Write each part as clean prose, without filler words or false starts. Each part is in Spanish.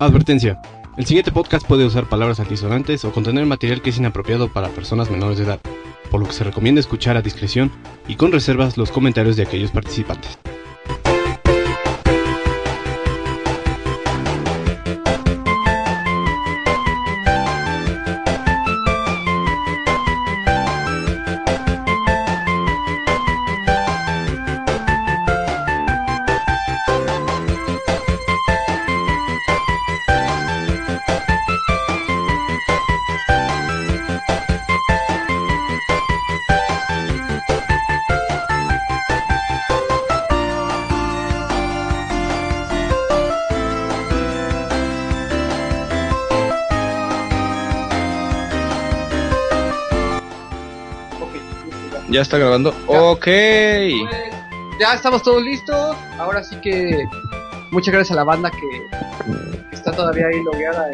Advertencia. El siguiente podcast puede usar palabras altisonantes o contener material que es inapropiado para personas menores de edad, por lo que se recomienda escuchar a discreción y con reservas los comentarios de aquellos participantes. Ya está grabando. Ya. Ok. Pues, ya estamos todos listos. Ahora sí que muchas gracias a la banda que está todavía ahí logueada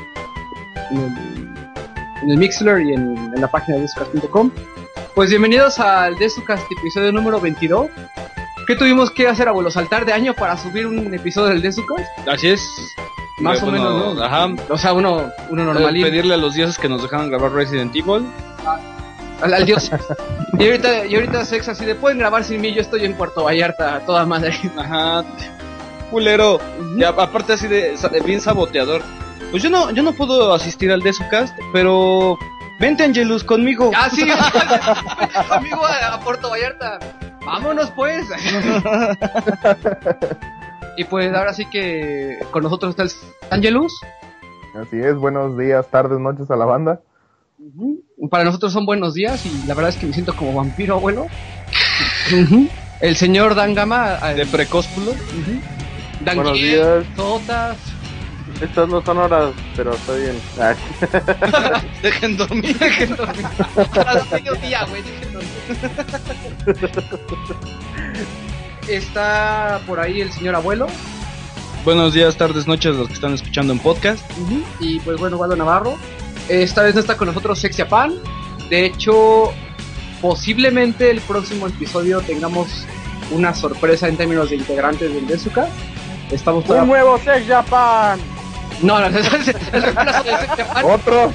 en el Mixler y en la página de Desucast.com. Pues bienvenidos al Desucast episodio número 22. ¿Qué tuvimos que hacer, abuelo? ¿Saltar de año para subir un episodio del Desucast? Así es. Más o menos, ¿no? Ajá. O sea, uno normalito. Pedirle a los dioses que nos dejaran grabar Resident Evil. Al dios. Y ahorita Sex así de, pueden grabar sin mí, yo estoy en Puerto Vallarta, a toda madre. Ajá. Culero. Y aparte así de bien saboteador. Pues yo no puedo asistir al Desucast, pero vente, Angelus, conmigo. Ah, sí. Amigo, a Puerto Vallarta. Vámonos pues. Y pues ahora sí que con nosotros está el Angelus. Así es, buenos días, tardes, noches a la banda. Para nosotros son buenos días y la verdad es que me siento como vampiro, abuelo. El señor Dan Gama De precóspulo. Dan Buenos Gil, días. Totas. Estas no son horas, pero estoy bien. Dejen dormir. Dejen dormir. A las mediodía, güey, dejen dormir. Está por ahí el señor abuelo. Buenos días, tardes, noches, los que están escuchando en podcast. Y pues bueno, Waldo Navarro. Esta vez no está con nosotros Sexiapan. De hecho, posiblemente el próximo episodio tengamos una sorpresa en términos de integrantes del Desucast. Estamos ¡Un nuevo Sex Japan! No, es el reemplazo de Sexiapan. ¡Otro!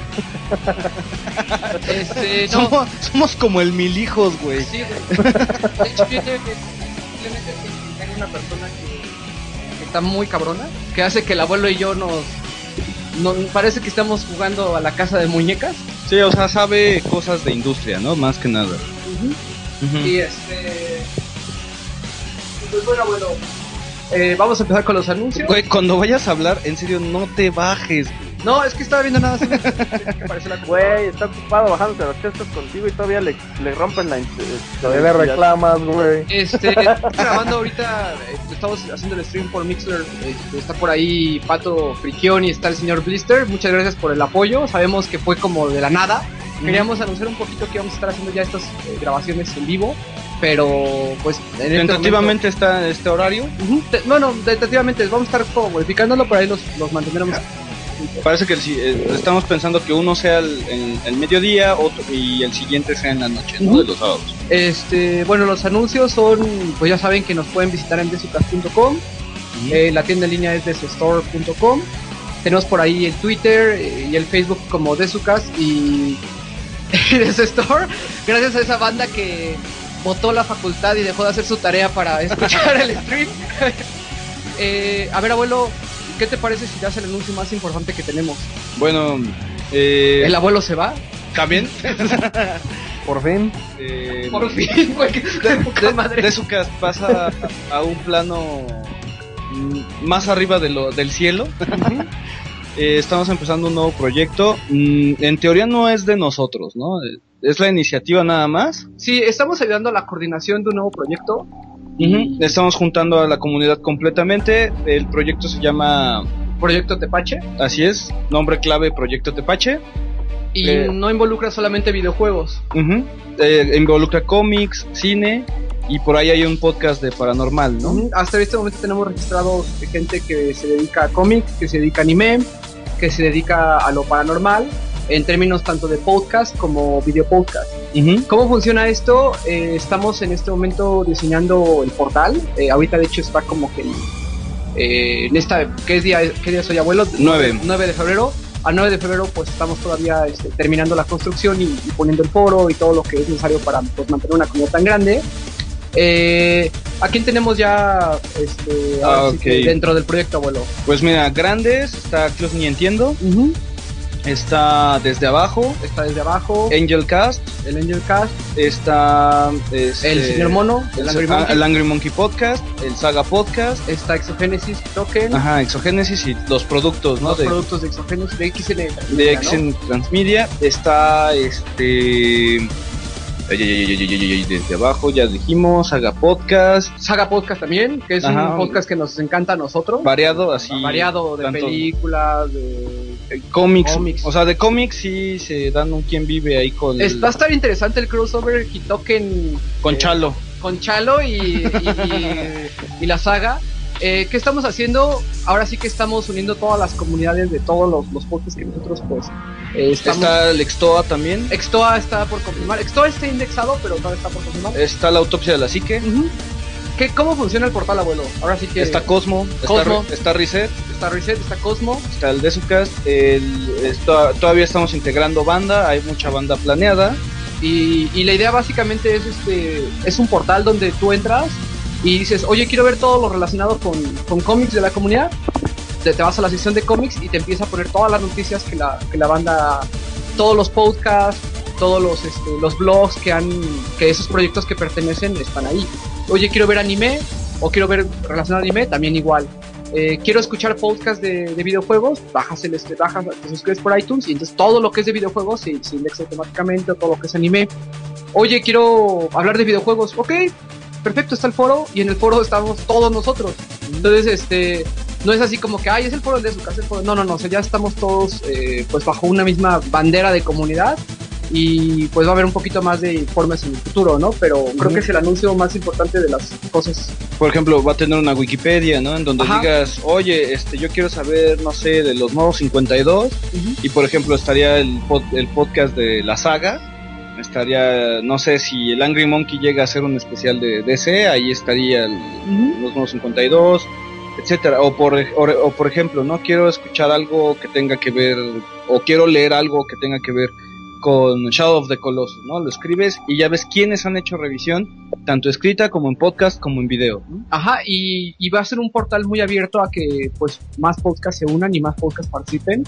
No. Somos como el Mil Hijos, güey. Sí, güey. De hecho, yo creo que simplemente hay una persona que está muy cabrona, que hace que el abuelo y yo parece que estamos jugando a la casa de muñecas. Sí, o sea, sabe cosas de industria, ¿no? Más que nada. Y pues bueno, abuelo, vamos a empezar con los anuncios. Güey, cuando vayas a hablar, en serio, no te bajes, güey. No, es que estaba viendo nada así. Que parece la Güey, está ocupado bajándose los textos contigo y todavía le rompen la... Todavía le reclamas, güey. grabando ahorita, estamos haciendo el stream por Mixler. Está por ahí Pato Frigión y está el señor Blister. Muchas gracias por el apoyo. Sabemos que fue como de la nada. Queríamos anunciar un poquito que íbamos a estar haciendo ya estas grabaciones en vivo, pero pues tentativamente está este horario. Tentativamente vamos a estar como modificándolo, por ahí los mantendremos. Parece que estamos pensando que uno sea el mediodía y el siguiente sea en la noche, ¿no? De los sábados. Bueno, los anuncios son, pues ya saben que nos pueden visitar en desucast.com. La tienda en línea es desustore.com. Tenemos por ahí el Twitter y el Facebook como Desucast y Desustore. Gracias a esa banda que botó la facultad y dejó de hacer su tarea para escuchar el stream. A ver, abuelo, ¿qué te parece si das el anuncio más importante que tenemos? Bueno, ¿El abuelo se va? ¿También? Por fin. Por fin, güey. Desucast pasa a un plano más arriba del cielo. Estamos empezando un nuevo proyecto. En teoría no es de nosotros, ¿no? Es la iniciativa nada más. Sí, estamos ayudando a la coordinación de un nuevo proyecto. Estamos juntando a la comunidad completamente. El proyecto se llama Proyecto Tepache. Así es, nombre clave Proyecto Tepache. Y no involucra solamente videojuegos. Involucra cómics, cine y por ahí hay un podcast de paranormal, ¿no? Hasta este momento tenemos registrados gente que se dedica a cómics, que se dedica a anime, que se dedica a lo paranormal, en términos tanto de podcast como video podcast. ¿Cómo funciona esto? Estamos en este momento diseñando el portal. Ahorita de hecho está como que ¿qué día es hoy, abuelo? 9 de febrero. Al 9 de febrero pues estamos todavía terminando la construcción y poniendo el foro y todo lo que es necesario para pues, mantener una comunidad tan grande. ¿A quién tenemos ya okay. dentro del proyecto, abuelo? Pues mira, grandes, está Club Ni Entiendo, está Desde Abajo, Angel Cast, el Angel Cast, está el Señor Mono, el Angry Monkey Podcast, el Saga Podcast, está Exogénesis Token, Exogénesis y los productos, ¿no? Los productos de Exogénesis, de XN de XN Transmedia, está Desde Abajo, ya dijimos, Saga Podcast también, que es un podcast que nos encanta a nosotros. Variado, así. Variado de películas, de cómics. O sea, de cómics sí se dan un quien vive ahí con... Va a estar interesante el crossover Hitoken... Con Chalo. Con Chalo y la saga. ¿Qué estamos haciendo? Ahora sí que estamos uniendo todas las comunidades de todos los podcasts que nosotros pues... Está el Extoa también. Extoa está por confirmar. Extoa está indexado, pero todavía está por confirmar. Está la Autopsia de la Psique. ¿Cómo funciona el portal, abuelo? Ahora sí que... Está Cosmo. Está Reset. Está Cosmo. Está el Desucast. Todavía estamos integrando banda. Hay mucha banda planeada. Y la idea básicamente es un portal donde tú entras y dices, oye, quiero ver todo lo relacionado con cómics de la comunidad. Te vas a la sección de cómics y te empieza a poner todas las noticias que la banda, todos los podcasts, todos los blogs que esos proyectos que pertenecen están ahí. Oye, quiero ver anime o quiero ver relacionado a anime, también igual. Quiero escuchar podcasts de videojuegos, te suscribes por iTunes y entonces todo lo que es de videojuegos se indexa automáticamente, o todo lo que es anime. Oye, quiero hablar de videojuegos, ok, perfecto, está el foro y en el foro estamos todos nosotros. Entonces, no es así como que, es el foro de su casa, el foro. No, o sea, ya estamos todos pues bajo una misma bandera de comunidad y pues va a haber un poquito más de informes en el futuro, ¿no? Pero creo que es el anuncio más importante de las cosas. Por ejemplo, va a tener una Wikipedia, ¿no? En donde digas, oye, yo quiero saber, no sé, de los nuevos 52 y por ejemplo estaría el podcast de la saga. Estaría, no sé, si el Angry Monkey llega a hacer un especial de DC, ahí estaría los nuevos 52, etcétera. O por ejemplo, no quiero escuchar algo que tenga que ver, o quiero leer algo que tenga que ver con Shadow of the Colossus, ¿no? Lo escribes y ya ves quiénes han hecho revisión, tanto escrita como en podcast como en video, ¿no? Y va a ser un portal muy abierto a que pues más podcasts se unan y más podcasts participen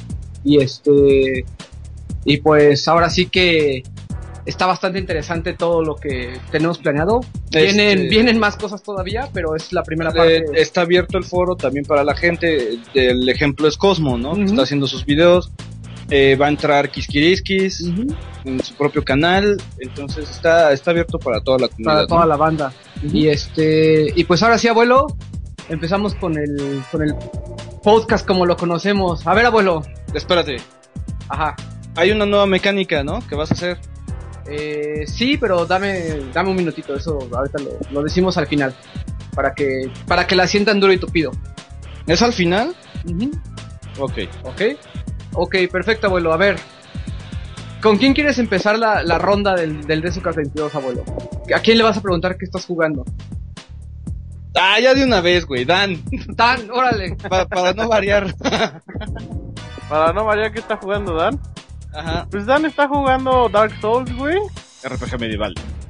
y pues ahora sí que está bastante interesante todo lo que tenemos planeado. Vienen más cosas todavía, pero es la primera parte. Está abierto el foro también para la gente. El ejemplo es Cosmo, ¿no? Que está haciendo sus videos. Va a entrar Kiskiriskis en su propio canal. Entonces está abierto para toda la comunidad. Para toda la banda. Y pues ahora sí, abuelo, empezamos con el podcast como lo conocemos. A ver, abuelo. Espérate. Ajá. Hay una nueva mecánica, ¿no? Que vas a hacer. Sí, pero dame un minutito, eso ahorita lo decimos al final, para que la sientan duro y tupido. ¿Es al final? Ok, perfecto, abuelo. A ver, ¿con quién quieres empezar la ronda del Desucast 22, abuelo? ¿A quién le vas a preguntar qué estás jugando? Ya de una vez, güey, Dan, órale. Para no variar. Para no variar, ¿qué está jugando Dan? Ajá. Pues Dan está jugando Dark Souls, güey. RPG medieval.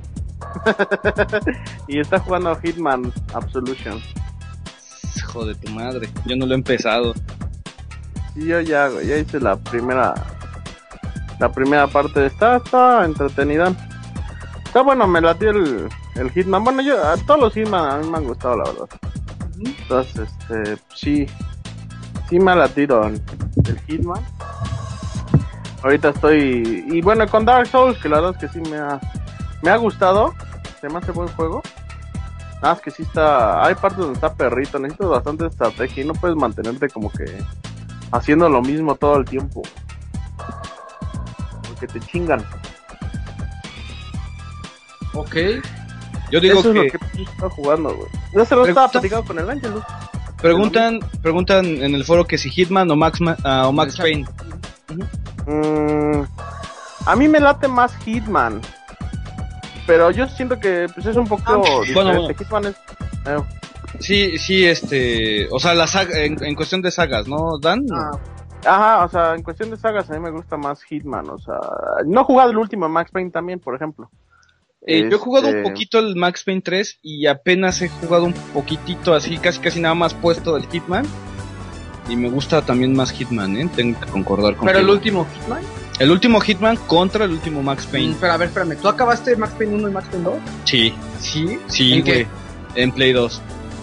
Y está jugando Hitman Absolution. Hijo de tu madre, yo no lo he empezado. Sí, yo ya hice la primera parte. Está entretenida. Está bueno, me latió el Hitman. Bueno, a todos los Hitman a mí me han gustado, la verdad. Entonces, sí me ha latido el Hitman. Ahorita estoy... Y bueno, con Dark Souls, que la verdad es que sí me ha gustado. Se me hace buen juego. Nada más que sí está... Hay partes donde está perrito. Necesitas bastante estrategia y no puedes mantenerte como que haciendo lo mismo todo el tiempo. Porque te chingan. Ok. Yo digo eso que... es lo que está jugando, güey. Yo se lo estaba platicando con el Ángel. Preguntan en el foro que si Hitman o Max Payne. A mí me late más Hitman, pero yo siento que pues es un poco diferente. Bueno. Hitman es Sí, o sea, la saga, en cuestión de sagas, ¿no, Dan? Ajá, o sea, en cuestión de sagas a mí me gusta más Hitman, o sea, no he jugado el último Max Payne también, por ejemplo. Yo he jugado un poquito el Max Payne 3 y apenas he jugado un poquitito así, casi nada más puesto el Hitman. Y me gusta también más Hitman, tengo que concordar con. ¿Pero el último Hitman? El último Hitman contra el último Max Payne. Pero a ver, espérame, ¿tú acabaste Max Payne 1 y Max Payne 2? Sí. ¿Sí? Sí, güey. En Play 2.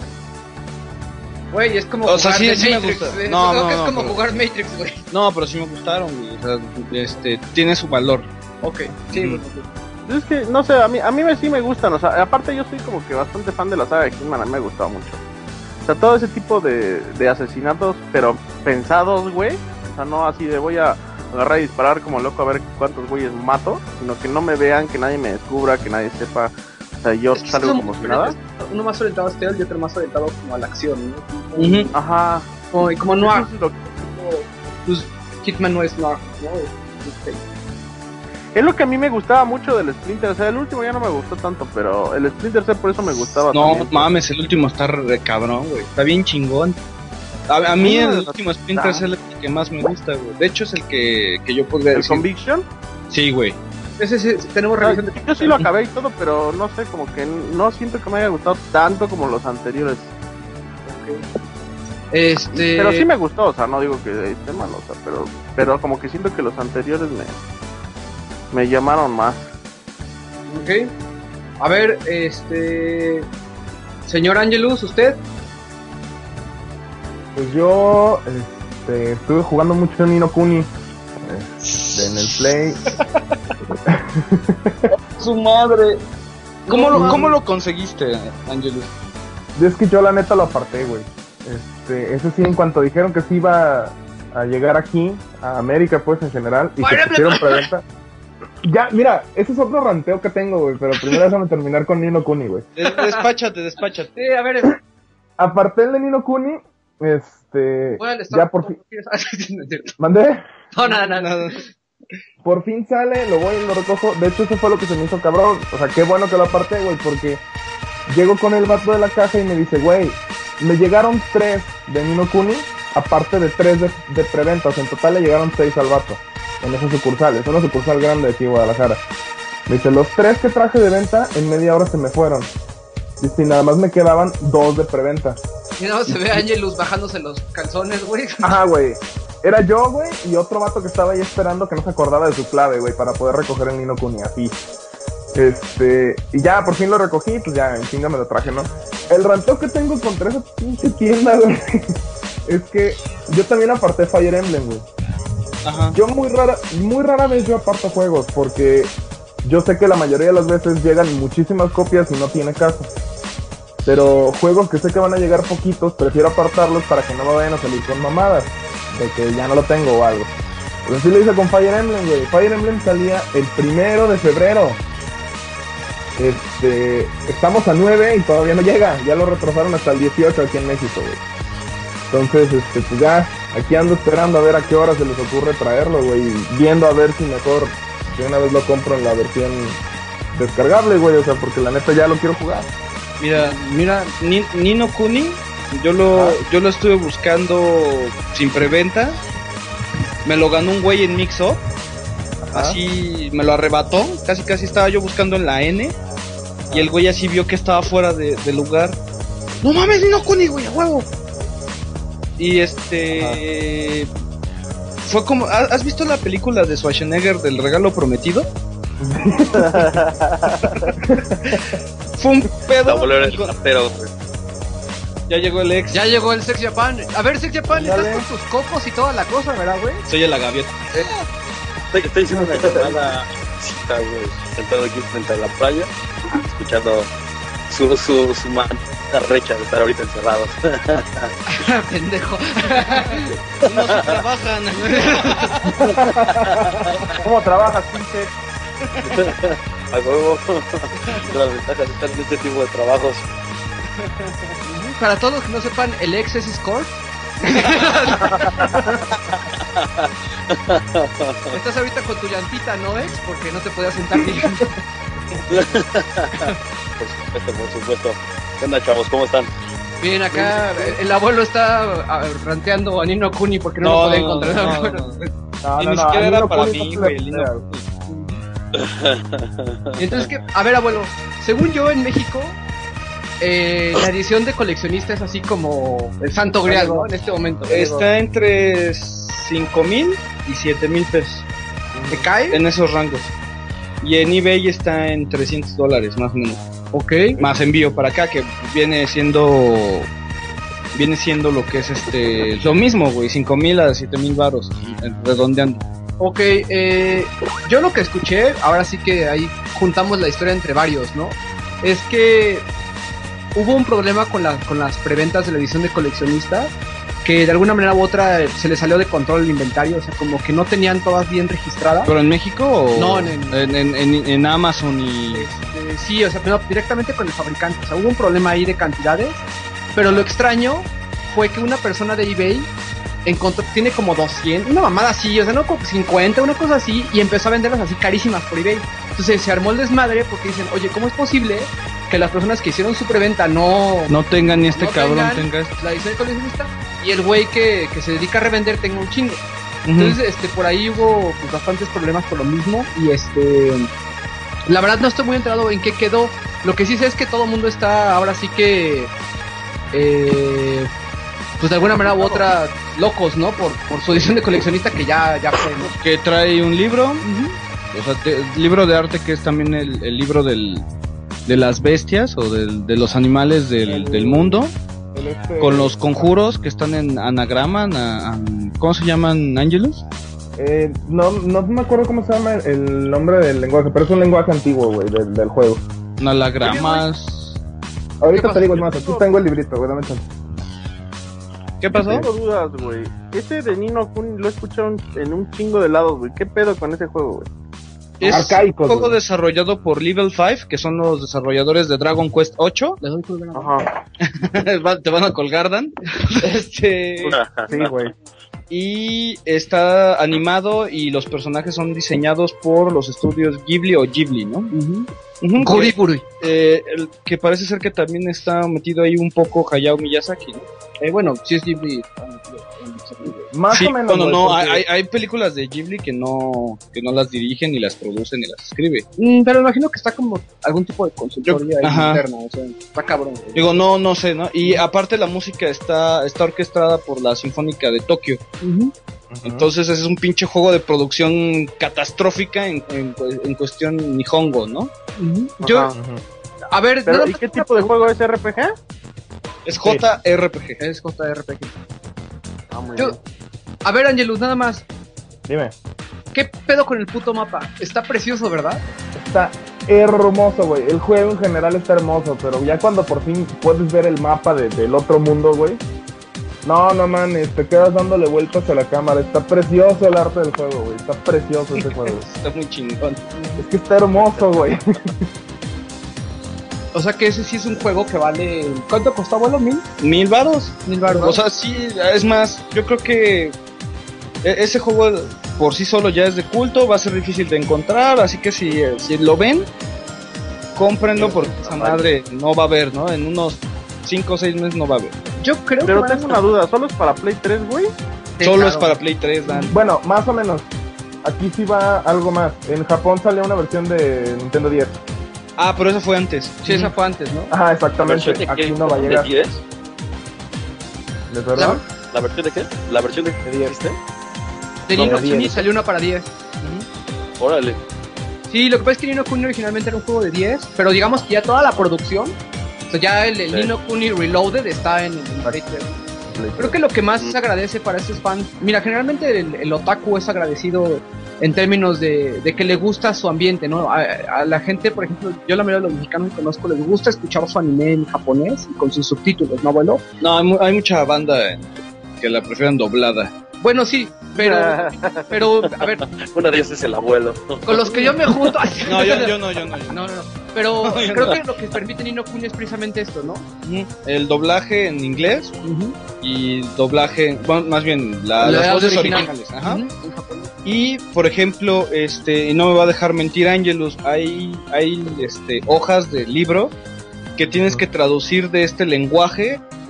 Güey, es como o sea, jugar sí Matrix. me gusta. Es como jugar Matrix, güey. No, pero sí me gustaron, güey. O sea, tiene su valor. Ok, sí, güey. Es que, no sé, a mí sí me gustan, o sea, aparte yo soy como que bastante fan de la saga de Hitman, a mí me ha gustado mucho. O sea, todo ese tipo de asesinatos, pero pensados, güey. O sea, no así de voy a agarrar y disparar como loco a ver cuántos güeyes mato, sino que no me vean, que nadie me descubra, que nadie sepa. O sea, yo salgo como si nada. Uno más orientado a stealth y otro más orientado como a la acción, ¿no? Ajá. Como noir. Pues Hitman no es noir, ¿no? Es lo que a mí me gustaba mucho del Splinter, o sea, el último ya no me gustó tanto, pero el Splinter Cell por eso me gustaba. No también. mames, el último está re cabrón, güey. Está bien chingón. A mí el último Splinter Cell es el que más me gusta, güey. De hecho es el que yo podría decir. ¿El Conviction? Sí, güey. Ese sí, tenemos revisión de... Yo sí lo acabé y todo, pero no sé, como que no siento que me haya gustado tanto como los anteriores. Pero sí me gustó, o sea, no digo que esté mal, o sea, pero como que siento que los anteriores me llamaron más. Ok. A ver, señor Angelus, ¿usted? Pues yo estuve jugando mucho Ni no Kuni en el Play. Su madre. ¿Cómo lo conseguiste, Angelus? Es que yo la neta lo aparté, güey. Eso sí, en cuanto dijeron que sí iba a llegar aquí, a América pues en general, y que pusieron preventa. Ya, mira, ese es otro ranteo que tengo, güey, pero primero déjame terminar con Ni no Kuni, güey. Despáchate. Sí, a ver. Aparté el de Ni no Kuni, ya por fin... ¿Mandé? No, nada. Por fin sale, lo voy y lo recojo. De hecho, eso fue lo que se me hizo cabrón. O sea, qué bueno que lo aparté, güey, porque llego con el vato de la caja y me dice, güey, me llegaron 3 de Ni no Kuni, aparte de 3 de preventa. O sea, en total le llegaron 6 al vato en esa sucursal. Es una sucursal grande de aquí, Guadalajara. Me dice, los 3 que traje de venta en media hora se me fueron. Dice, y nada más me quedaban 2 de preventa. Y nada más se ve a Angelus bajándose los calzones, güey. Ajá, güey. Era yo, güey, y otro vato que estaba ahí esperando que no se acordaba de su clave, güey, para poder recoger el Ni no Kuni, así. Y ya, por fin lo recogí, pues ya, en chinga me lo traje, ¿no? El ranteo que tengo contra esa pinche tienda, güey, es que yo también aparté Fire Emblem, güey. Ajá. Yo muy rara vez yo aparto juegos, porque yo sé que la mayoría de las veces llegan muchísimas copias y no tiene caso. Pero juegos que sé que van a llegar poquitos, prefiero apartarlos para que no me vayan a salir con mamadas de que ya no lo tengo o algo. Pero sí lo hice con Fire Emblem, güey. Fire Emblem salía el 1 de febrero. Estamos a 9 y todavía no llega. Ya lo retrasaron hasta el 18 aquí en México, güey. Entonces, pues ya, aquí ando esperando a ver a qué hora se les ocurre traerlo, güey. Viendo a ver si mejor de una vez lo compro en la versión descargable, güey. O sea, porque la neta ya lo quiero jugar. Mira, Ni no Kuni, yo lo estuve buscando sin preventa. Me lo ganó un güey en Mix Up. Así me lo arrebató. Casi estaba yo buscando en la N. Y el güey así vio que estaba fuera de lugar. No mames, Ni no Kuni, güey, a huevo. Y fue como, ¿has visto la película de Schwarzenegger del regalo prometido? Fue un pedo. Ya llegó el ex. Ya llegó el Sex Japan. A ver, Sex Japan, estás con tus cocos y toda la cosa, ¿verdad, güey? Soy el gaviota. Estoy haciendo una llamada cita, güey. Sentado aquí frente a la playa, escuchando su mano recha de estar ahorita encerrados. Pendejo. No se trabajan. ¿Cómo trabajas, pinche? A huevo. Las ventajas de estar en este tipo de trabajos. Para todos los que no sepan, el ex es escort. Estás ahorita con tu llantita, ¿no, ex? Porque no te podías sentar bien. Por supuesto. ¿Qué onda, chavos? ¿Cómo están? Bien, acá el abuelo está ranteando a Ni no Kuni porque no lo puede encontrar. Ni siquiera era para mí, Kuni güey. no se le pega. Entonces, a ver, abuelo, según yo en México, la edición de coleccionista es así como el santo grial, ¿no? En este momento. Está entre 5,000 y 7,000 pesos. ¿Te cae? En esos rangos. Y en eBay está en $300 más o menos. Ok. Más envío para acá, que viene siendo lo que es lo mismo, güey, 5,000 a 7,000 varos, redondeando. Ok, yo lo que escuché, ahora sí que ahí juntamos la historia entre varios, ¿no? Es que hubo un problema con las preventas de la edición de coleccionista, que de alguna manera u otra se le salió de control el inventario, o sea, como que no tenían todas bien registradas. ¿Pero en México o No, en Amazon y...? Sí, o sea, pero directamente con el fabricante, o sea, hubo un problema ahí de cantidades, pero lo extraño fue que una persona de eBay tiene como 200, una mamada así, o sea, no como 50, una cosa así, y empezó a venderlas así carísimas por eBay. Entonces se armó el desmadre porque dicen, oye, ¿cómo es posible que las personas que hicieron su preventa no tengan ni este no cabrón tengan tenga esto? la edición de coleccionista y el güey que se dedica a revender tenga un chingo? Entonces, por ahí hubo pues, bastantes problemas por lo mismo y la verdad no estoy muy enterado en qué quedó. Lo que sí sé es que todo el mundo está ahora sí que pues de alguna manera u otra locos, ¿no? Por su edición de coleccionista que ya fue, ¿no? Que trae un libro, o sea, libro de arte que es también el libro de las bestias o de los animales del mundo, con los conjuros que están en anagrama, ¿cómo se llaman? ¿Ángelus? No me acuerdo cómo se llama el nombre del lenguaje, pero es un lenguaje antiguo, güey, del juego. Anagramas. Ahorita te digo, es más, aquí tengo el librito, güey, dame chance. ¿Qué pasó? Tengo dudas, güey. Ese de Ni no Kuni lo he escuchado en un chingo de lados, güey. ¿Qué pedo con ese juego, güey? Es Arcaicos, un juego güey. desarrollado por Level 5, que son los desarrolladores de Dragon Quest 8. Ajá. Te van a colgar, Dan. Sí, güey. Y está animado y los personajes son diseñados por los estudios Ghibli o Ghibli, ¿no? Kuripuri. Que parece ser que también está metido ahí un poco Hayao Miyazaki, ¿no? Bueno, sí es Ghibli. Más Sí, o menos. no, güey, porque- hay películas de Ghibli que no las dirigen, ni las producen, ni las escribe. Pero imagino que está como algún tipo de consultoría ahí Ajá. interna, o sea, está cabrón. güey. Digo, no sé, ¿no? Y aparte la música está orquestada por la Sinfónica de Tokio. Entonces es un pinche juego de producción catastrófica en cuestión nihongo, ¿no? Yo, Ajá. a ver, Pero, nada ¿y más qué una tipo de pregunta. juego es RPG? Es JRPG. Es JRPG. Ah, muy Yo, bien. a ver, Angelus, nada más. Dime. ¿Qué pedo con el puto mapa? Está precioso, ¿verdad? Está hermoso, güey. El juego en general está hermoso, pero ya cuando por fin puedes ver el mapa del otro mundo, güey. No, mames, te quedas dándole vueltas a la cámara. Está precioso el arte del juego, güey. Está precioso ese juego. Está muy chingón. Es que está hermoso, güey. O sea que ese sí es un juego que vale... ¿Cuánto costó, abuelo? ¿1,000 varos? 1,000 baros. O sea, sí, es más, yo creo que ese juego por sí solo ya es de culto, va a ser difícil de encontrar, así que si lo ven, cómprenlo porque esa madre no va a haber, ¿no? En unos 5 o 6 meses no va a haber. Yo creo Pero que tengo una duda, ¿solo es para Play 3, güey? Sí, Solo claro. es para Play 3, Dan. Bueno, más o menos. Aquí sí va algo más. En Japón salió una versión de Nintendo 10. Ah, pero eso fue antes. Sí, esa fue antes, ¿no? Ajá, ¿La exactamente. versión de Aquí qué? no va a ¿De llegar. 10? ¿Es verdad? ¿La versión de qué? ¿La versión de De 10. existe? De No, Ni no de Kuni 10. salió una para 10. Órale. Sí, lo que pasa es que Ni no Kuni originalmente era un juego de 10, pero digamos que ya toda la producción, o sea, ya el Sí. Ni no Kuni Reloaded está en Play 3. Creo que lo que más se agradece para estos fans, mira, generalmente el otaku es agradecido en términos de que le gusta su ambiente, ¿no? A la gente, por ejemplo, yo la mayoría de los mexicanos que conozco les gusta escuchar su anime en japonés y con sus subtítulos, ¿no, abuelo? No, hay mucha banda que la prefieren doblada. Bueno, sí, pero, a ver, Una de ellas es el abuelo. con los que yo me junto... No, yo no. No. Pero creo que lo que permite Ni no Kuni es precisamente esto, ¿no? El doblaje en inglés y doblaje, bueno, más bien las voces originales. Ajá. Ujú, en japonés. Y por ejemplo, y no me va a dejar mentir Angelus, hay hojas de libro que tienes que traducir de este lenguaje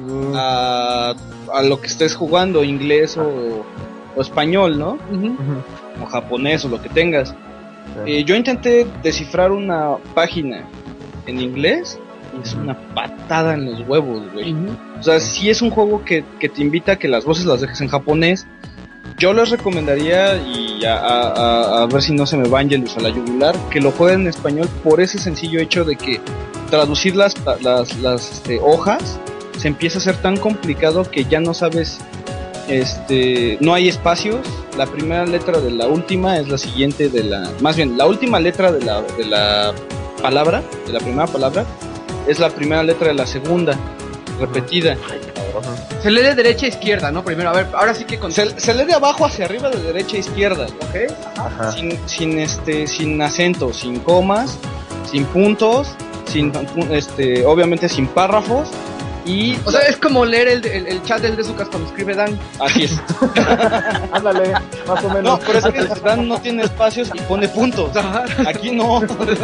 a lo que estés jugando, inglés o español, ¿no? O japonés o lo que tengas. Yo intenté descifrar una página en inglés y es una patada en los huevos, güey. O sea, sí es un juego que te invita a que las voces las dejes en japonés. Yo les recomendaría, y a ver si no se me va Angelus a la yugular, que lo jueguen en español por ese sencillo hecho de que traducir las hojas se empieza a ser tan complicado que ya no sabes, no hay espacios. La primera letra de la última es la siguiente más bien, la última letra de la palabra, de la primera palabra, es la primera letra de la segunda, repetida. Se lee de derecha a izquierda, ¿no? Primero, a ver, ahora sí que se lee de abajo hacia arriba, de derecha a izquierda, ¿ok? Ajá. Sin acentos, sin comas, sin puntos, obviamente sin párrafos. O sea, es como leer el chat del de Sucas cuando escribe Dan. Así es. Ándale, más o menos. No, pero es que Dan no tiene espacios y pone puntos. Aquí no.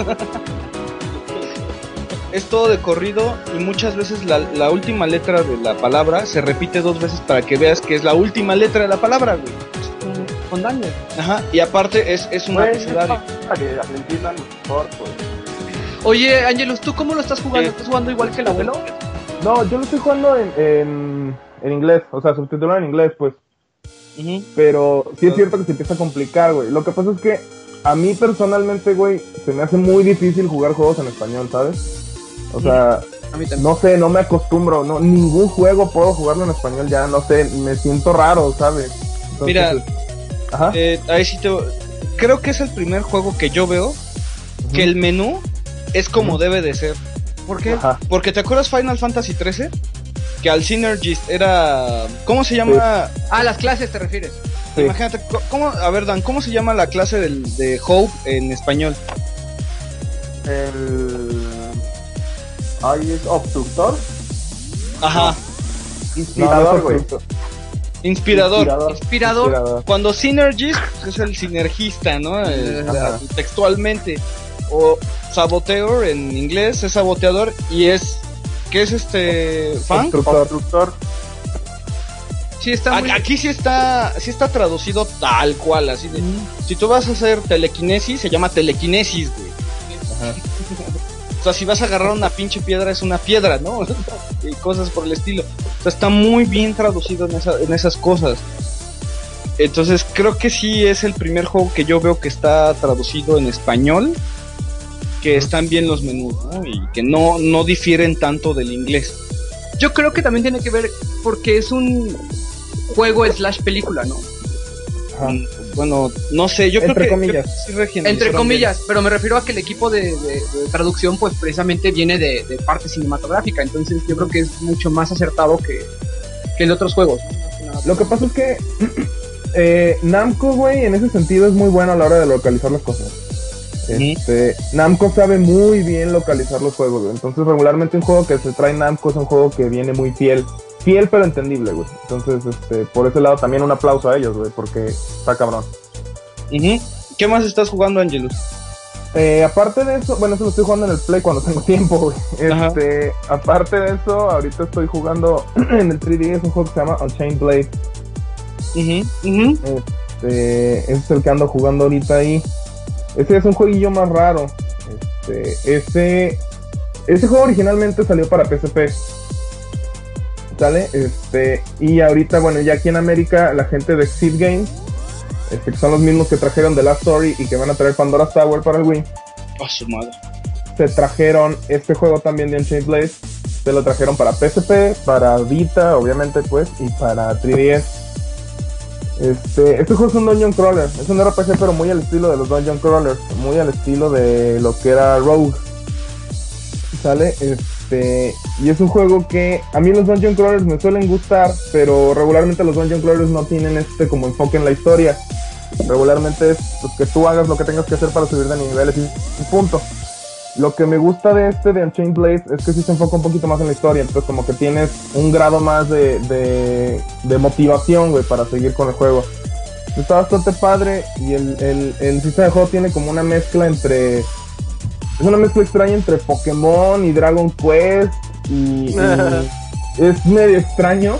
Es todo de corrido y muchas veces la última letra de la palabra se repite 2 veces para que veas que es la última letra de la palabra, güey. Con Daniel. Ajá, y aparte es un abecedario. Para que entiendan mejor, pues. Oye, Angelus, ¿tú cómo lo estás jugando? ¿Estás jugando igual que el abuelo? No, yo lo estoy jugando en inglés, o sea, subtitulado en inglés, pues. Pero sí es cierto que se empieza a complicar, güey. Lo que pasa es que a mí personalmente, güey, se me hace muy difícil jugar juegos en español, ¿sabes? O sea, no sé, no me acostumbro, no, ningún juego puedo jugarlo en español ya, no sé, me siento raro, ¿sabes? Entonces, mira, ajá. Ahí sí creo que es el primer juego que yo veo que el menú es como debe de ser. ¿Por qué? Ajá. Porque ¿te acuerdas Final Fantasy XIII? Que al Synergist era... ¿Cómo se llama? Sí. Las clases te refieres. Sí. Imagínate, a ver, Dan, ¿cómo se llama la clase de Hope en español? ¿Es obstructor? Ajá. Inspirador, güey. Inspirador. Cuando Synergist es el sinergista, ¿no? Textualmente. O saboteur en inglés es saboteador y es... ¿Qué es fan? Obstructor. Sí está aquí sí está traducido tal cual, así de... Si tú vas a hacer telequinesis, se llama telequinesis, güey. Ajá. O sea, si vas a agarrar una pinche piedra, es una piedra, ¿no? Y cosas por el estilo. O sea, está muy bien traducido en esas cosas. Entonces, creo que sí es el primer juego que yo veo que está traducido en español, que están bien los menús, ¿no? Y que no difieren tanto del inglés. Yo creo que también tiene que ver porque es un juego / película, ¿no? Bueno, no sé, yo entre creo comillas. Que sí entre comillas, pero me refiero a que el equipo de traducción pues precisamente viene de parte cinematográfica, entonces yo creo que es mucho más acertado que en otros juegos. Lo que pasa es que Namco, güey, en ese sentido es muy bueno a la hora de localizar las cosas. Namco sabe muy bien localizar los juegos, güey. Entonces regularmente un juego que se trae Namco es un juego que viene muy fiel pero entendible, güey. Entonces, por ese lado también un aplauso a ellos, güey, porque está cabrón. ¿Qué más estás jugando, Angelus? Aparte de eso, bueno, eso lo estoy jugando en el Play cuando tengo tiempo, güey. Aparte de eso, ahorita estoy jugando en el 3D, es un juego que se llama Unchained Blade. Ese es el que ando jugando ahorita ahí. Ese es un jueguillo más raro. Ese juego originalmente salió para PSP. ¿Sale? Y ahorita, bueno, ya aquí en América, la gente de Exit Games, que son los mismos que trajeron The Last Story y que van a traer Pandora's Tower para el Wii. Su madre. Se trajeron este juego también de Unchained Blade. Se lo trajeron para PSP, para Vita, obviamente, pues, y para 3DS. Este juego es un dungeon crawler, es un RPG pero muy al estilo de los dungeon crawlers, muy al estilo de lo que era Rogue, ¿sale? Y es un juego que a mí los dungeon crawlers me suelen gustar, pero regularmente los dungeon crawlers no tienen como enfoque en la historia. Regularmente es pues, que tú hagas lo que tengas que hacer para subir de niveles y punto. Lo que me gusta de Unchained Blade es que sí se enfoca un poquito más en la historia, entonces como que tienes un grado más de motivación, güey, para seguir con el juego. Está bastante padre y el sistema de juego tiene como una mezcla es una mezcla extraña entre Pokémon y Dragon Quest y es medio extraño,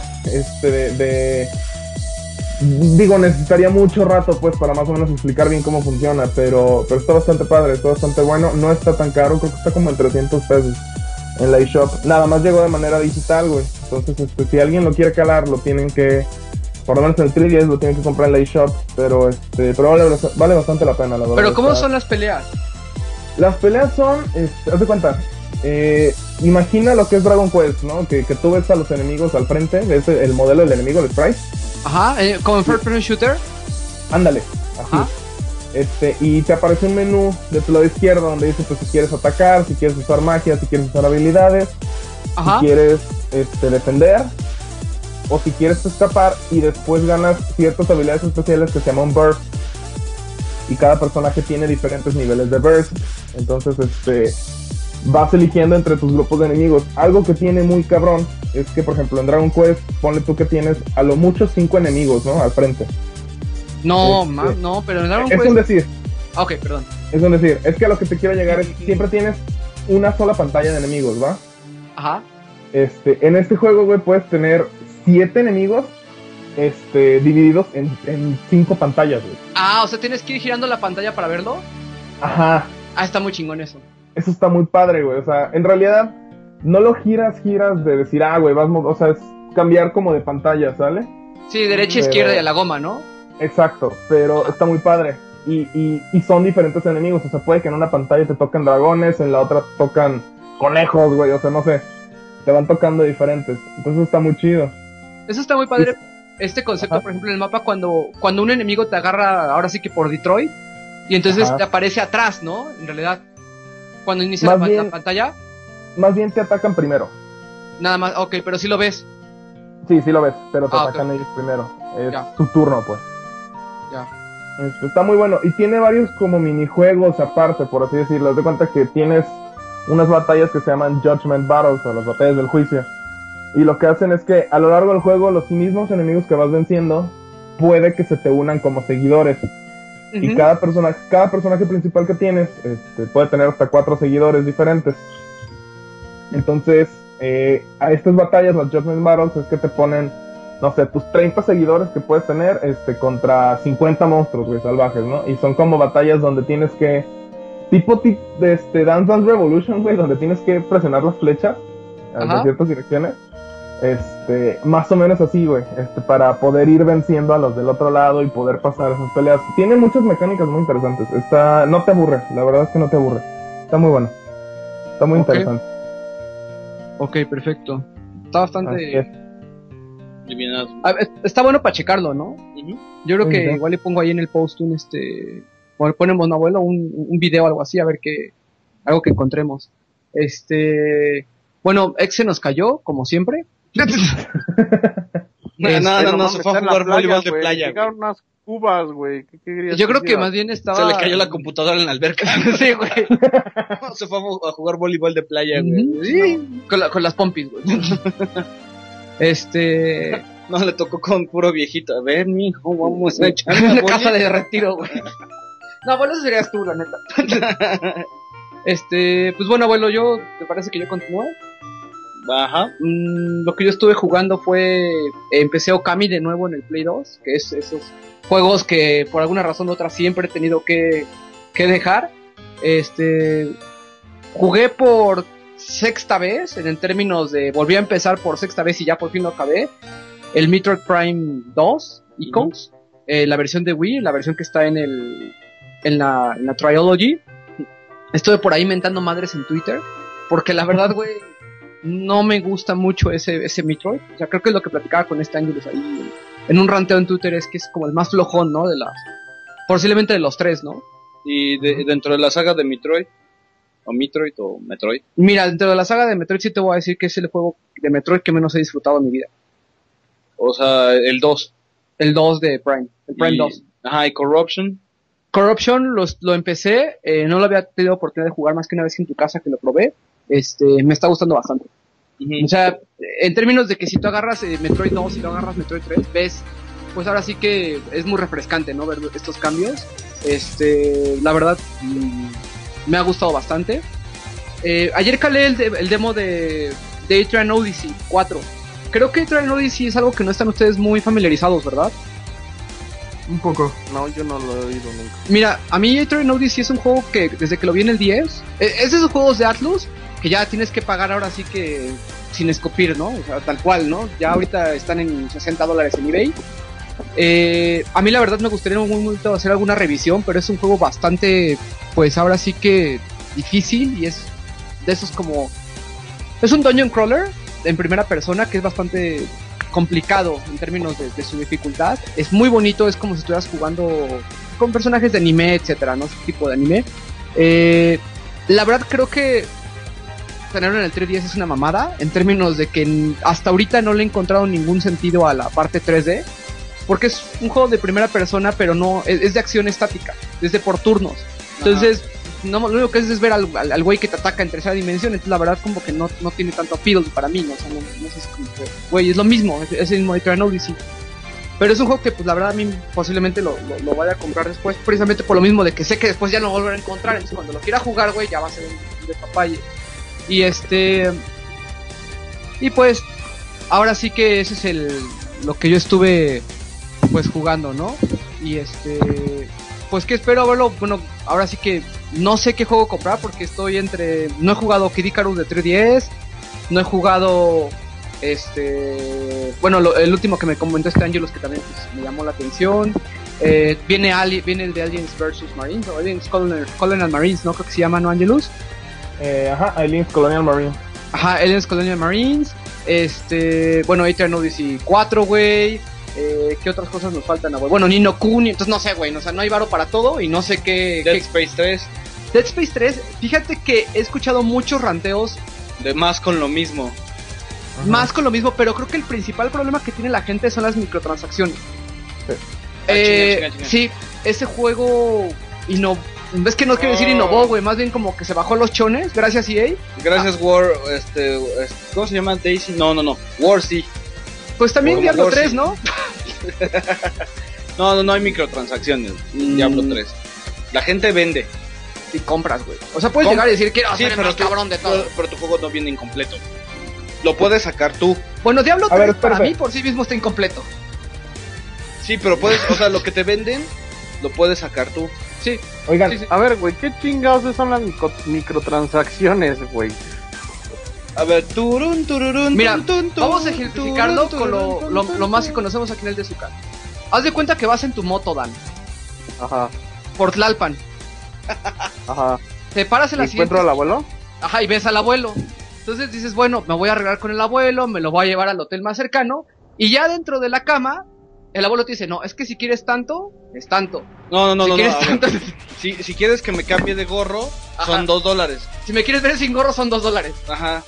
digo, necesitaría mucho rato pues para más o menos explicar bien cómo funciona, pero está bastante padre, está bastante bueno, no está tan caro, creo que está como en 300 pesos en la eShop, nada más llegó de manera digital, güey, entonces si alguien lo quiere calar, lo tienen que, por lo menos en el 3DS lo tienen que comprar en la eShop, pero vale bastante la pena, la verdad. Pero ¿cómo son las peleas? Las peleas son, haz de cuenta, imagina lo que es Dragon Quest, ¿no? Que tú ves a los enemigos al frente, ves el modelo del enemigo, el sprite. Ajá, como en First Person Shooter. Ándale, así. Ajá. Y te aparece un menú de tu lado izquierdo donde dice pues si quieres atacar, si quieres usar magia, si quieres usar habilidades, Ajá. si quieres defender o si quieres escapar, y después ganas ciertas habilidades especiales que se llaman burst. Y cada personaje tiene diferentes niveles de burst. Entonces vas eligiendo entre tus grupos de enemigos. Algo que tiene muy cabrón es que, por ejemplo, en Dragon Quest, ponle tú que tienes a lo mucho 5 enemigos, ¿no? Al frente. No, no, pero en Dragon Quest... Es un decir. Ok, perdón. Es un decir. Es que a lo que te quiero llegar es siempre tienes una sola pantalla de enemigos, ¿va? Ajá. En este juego, güey, puedes tener 7 enemigos divididos en 5 pantallas, güey. Ah, o sea, tienes que ir girando la pantalla para verlo. Ajá. Ah, está muy chingón eso. Eso está muy padre, güey. O sea, en realidad no lo giras de decir, güey, o sea, es cambiar como de pantalla, ¿sale? Sí, derecha, izquierda y a la goma, ¿no? Exacto, pero está muy padre. Y son diferentes enemigos. O sea, puede que en una pantalla te toquen dragones, en la otra tocan conejos, güey. O sea, no sé. Te van tocando diferentes. Entonces está muy chido. Eso está muy padre. Este concepto, ajá, por ejemplo, en el mapa, cuando un enemigo te agarra, ahora sí que por Detroit, y entonces ajá, te aparece atrás, ¿no? En realidad, cuando inicia la pantalla. Más bien te atacan primero. Nada más, ok, pero sí lo ves. Sí lo ves, pero te atacan ellos primero. Es tu turno, pues. Ya. Está muy bueno. Y tiene varios como minijuegos aparte, por así decirlo. Haz de cuenta que tienes unas batallas que se llaman Judgment Battles, o las batallas del juicio. Y lo que hacen es que a lo largo del juego los mismos enemigos que vas venciendo puede que se te unan como seguidores. Uh-huh. Y cada personaje principal que tienes puede tener hasta 4 seguidores diferentes. Entonces, a estas batallas, las Judgment Battles, es que te ponen, no sé, tus 30 seguidores que puedes tener contra 50 monstruos, güey, salvajes, ¿no? Y son como batallas donde tienes que, tipo Dance Dance Revolution, güey, donde tienes que presionar las flechas en ciertas direcciones. Más o menos así, güey, para poder ir venciendo a los del otro lado y poder pasar esas peleas. Tiene muchas mecánicas muy interesantes. No te aburre, la verdad es que no te aburre. Está muy bueno. Está muy interesante. Ok, perfecto. Está bastante... Está bueno para checarlo, ¿no? Uh-huh. Yo creo que igual le pongo ahí en el post o ponemos un abuelo, un video o algo así, a ver algo que encontremos. Bueno, Ex se nos cayó, como siempre. No, se fue a jugar voleibol de playa. Llegaron unas cubas, güey. Yo creo que más bien estaba... Se le cayó la computadora en la alberca. Sí, güey. Se fue a jugar voleibol de playa, güey. Uh-huh. Sí. Con las pompis, güey. No, le tocó con puro viejito. A ver, mijo, vamos a echar una casa de retiro, güey. No, bueno, eso serías tú, la neta. Pues bueno, abuelo, ¿te parece que yo continúe? Ajá. Lo que yo estuve jugando fue... Empecé Okami de nuevo en el Play 2, que es esos juegos que por alguna razón u otra siempre he tenido que dejar. Jugué por sexta vez, en términos de... Volví a empezar por sexta vez y ya por fin lo acabé. El Metroid Prime 2, Icons, la versión de Wii, la versión que está en la Trilogy. Estuve por ahí mentando madres en Twitter, porque la verdad, güey, no me gusta mucho ese Metroid. O sea, creo que es lo que platicaba con Angelus ahí en un ranteo en Twitter, es que es como el más flojón, ¿no? Posiblemente de los 3, ¿no? Y dentro de la saga de Metroid, o Metroid. Mira, dentro de la saga de Metroid sí te voy a decir que es el juego de Metroid que menos he disfrutado en mi vida. O sea, el 2. El 2 de Prime, el Prime 2. Ajá, y Corruption. Corruption lo empecé, no lo había tenido oportunidad de jugar más que una vez en tu casa que lo probé. Me está gustando bastante. Uh-huh. O sea, en términos de que si tú agarras Metroid 2 y lo agarras Metroid 3, ves, pues ahora sí que es muy refrescante, ¿no? Ver estos cambios. La verdad, me ha gustado bastante. Ayer calé el demo de Adrian Odyssey 4. creo que Train Odyssey es algo que no están ustedes muy familiarizados, ¿verdad? Un poco. No, yo no lo he oído nunca. Mira, a mí Train Odyssey es un juego que desde que lo vi en el 10, es de esos juegos de Atlus que ya tienes que pagar ahora sí que sin escupir, ¿no? O sea, tal cual, ¿no? Ya ahorita están en $60 en eBay. A mí la verdad me gustaría en algún momento hacer alguna revisión, pero es un juego bastante, pues ahora sí que difícil y es de esos como... Es un dungeon crawler en primera persona que es bastante complicado en términos de su dificultad. Es muy bonito, es como si estuvieras jugando con personajes de anime, etcétera, ¿no? Ese tipo de anime. La verdad creo que tenerlo en el 3DS es una mamada, en términos de que hasta ahorita no le he encontrado ningún sentido a la parte 3D, porque es un juego de primera persona, pero no, es de acción estática, es de por turnos. Entonces, no, lo único que es ver al güey que te ataca en tercera dimensión, entonces la verdad como que no tiene tanto appeal para mí, ¿no? O sea, no sé, es como que, güey, es lo mismo, es el mismo de Train Odyssey. Pero es un juego que, pues la verdad, a mí posiblemente lo vaya a comprar después, precisamente por lo mismo de que sé que después ya no lo volveré a encontrar, entonces cuando lo quiera jugar, güey, ya va a ser un de papaye. Y y pues, ahora sí que ese es lo que yo estuve, pues, jugando, ¿no? Y pues que espero verlo, bueno, ahora sí que no sé qué juego comprar porque estoy no he jugado Kid Icarus de 3DS, no he jugado, bueno, el último que me comentó Angelus que también pues, me llamó la atención, viene el de Aliens vs Marines, o Aliens Colonial Marines, ¿no? Creo que se llama, ¿no, Angelus? Aliens Colonial Marine. Ajá, Aliens Colonial Marines, bueno, Eternal Odyssey 4, güey. ¿Qué otras cosas nos faltan, güey? Bueno, Ni no Kuni, entonces no sé, güey, o sea, no hay varo para todo y no sé qué... Dead Space 3. Dead Space 3, fíjate que he escuchado muchos ranteos De más con lo mismo. más con lo mismo, pero creo que el principal problema que tiene la gente son las microtransacciones. Sí. Chinga. Sí, ese juego ves que no quiero decir innovó, güey, más bien como que se bajó los chones, gracias EA. Gracias War, ¿cómo se llama? Daisy, no, War sí. Pues también War Diablo War 3, sí. ¿no? No hay microtransacciones. Diablo 3. La gente vende. Y compras, güey. O sea, puedes llegar y decir, quiero hacer el más tú- cabrón de todo. pero tu juego no viene incompleto. Lo puedes sacar tú. Bueno, Diablo A 3 ver, para espérate. mí por sí mismo está incompleto. Sí, pero puedes, o sea, lo que te venden, lo puedes sacar tú. Sí, Oigan, sí, sí. A ver, güey, ¿qué chingados son las microtransacciones, güey? A ver, turun. Mira, tun, vamos a tun, ejemplificarlo turun, con turun, lo turun, más que turun. conocemos aquí en el de Zucca. Haz de cuenta que vas en tu moto, Dan, Ajá, por Tlalpan. ajá. Te paras en la siguiente... ¿Encuentro al abuelo? Ajá, y ves al abuelo. Entonces dices, bueno, me voy a arreglar con el abuelo, me lo voy a llevar al hotel más cercano. Y ya dentro de la cama, el abuelo te dice, no, es que si quieres tanto, es tanto. No. Si quieres a ver. tanto, Si quieres que me cambie de gorro, Ajá. son $2. si me quieres ver sin gorro, son $2. Ajá.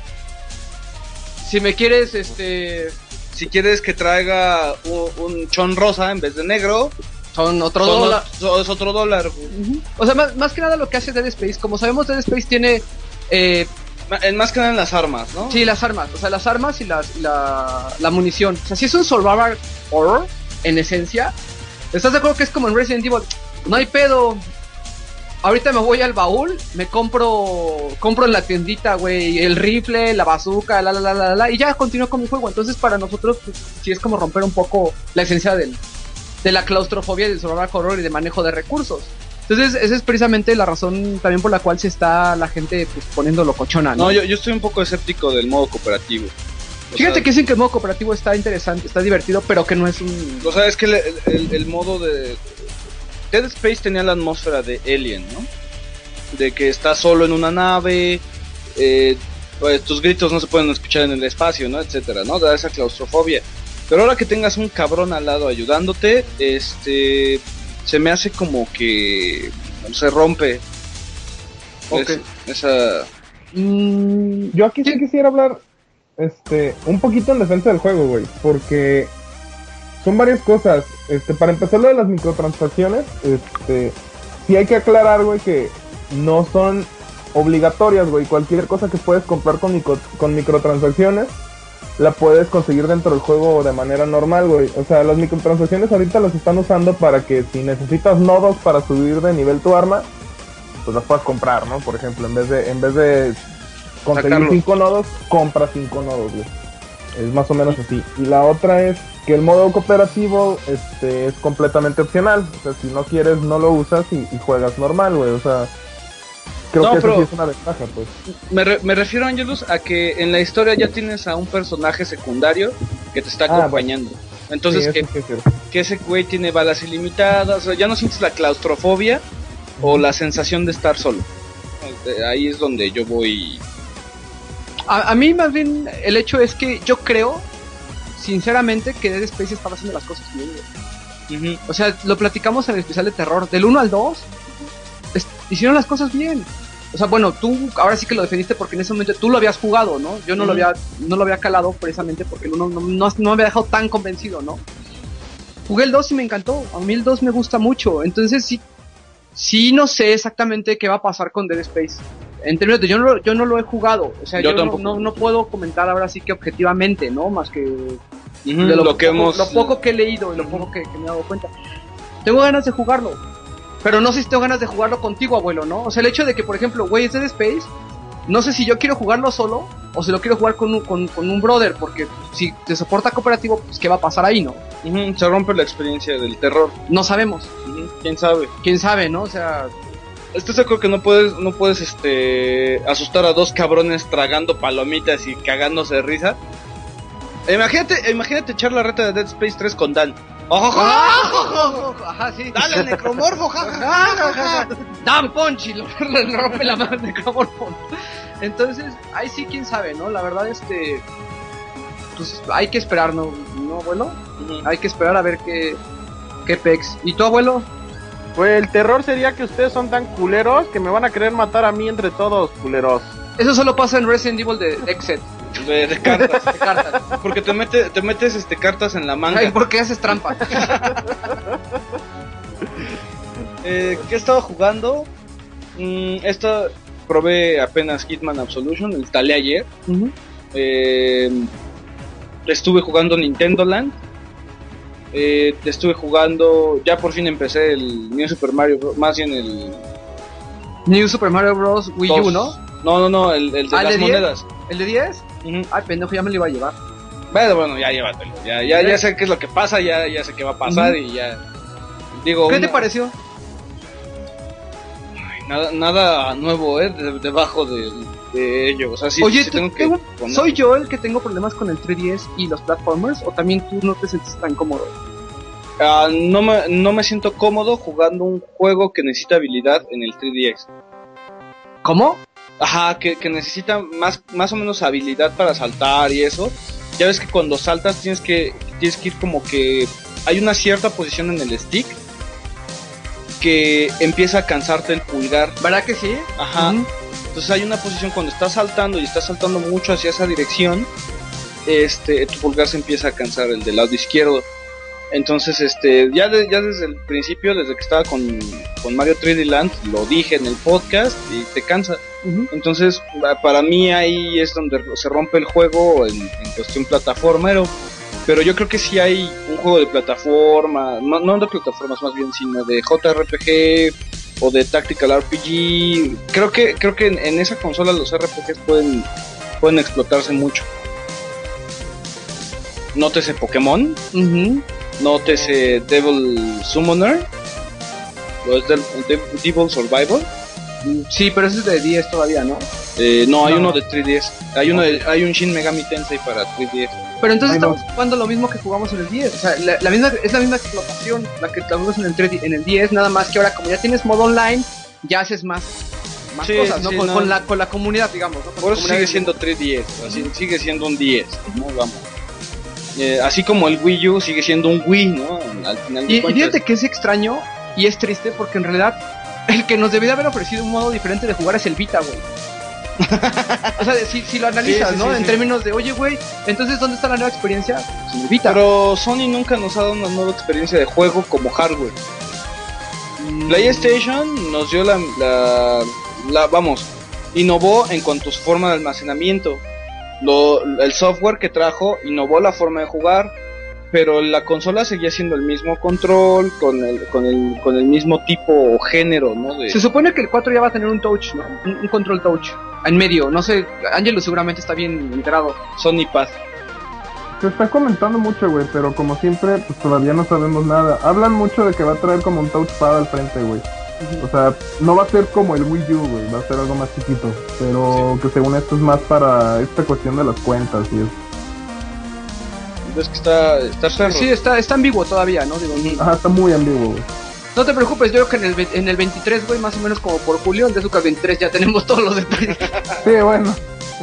Si me quieres, Si quieres que traiga un chon rosa en vez de negro, son otro son dólar. es otro $1. Ujú. O sea, más que nada lo que hace Dead Space, como sabemos, Dead Space tiene, Más que nada en las armas, ¿no? sí, las armas, o sea, las armas y la munición. O sea, si es un survival horror, en esencia, ¿estás de acuerdo que es como en Resident Evil? No hay pedo. Ahorita me voy al baúl, me compro en la tiendita, güey, el rifle, la bazooka, y ya continúo con mi juego. Entonces, para nosotros, pues, sí es como romper un poco la esencia de la claustrofobia del survival horror y de manejo de recursos. Entonces, esa es precisamente la razón también por la cual se está la gente pues, poniendo locochona, ¿no? No, yo estoy un poco escéptico del modo cooperativo. Fíjate que dicen que el modo cooperativo está interesante, está divertido, pero que no es un... O sea, es que el modo de... Dead Space tenía la atmósfera de Alien, ¿no? De que estás solo en una nave, pues tus gritos no se pueden escuchar en el espacio, ¿no? Etcétera, ¿no? Da esa claustrofobia. Pero ahora que tengas un cabrón al lado ayudándote, se me hace como que se rompe. Ok. Esa... yo aquí sí quisiera hablar un poquito en defensa del juego, güey, porque son varias cosas. Para empezar, lo de las microtransacciones, sí hay que aclarar, güey, que no son obligatorias, güey. Cualquier cosa que puedes comprar con microtransacciones la puedes conseguir dentro del juego de manera normal, güey. O sea, las microtransacciones ahorita las están usando para que si necesitas nodos para subir de nivel tu arma, pues las puedas comprar, ¿no? Por ejemplo, en vez de conseguir Sacarlos. 5 nodos, compra 5 nodos, güey. Es más o menos así. Y la otra es que el modo cooperativo es completamente opcional. O sea, si no quieres, no lo usas y juegas normal, güey. O sea, creo que eso sí es una ventaja, pues. Me refiero, Angelus, a que en la historia ya tienes a un personaje secundario que te está acompañando. Entonces, sí, que ese güey tiene balas ilimitadas, o sea, ya no sientes la claustrofobia o la sensación de estar solo. Ahí es donde yo voy. A mí más bien el hecho es que yo creo, sinceramente, que Dead Space estaba haciendo las cosas bien, güey. O sea, lo platicamos en el especial de terror, del 1 al 2, hicieron las cosas bien. O sea, bueno, tú ahora sí que lo defendiste porque en ese momento tú lo habías jugado, ¿no? Yo no lo había calado precisamente porque el 1 no me había dejado tan convencido, ¿no? Jugué el 2 y me encantó, a mí el 2 me gusta mucho, entonces sí no sé exactamente qué va a pasar con Dead Space. En términos de yo no lo he jugado, o sea, yo no puedo comentar ahora sí que objetivamente, ¿no? Más que de lo poco que he leído y lo poco que me he dado cuenta. Tengo ganas de jugarlo, pero no sé si tengo ganas de jugarlo contigo, abuelo, ¿no? O sea, el hecho de que, por ejemplo, güey, es Dead Space, no sé si yo quiero jugarlo solo o si lo quiero jugar con un brother, porque si te soporta cooperativo, pues ¿qué va a pasar ahí, no? Se rompe la experiencia del terror. No sabemos. ¿Quién sabe, no? O sea, ¿estás de acuerdo que no puedes asustar a dos cabrones tragando palomitas y cagándose de risa? Imagínate echar la reta de Dead Space 3 con Dan. Ajá, sí. Dale, necromorfo, jajaja. Dan Ponchi, le rompe la mano al necromorfo. Entonces, ahí sí, quién sabe, ¿no? La verdad, pues hay que esperar, ¿no, abuelo? Hay que esperar a ver qué pex. ¿Y tu abuelo? Pues el terror sería que ustedes son tan culeros que me van a querer matar a mí entre todos, culeros. Eso solo pasa en Resident Evil de Exit. De cartas. De cartas. Porque te metes cartas en la manga. Ay, porque haces trampa. ¿Qué he estado jugando? Probé apenas Hitman Absolution, lo instalé ayer. Estuve jugando Nintendo Land. Estuve jugando, ya por fin empecé el New Super Mario Bros. Más bien el New Super Mario Bros. Wii U, ¿no? No, el de las monedas. ¿El de 10? Ay, pendejo, ya me lo iba a llevar. Bueno, ya llévatelo. Ya sé qué es lo que pasa, ya sé qué va a pasar y ya. Digo, ¿qué te pareció? Nada nuevo, debajo de ello. O sea, sí, oye, sí ¿soy yo el que tengo problemas con el 3DS y los platformers? ¿O también tú no te sientes tan cómodo? No me siento cómodo jugando un juego que necesita habilidad en el 3DS. ¿Cómo? Ajá, que necesita más o menos habilidad para saltar y eso. Ya ves que cuando saltas tienes que ir como que hay una cierta posición en el stick que empieza a cansarte el pulgar. ¿Verdad que sí? Ajá. Entonces hay una posición cuando estás saltando y estás saltando mucho hacia esa dirección, tu pulgar se empieza a cansar, el del lado izquierdo. Entonces, ya desde el principio, desde que estaba con Mario 3D Land, lo dije en el podcast y te cansa. Entonces, para mí ahí es donde se rompe el juego en cuestión plataformero. Pero yo creo que sí hay un juego de plataforma, no de plataformas más bien, sino de JRPG o de Tactical RPG. Creo que en esa consola los RPGs pueden explotarse mucho. Nótese Pokémon. Nótese Devil Summoner. ¿O es Devil Survival? Sí, pero ese es de 10 todavía, ¿no? No, hay uno de 3DS. Hay un Shin Megami Tensei para 3DS. Pero entonces estamos jugando lo mismo que jugamos en el 10. O sea, es la misma explotación la que jugamos en el 10, nada más que ahora como ya tienes modo online, ya haces más cosas, ¿no? Con la comunidad, digamos, ¿no? Por eso sigue siendo 3DS, así, sigue siendo un 10, ¿no? Vamos. Así como el Wii U sigue siendo un Wii, ¿no? Al final y fíjate que es extraño y es triste porque en realidad el que nos debería haber ofrecido un modo diferente de jugar es el Vita, güey. O sea, si lo analizas, ¿no? En términos de, oye, güey, entonces, ¿dónde está la nueva experiencia? Pues en el Vita. Pero Sony nunca nos ha dado una nueva experiencia de juego como hardware. PlayStation nos dio innovó en cuanto a su forma de almacenamiento. El software que trajo innovó la forma de jugar, pero la consola seguía siendo el mismo control, con el mismo tipo o género, ¿no? Se supone que el 4 ya va a tener un touch, ¿no? Un control touch en medio, no sé, Ángelo seguramente está bien enterado. Sony Pad. Se está comentando mucho, güey, pero como siempre, pues todavía no sabemos nada. Hablan mucho de que va a traer como un touchpad al frente, güey. O sea, no va a ser como el Wii U, güey, va a ser algo más chiquito. Pero que según esto es más para esta cuestión de las cuentas y eso. Es que está raro. Sí, está ambiguo todavía, ¿no? Digo, Ajá, está muy ambiguo, güey. no te preocupes, yo creo que en el 23, güey, más o menos como por julio, el Desucas 23 ya tenemos todos los detalles. Sí, bueno.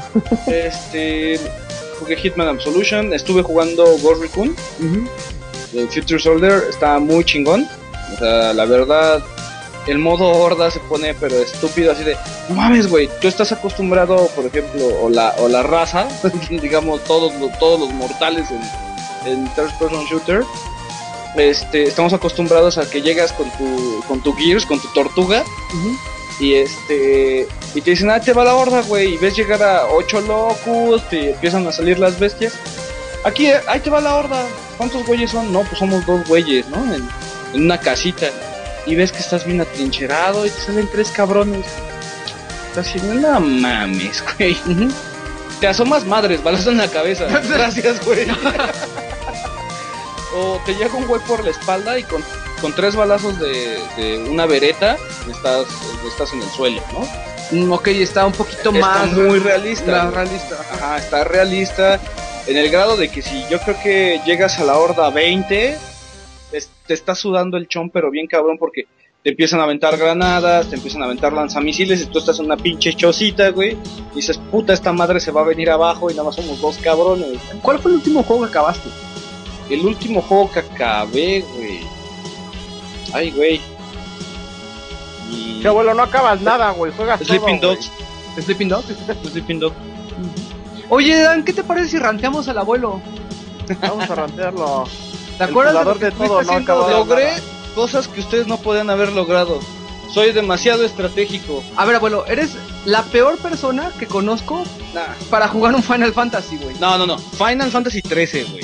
Jugué Hitman Absolution, estuve jugando Ghost Recon, de Future Soldier, está muy chingón. O sea, la verdad, el modo horda se pone pero estúpido, así de, no mames, güey, tú estás acostumbrado, por ejemplo, o la raza, digamos, todos los mortales en Third Person Shooter, estamos acostumbrados a que llegas con tu Gears, con tu tortuga, y y te dicen, te va la horda, güey, y ves llegar a 8 locos, te empiezan a salir las bestias. Aquí, ahí te va la horda. ¿Cuántos güeyes son? No, pues somos 2 güeyes, ¿no? En una casita. Y ves que estás bien atrincherado y te salen 3 cabrones. Estás diciendo, no mames, güey. Te asomas madres, balazo en la cabeza. Gracias, güey. O te llega un güey por la espalda y con 3 balazos de una vereta estás en el suelo, ¿no? Ok, está un poquito más... Está muy realista. Realista. Ajá, está realista. En el grado de que si yo creo que llegas a la horda 20, te está sudando el chón, pero bien cabrón, porque te empiezan a aventar granadas, te empiezan a aventar lanzamisiles, y tú estás en una pinche chocita, güey. Y dices, puta, esta madre se va a venir abajo y nada más somos 2 cabrones. ¿Cuál fue el último juego que acabaste? El último juego que acabé, güey. Ay, güey. Que abuelo, no acabas nada, güey. Juegas Sleeping todo, Dogs. ¿Sleeping Dog? Sleeping Dog. Oye, Dan, ¿qué te parece si ranteamos al abuelo? güey. Vamos a rantearlo. ¿Te acuerdas jugador de de lo que todo, estuviste no haciendo? acababa. Logré cosas que ustedes no podían haber logrado. Soy demasiado estratégico. A ver, abuelo, eres la peor persona que conozco Nah. para jugar un Final Fantasy, güey. No. Final Fantasy 13, güey.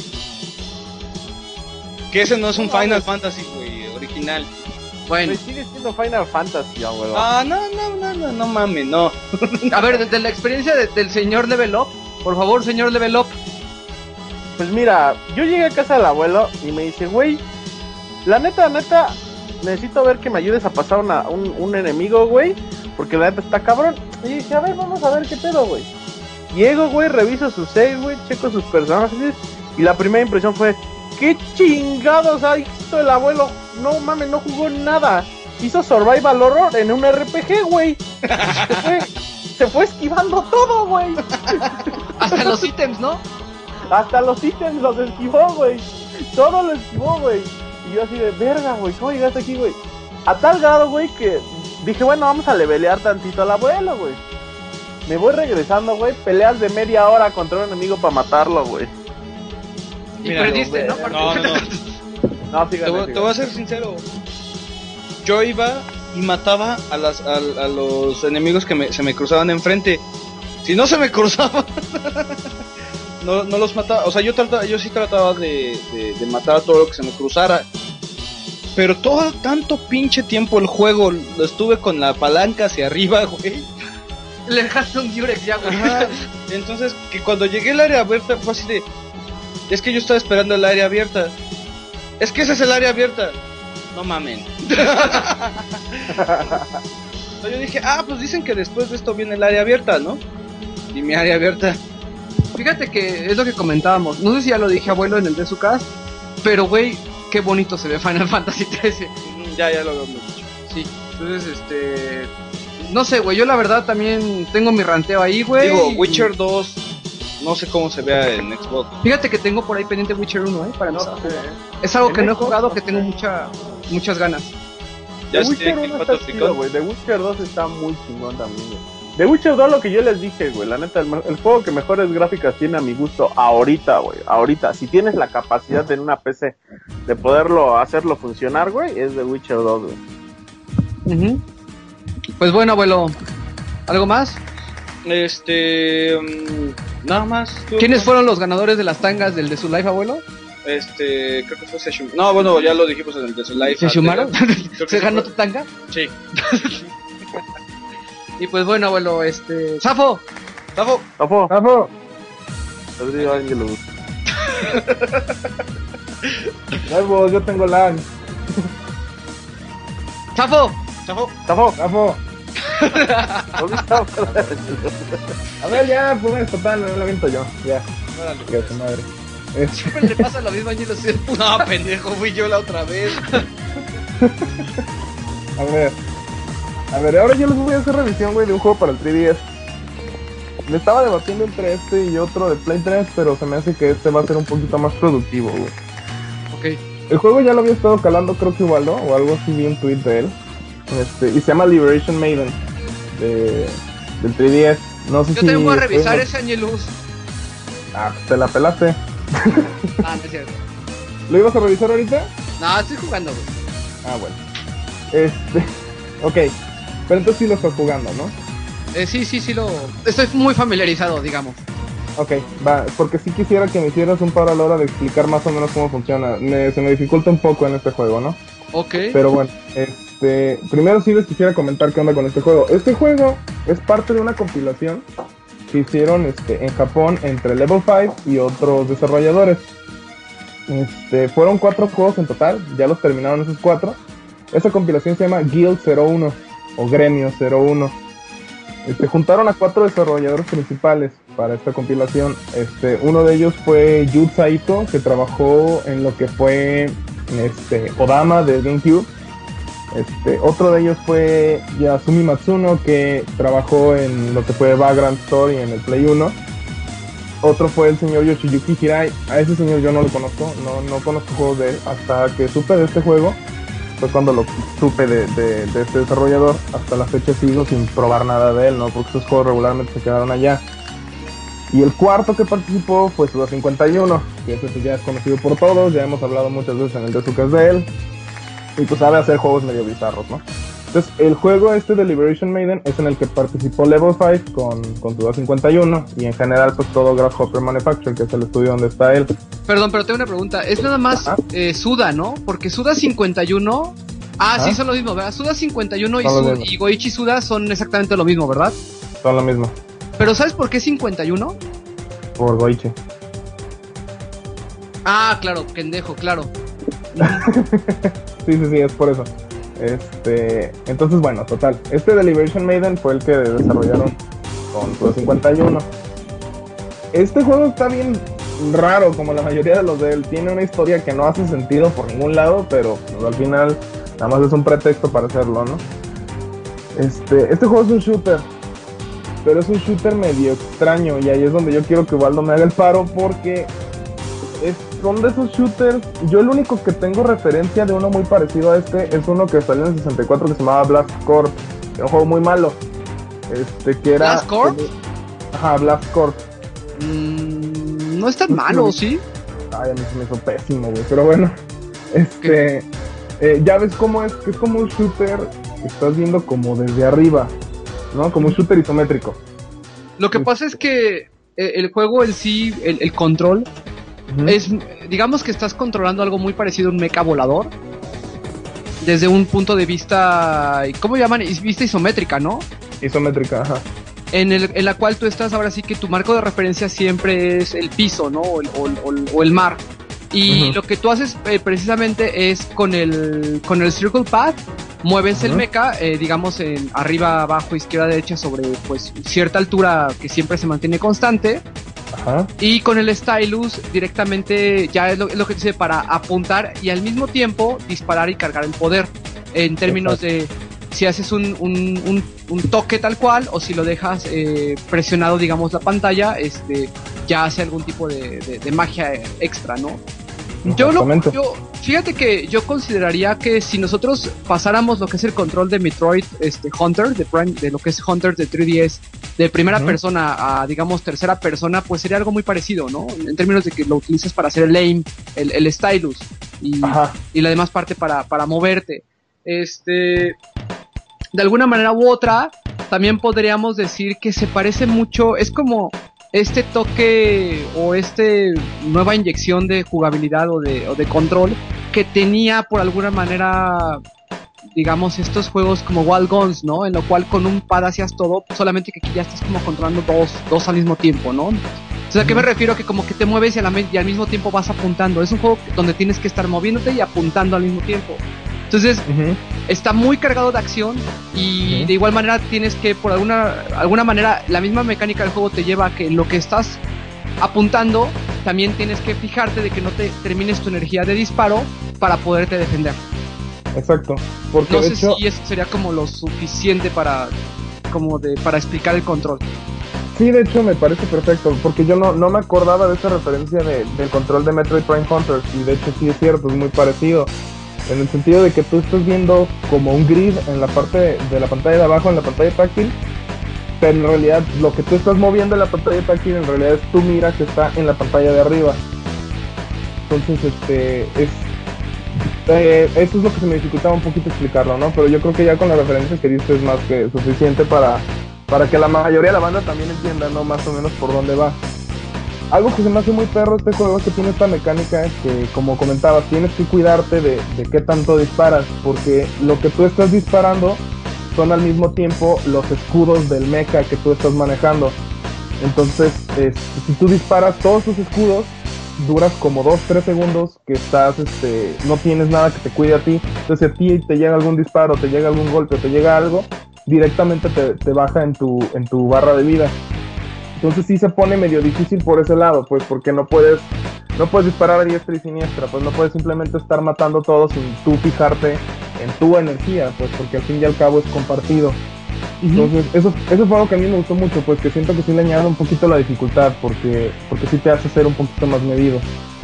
Que ese no es un Final Fantasy, güey, original. Bueno, Güey, sigue siendo Final Fantasy, abuelo. No mames, no. a ver, desde la experiencia del señor Level Up, por favor, señor Level Up. Pues mira, yo llegué a casa del abuelo y me dice, güey, la neta, necesito ver que me ayudes a pasar un enemigo, güey, porque la neta está cabrón. Y dije, a ver, vamos a ver qué pedo, güey. Llego, güey, reviso sus saves, güey, checo sus personajes, y la primera impresión fue, ¿qué chingados ha visto el abuelo? No mames, no jugó nada. Hizo Survival Horror en un RPG, güey. Se fue esquivando todo, güey. Hasta los ítems, ¿no? Hasta los ítems los esquivó, güey. Todo lo esquivó, güey. Y yo así de, verga, güey, ¿cómo llegaste aquí, güey? A tal grado, güey, que dije, bueno, vamos a levelear tantito al abuelo, güey. Me voy regresando, güey. Peleas de media hora contra un enemigo para matarlo, güey. Y Míralo, perdiste, ¿no? No. No, Te fíjate. voy a ser sincero. Yo iba y mataba a los enemigos que se me cruzaban enfrente. Si no se me cruzaban, no los mataba. O sea, yo sí trataba de matar a todo lo que se me cruzara. Pero tanto pinche tiempo el juego lo estuve con la palanca hacia arriba, güey. Le dejaste un Durex ya, güey. Ajá. Entonces, que cuando llegué al área abierta fue así de... Es que yo estaba esperando el área abierta. Es que ese es el área abierta. No mamen. Entonces yo dije, pues dicen que después de esto viene el área abierta, ¿no? Y mi área abierta. Fíjate que es lo que comentábamos. No sé si ya lo dije, abuelo, en el de su casa. Pero, güey, qué bonito se ve Final Fantasy 13. Ya lo habíamos dicho. Sí. Entonces, no sé, güey. Yo la verdad también tengo mi ranteo ahí, güey. Digo, Witcher 2, no sé cómo se vea en Xbox. Fíjate que tengo por ahí pendiente Witcher 1, para No empezar. sé. Es algo que En no he Xbox, jugado, no que sé. tengo muchas ganas. Ya The se Witcher tiene que 1 ir está para chido, Tricón. güey. The Witcher 2 está muy chingón también, güey. The Witcher 2, lo que yo les dije, güey. La neta, el juego que mejores gráficas tiene a mi gusto ahorita, güey. Ahorita. Si tienes la capacidad en una PC de poderlo hacerlo funcionar, güey, es The Witcher 2, güey. Pues bueno, abuelo. ¿Algo más? Nada más. ¿Quiénes fueron los ganadores de las tangas del de su live, abuelo? Creo que fue Seshum. No, bueno, ya lo dijimos en el de su live. ¿Se sumaron? Creo que ¿Se sí ganó fue. tu tanga? Sí. Y pues bueno, abuelo, ¡Zafo! Tafo. Tapo, Rafa, Rodrigo Ángelus. Nuevo, yo tengo lag. ¡Chafo! Chafo. Gafo. A ver, ya, pues total, no lo aviento yo. Ya, Órale, que pues. su madre. Siempre le pasa lo mismo a Angelo. ¿Sí? No, pendejo, fui yo la otra vez. A ver, ahora yo les voy a hacer revisión, güey, de un juego para el 3DS. Me estaba debatiendo entre este y otro de Play 3, pero se me hace que este va a ser un poquito más productivo, güey. Ok. El juego ya lo había estado calando, creo que Ubaldo, o algo así, vi un tweet de él. Y se llama Liberation Maiden, del 3DS. No sé Yo si... también voy a revisar ese Angelus. Ah, pues te la pelaste. Ah, no es cierto. ¿Lo ibas a revisar ahorita? No, estoy jugando, güey. Ah, bueno. Ok. Pero entonces sí lo estás jugando, ¿no? Sí lo... Estoy muy familiarizado, digamos. Ok, va, porque sí quisiera que me hicieras un paro a la hora de explicar más o menos cómo funciona. Se me dificulta un poco en este juego, ¿no? Ok. Pero bueno, primero sí les quisiera comentar qué onda con este juego. Este juego es parte de una compilación que hicieron en Japón entre Level 5 y otros desarrolladores. Fueron 4 juegos en total, ya los terminaron esos 4. Esa compilación se llama Guild 01 o Gremio 01. Juntaron a 4 desarrolladores principales para esta compilación. Uno de ellos fue Yu Saito, que trabajó en lo que fue Kodama de GameCube. Otro de ellos fue Yasumi Matsuno, que trabajó en lo que fue Vagrant Story en el Play 1. Otro fue el señor Yoshiyuki Hirai. A ese señor yo no lo conozco, no conozco juegos de él. Hasta que supe de este juego fue cuando lo supe de este desarrollador. Hasta la fecha sigo sin probar nada de él, ¿no? Porque estos juegos regularmente se quedaron allá. Y el cuarto que participó fue Suda51, que ese ya es conocido por todos, ya hemos hablado muchas veces en el Desucas de él. Y pues sabe hacer juegos medio bizarros, ¿no? Entonces, el juego de Liberation Maiden es en el que participó Level 5 con Suda51, y en general pues todo Grasshopper Manufacture, que es el estudio donde está él. Perdón, pero tengo una pregunta. Es nada más Suda, ¿no? Porque Suda 51... sí, son lo mismo, ¿verdad? Suda 51 y Goichi Suda son exactamente lo mismo, ¿verdad? Son lo mismo. Pero ¿sabes por qué 51? Por Goichi. Ah, claro, pendejo, claro. Sí, es por eso. Entonces, bueno, total. De Liberation Maiden fue el que desarrollaron con Suda 51. Este juego está bien raro, como la mayoría de los de él. Tiene una historia que no hace sentido por ningún lado, pero pues, al final nada más es un pretexto para hacerlo, ¿no? Este juego es un shooter, pero es un shooter medio extraño, y ahí es donde yo quiero que Ubaldo me haga el paro, porque son de esos shooters. Yo el único que tengo referencia de uno muy parecido a es uno que salió en el 64 que se llamaba Blast Corps. Era un juego muy malo. Que era... ¿Blast Corps? Ajá, Blast Corps. No es tan malo, ¿sí? Ay, a mí se me hizo pésimo, güey. Pero bueno, ya ves cómo es, que es como un shooter que estás viendo como desde arriba, ¿no? Como un shooter isométrico. Lo que pasa es que el juego en sí, el control, es, digamos que estás controlando algo muy parecido a un mecha volador, desde un punto de vista, ¿cómo llaman? Vista isométrica, ¿no? Isométrica, ajá. En la cual tú estás, ahora sí que tu marco de referencia siempre es el piso, ¿no? O el mar. Y lo que tú haces precisamente es con el Circle Path, mueves el mecha, digamos, en arriba, abajo, izquierda, derecha, sobre pues cierta altura que siempre se mantiene constante. Ajá. Y con el stylus directamente ya es lo que dice, para apuntar y al mismo tiempo disparar y cargar el poder. En términos de si haces un toque tal cual, o si lo dejas presionado, digamos, la pantalla, ya hace algún tipo de magia extra, ¿no? Fíjate que yo consideraría que si nosotros pasáramos lo que es el control de Metroid Hunter, de lo que es Hunter de 3DS, de primera persona a, digamos, tercera persona, pues sería algo muy parecido, ¿no? En términos de que lo utilizas para hacer el aim, el stylus, y la demás parte para moverte. De alguna manera u otra, también podríamos decir que se parece mucho, es como este toque o nueva inyección de jugabilidad o de control que tenía por alguna manera, digamos, estos juegos como Wild Guns, ¿no? En lo cual con un pad hacías todo, solamente que aquí ya estás como controlando dos al mismo tiempo, ¿no? Entonces Entonces, ¿a qué me refiero? Que como que te mueves y al mismo tiempo vas apuntando. Es un juego donde tienes que estar moviéndote y apuntando al mismo tiempo. Entonces, está muy cargado de acción y de igual manera tienes que, por alguna manera, la misma mecánica del juego te lleva a que lo que estás apuntando, también tienes que fijarte de que no te termines tu energía de disparo para poderte defender. Exacto. Porque No de sé hecho, si eso sería como lo suficiente para explicar el control. sí, de hecho me parece perfecto, porque yo no me acordaba de esa referencia del control de Metroid Prime Hunters, y de hecho sí es cierto, es muy parecido, en el sentido de que tú estás viendo como un grid en la parte de la pantalla de abajo, en la pantalla táctil, pero en realidad lo que tú estás moviendo en la pantalla táctil en realidad es tu mira que está en la pantalla de arriba. Entonces, eso es lo que se me dificultaba un poquito explicarlo, ¿no? Pero yo creo que ya con las referencias que diste es más que suficiente para que la mayoría de la banda también entienda, ¿no? Más o menos por dónde va. Algo que se me hace muy perro este juego es que tiene esta mecánica que, como comentabas, tienes que cuidarte de qué tanto disparas, porque lo que tú estás disparando son al mismo tiempo los escudos del mecha que tú estás manejando. Entonces, si tú disparas todos tus escudos, duras como 2-3 segundos que estás, no tienes nada que te cuide a ti. Entonces, si a ti te llega algún disparo, te llega algún golpe, te llega algo, directamente te baja en tu barra de vida. Entonces sí se pone medio difícil por ese lado, pues, porque no puedes disparar a diestra y siniestra, pues no puedes simplemente estar matando todo sin tú fijarte en tu energía, pues, porque al fin y al cabo es compartido. Entonces eso fue algo que a mí me gustó mucho, pues, que siento que sí le añade un poquito la dificultad, porque sí te hace ser un poquito más medido.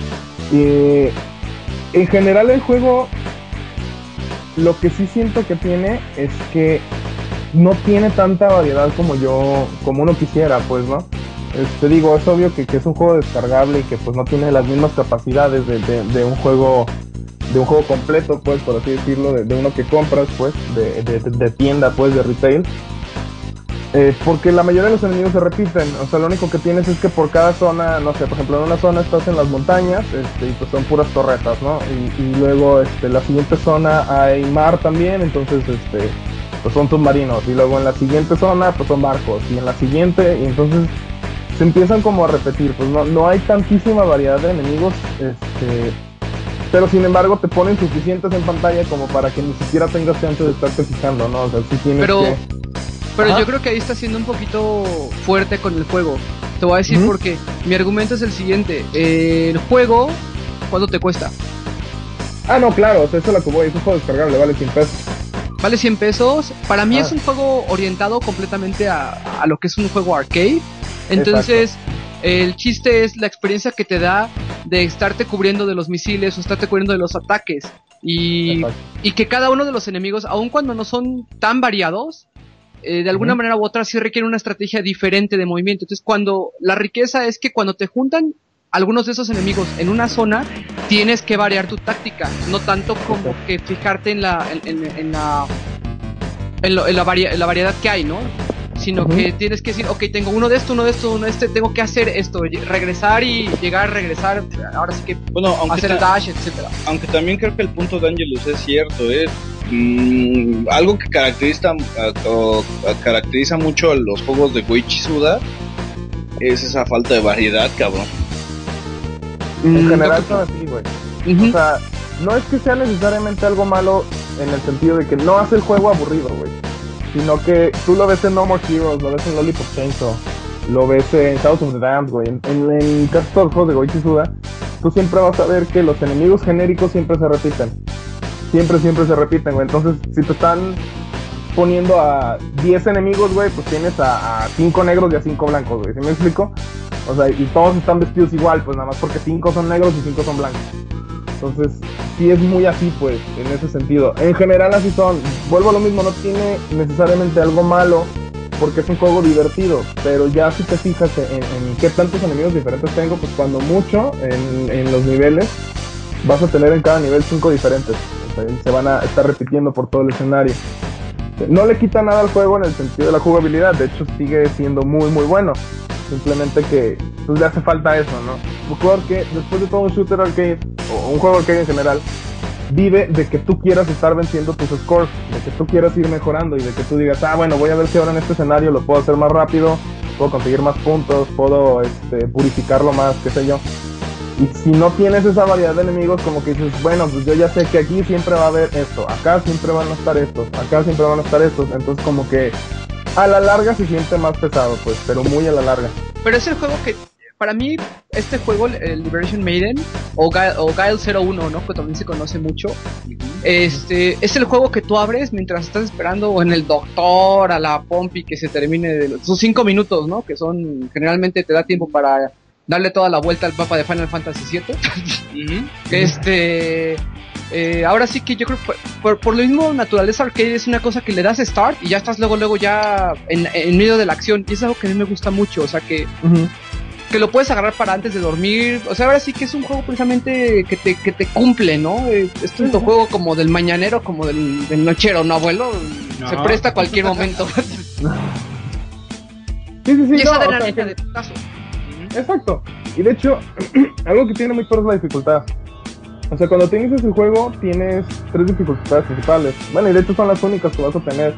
En general el juego, lo que sí siento que tiene es que no tiene tanta variedad como uno quisiera, pues, ¿no? Digo, es obvio que es un juego descargable y que pues no tiene las mismas capacidades de un juego completo, pues, por así decirlo, de uno que compras, pues, de tienda, pues, de retail. Porque la mayoría de los enemigos se repiten, o sea, lo único que tienes es que por cada zona, no sé, por ejemplo, en una zona estás en las montañas, y pues son puras torretas, ¿no? Y luego, la siguiente zona hay mar también, entonces, pues son submarinos, y luego en la siguiente zona pues son barcos, y en la siguiente, y entonces se empiezan como a repetir, pues no hay tantísima variedad de enemigos, pero sin embargo te ponen suficientes en pantalla como para que ni siquiera tengas chance de estarte fijando, ¿no? O sea, sí tienes pero Ajá. yo creo que ahí está siendo un poquito fuerte con el juego. Te voy a decir por qué. Mi argumento es el siguiente, el juego, ¿cuánto te cuesta? Ah, no, claro, o sea, eso es lo que voy, es un juego descargable, vale 100 pesos. Vale 100 pesos. Para mí es un juego orientado completamente a lo que es un juego arcade. Entonces, el chiste es la experiencia que te da de estarte cubriendo de los misiles o estarte cubriendo de los ataques. Y que cada uno de los enemigos, aun cuando no son tan variados, de alguna manera u otra sí requiere una estrategia diferente de movimiento. Entonces, la riqueza es que cuando te juntan algunos de esos enemigos en una zona, tienes que variar tu táctica, no tanto como que fijarte en la variedad que hay, ¿no? Sino que tienes que decir, ok, tengo uno de esto, tengo que hacer esto, regresar, ahora sí que bueno, hacer el dash, etcétera. Aunque también creo que el punto de Angelus es cierto, algo que caracteriza mucho a los juegos de Goichi Suda es esa falta de variedad, cabrón. En general son así, güey. O sea, no es que sea necesariamente algo malo en el sentido de que no hace el juego aburrido, güey, sino que tú lo ves en No More Heroes, lo ves en Lollipop Chainsaw, lo ves en House of the Damned, güey. En casi todos los juegos de Goichi Suda, tú siempre vas a ver que los enemigos genéricos siempre se repiten. Siempre se repiten, güey. Entonces, si te están poniendo a 10 enemigos, güey, pues tienes a 5 negros y a 5 blancos, güey. ¿Sí me explico? O sea, y todos están vestidos igual, pues nada más porque 5 son negros y 5 son blancos. Entonces, sí es muy así, pues, en ese sentido. En general así son. Vuelvo a lo mismo, no tiene necesariamente algo malo, porque es un juego divertido. Pero ya si te fijas en qué tantos enemigos diferentes tengo, pues cuando mucho, en los niveles, vas a tener en cada nivel 5 diferentes. O sea, se van a estar repitiendo por todo el escenario. No le quita nada al juego en el sentido de la jugabilidad, de hecho sigue siendo muy muy bueno. Simplemente que pues le hace falta eso, ¿no? Un jugador que después de todo un shooter arcade, o un juego arcade en general, vive de que tú quieras estar venciendo tus scores, de que tú quieras ir mejorando y de que tú digas, bueno, voy a ver si ahora en este escenario lo puedo hacer más rápido, puedo conseguir más puntos, puedo purificarlo más, qué sé yo. Y si no tienes esa variedad de enemigos, como que dices, bueno, pues yo ya sé que aquí siempre va a haber esto, acá siempre van a estar estos, acá siempre van a estar estos, entonces como que a la larga se siente más pesado, pues, pero muy a la larga. Pero es el juego que, para mí, este juego, el Liberation Maiden, o Guile 01, ¿no? Que también se conoce mucho, es el juego que tú abres mientras estás esperando en el doctor, a la Pompi, que se termine de sus 5 minutos, ¿no? Que son, generalmente te da tiempo para darle toda la vuelta al mapa de Final Fantasy VII. Ahora sí que yo creo que por lo mismo Naturaleza Arcade es una cosa que le das start y ya estás luego ya en medio de la acción, y es algo que a mí me gusta mucho, o sea que que lo puedes agarrar para antes de dormir, o sea, ahora sí que es un juego precisamente que te cumple, ¿no? Esto es un juego como del mañanero, como del nochero, ¿no, abuelo? No. Se presta a cualquier momento. Sí, y esa no, adrenalina de putazo. Exacto. Y de hecho, algo que tiene muy fuerte es la dificultad. O sea, cuando te inicias el juego, tienes 3 dificultades principales. Bueno, y de hecho son las únicas que vas a tener.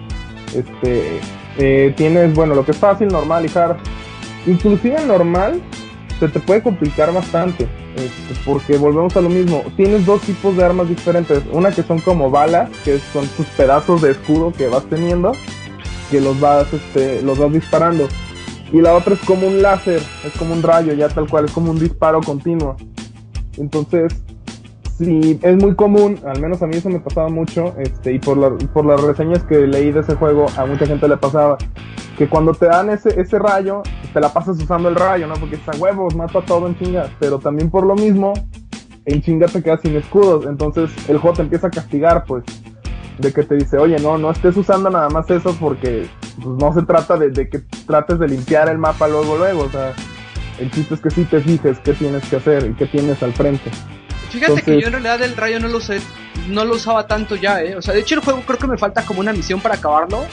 Tienes, bueno, lo que es fácil, normal y hard. Inclusive en normal se te puede complicar bastante. Porque volvemos a lo mismo. Tienes 2 tipos de armas diferentes. Una que son como balas, que son tus pedazos de escudo que vas teniendo, que los vas disparando. Y la otra es como un láser, es como un rayo, ya tal cual, es como un disparo continuo. Entonces, sí, es muy común, al menos a mí eso me pasaba mucho, y por las reseñas que leí de ese juego, a mucha gente le pasaba, que cuando te dan ese rayo, te la pasas usando el rayo, ¿no? Porque está huevos, mata todo en chinga, pero también por lo mismo, en chinga te quedas sin escudos, entonces el juego te empieza a castigar, pues, de que te dice, oye, no estés usando nada más eso porque pues, no se trata de que trates de limpiar el mapa luego, o sea, el chiste es que sí te fijes qué tienes que hacer y qué tienes al frente. Fíjate entonces, que yo en realidad el rayo no lo usaba tanto ya, o sea, de hecho el juego creo que me falta como una misión para acabarlo,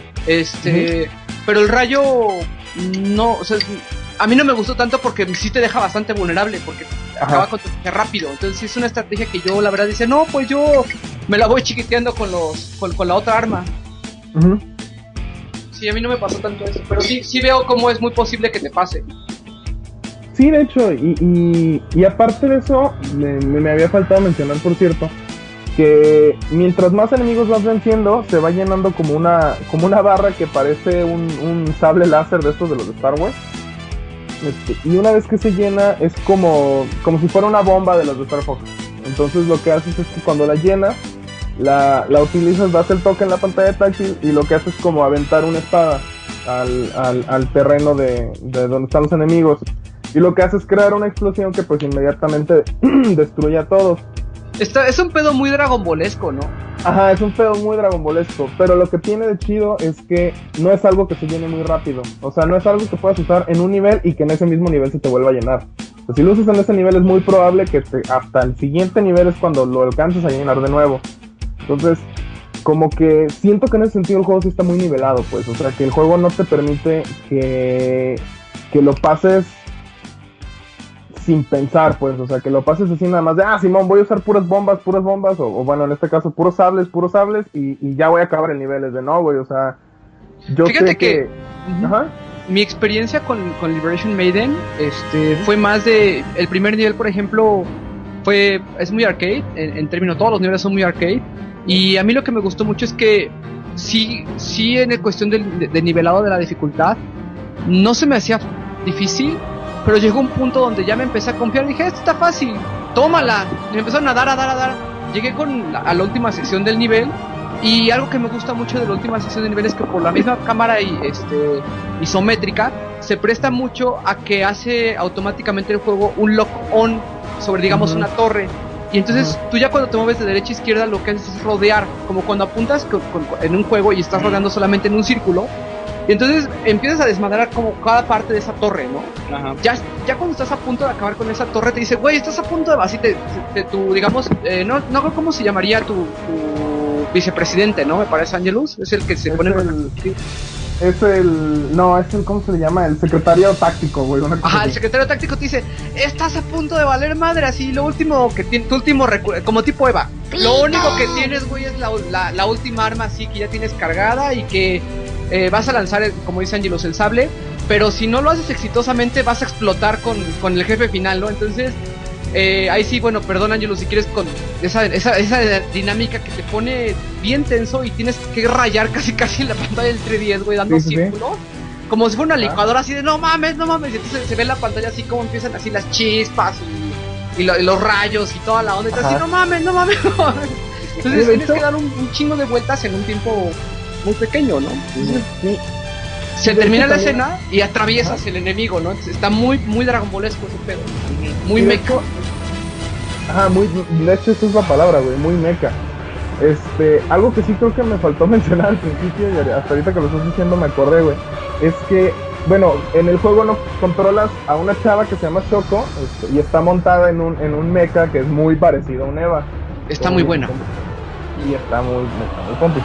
pero el rayo no, o sea, a mí no me gustó tanto porque sí te deja bastante vulnerable, porque acaba con tu rápido, entonces es una estrategia que yo la verdad dice, no, pues yo me la voy chiquiteando con la otra arma. Sí, a mí no me pasó tanto eso, pero sí veo cómo es muy posible que te pase. Sí, de hecho, y aparte de eso, me había faltado mencionar, por cierto, que mientras más enemigos vas venciendo, se va llenando como una barra que parece un sable láser de estos de los de Star Wars. Y una vez que se llena, es como si fuera una bomba de los de Star Fox. Entonces lo que haces es que cuando la llenas, la utilizas, das el toque en la pantalla táctil y lo que haces es como aventar una espada al terreno de donde están los enemigos. Y lo que hace es crear una explosión que pues inmediatamente destruye a todos. Es un pedo muy dragonbolesco, ¿no? Ajá, es un pedo muy dragonbolesco, pero lo que tiene de chido es que no es algo que se llene muy rápido. O sea, no es algo que puedas usar en un nivel y que en ese mismo nivel se te vuelva a llenar. O sea, si lo usas en ese nivel es muy probable que hasta el siguiente nivel es cuando lo alcances a llenar de nuevo. Entonces, como que siento que en ese sentido el juego sí está muy nivelado, pues. O sea, que el juego no te permite que lo pases sin pensar, pues, o sea, que lo pases así nada más de, Simón, voy a usar puras bombas, o bueno, en este caso, puros sables, y ya voy a acabar el nivel, es de no, güey, o sea, yo fíjate sé que... Ajá. Mi experiencia con Liberation Maiden, fue más de, el primer nivel, por ejemplo, es muy arcade, en términos, todos los niveles son muy arcade, y a mí lo que me gustó mucho es que, sí, en cuestión de nivelado de la dificultad, no se me hacía difícil, pero llegó un punto donde ya me empecé a confiar y dije, esto está fácil, tómala. Y me empezaron a dar. Llegué a la última sección del nivel, y algo que me gusta mucho de la última sección del nivel es que por la misma cámara isométrica se presta mucho a que hace automáticamente el juego un lock-on sobre, digamos, una torre. Y entonces tú ya cuando te mueves de derecha a izquierda lo que haces es rodear, como cuando apuntas en un juego y estás rodeando solamente en un círculo. Y entonces empiezas a desmadrar como cada parte de esa torre, ¿no? Ajá. Ya cuando estás a punto de acabar con esa torre te dice, güey, estás a punto de así tu digamos, no creo cómo se llamaría tu vicepresidente, ¿no? Me parece Angelus, es el que se pone ¿cómo se le llama? El secretario táctico, güey. Ajá, el secretario táctico te dice, estás a punto de valer madre, así, lo último que tienes, tu último como tipo Eva, lo único que tienes, güey, es la última arma así que ya tienes cargada y que vas a lanzar, como dice Angelus, el sable, pero si no lo haces exitosamente vas a explotar con el jefe final, ¿no? Entonces, ahí sí, bueno, perdón Ángelo, si quieres con esa dinámica que te pone bien tenso y tienes que rayar casi en la pantalla del 3DS, güey, dando círculos. Como si fuera una licuadora así de no mames, y entonces se ve en la pantalla así como empiezan así las chispas y los rayos y toda la onda, y así no mames. Entonces tienes que dar un chingo de vueltas en un tiempo muy pequeño, ¿no? Entonces, se termina la escena y atraviesas el enemigo, ¿no? Entonces, está muy Dragon Ballesco ese pedo. Muy mecha. De hecho esa es la palabra, güey, muy mecha. Algo que sí creo que me faltó mencionar al principio y hasta ahorita que lo estás diciendo me acordé, güey, es que, bueno, en el juego no controlas a una chava que se llama Shoko y está montada en un mecha que es muy parecido a un Eva. Está muy buena. Y está muy pompi.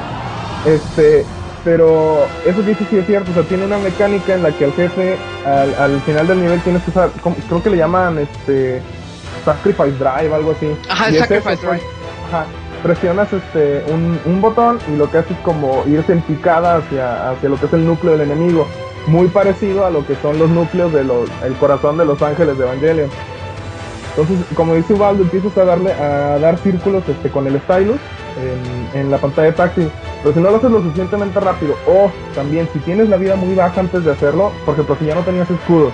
Pero eso que dices sí es cierto, o sea, tiene una mecánica en la que al jefe, al final del nivel tienes que usar, creo que le llaman Sacrifice Drive, algo así. Ajá, el Sacrifice Drive. Ajá. Presionas un botón y lo que hace es como irse en picada hacia lo que es el núcleo del enemigo, muy parecido a lo que son los núcleos el corazón de los ángeles de Evangelion. Entonces, como dice Ubaldo, empiezas a dar círculos con el stylus en la pantalla táctil, pero si no lo haces lo suficientemente rápido, o también si tienes la vida muy baja antes de hacerlo, por ejemplo, si ya no tenías escudos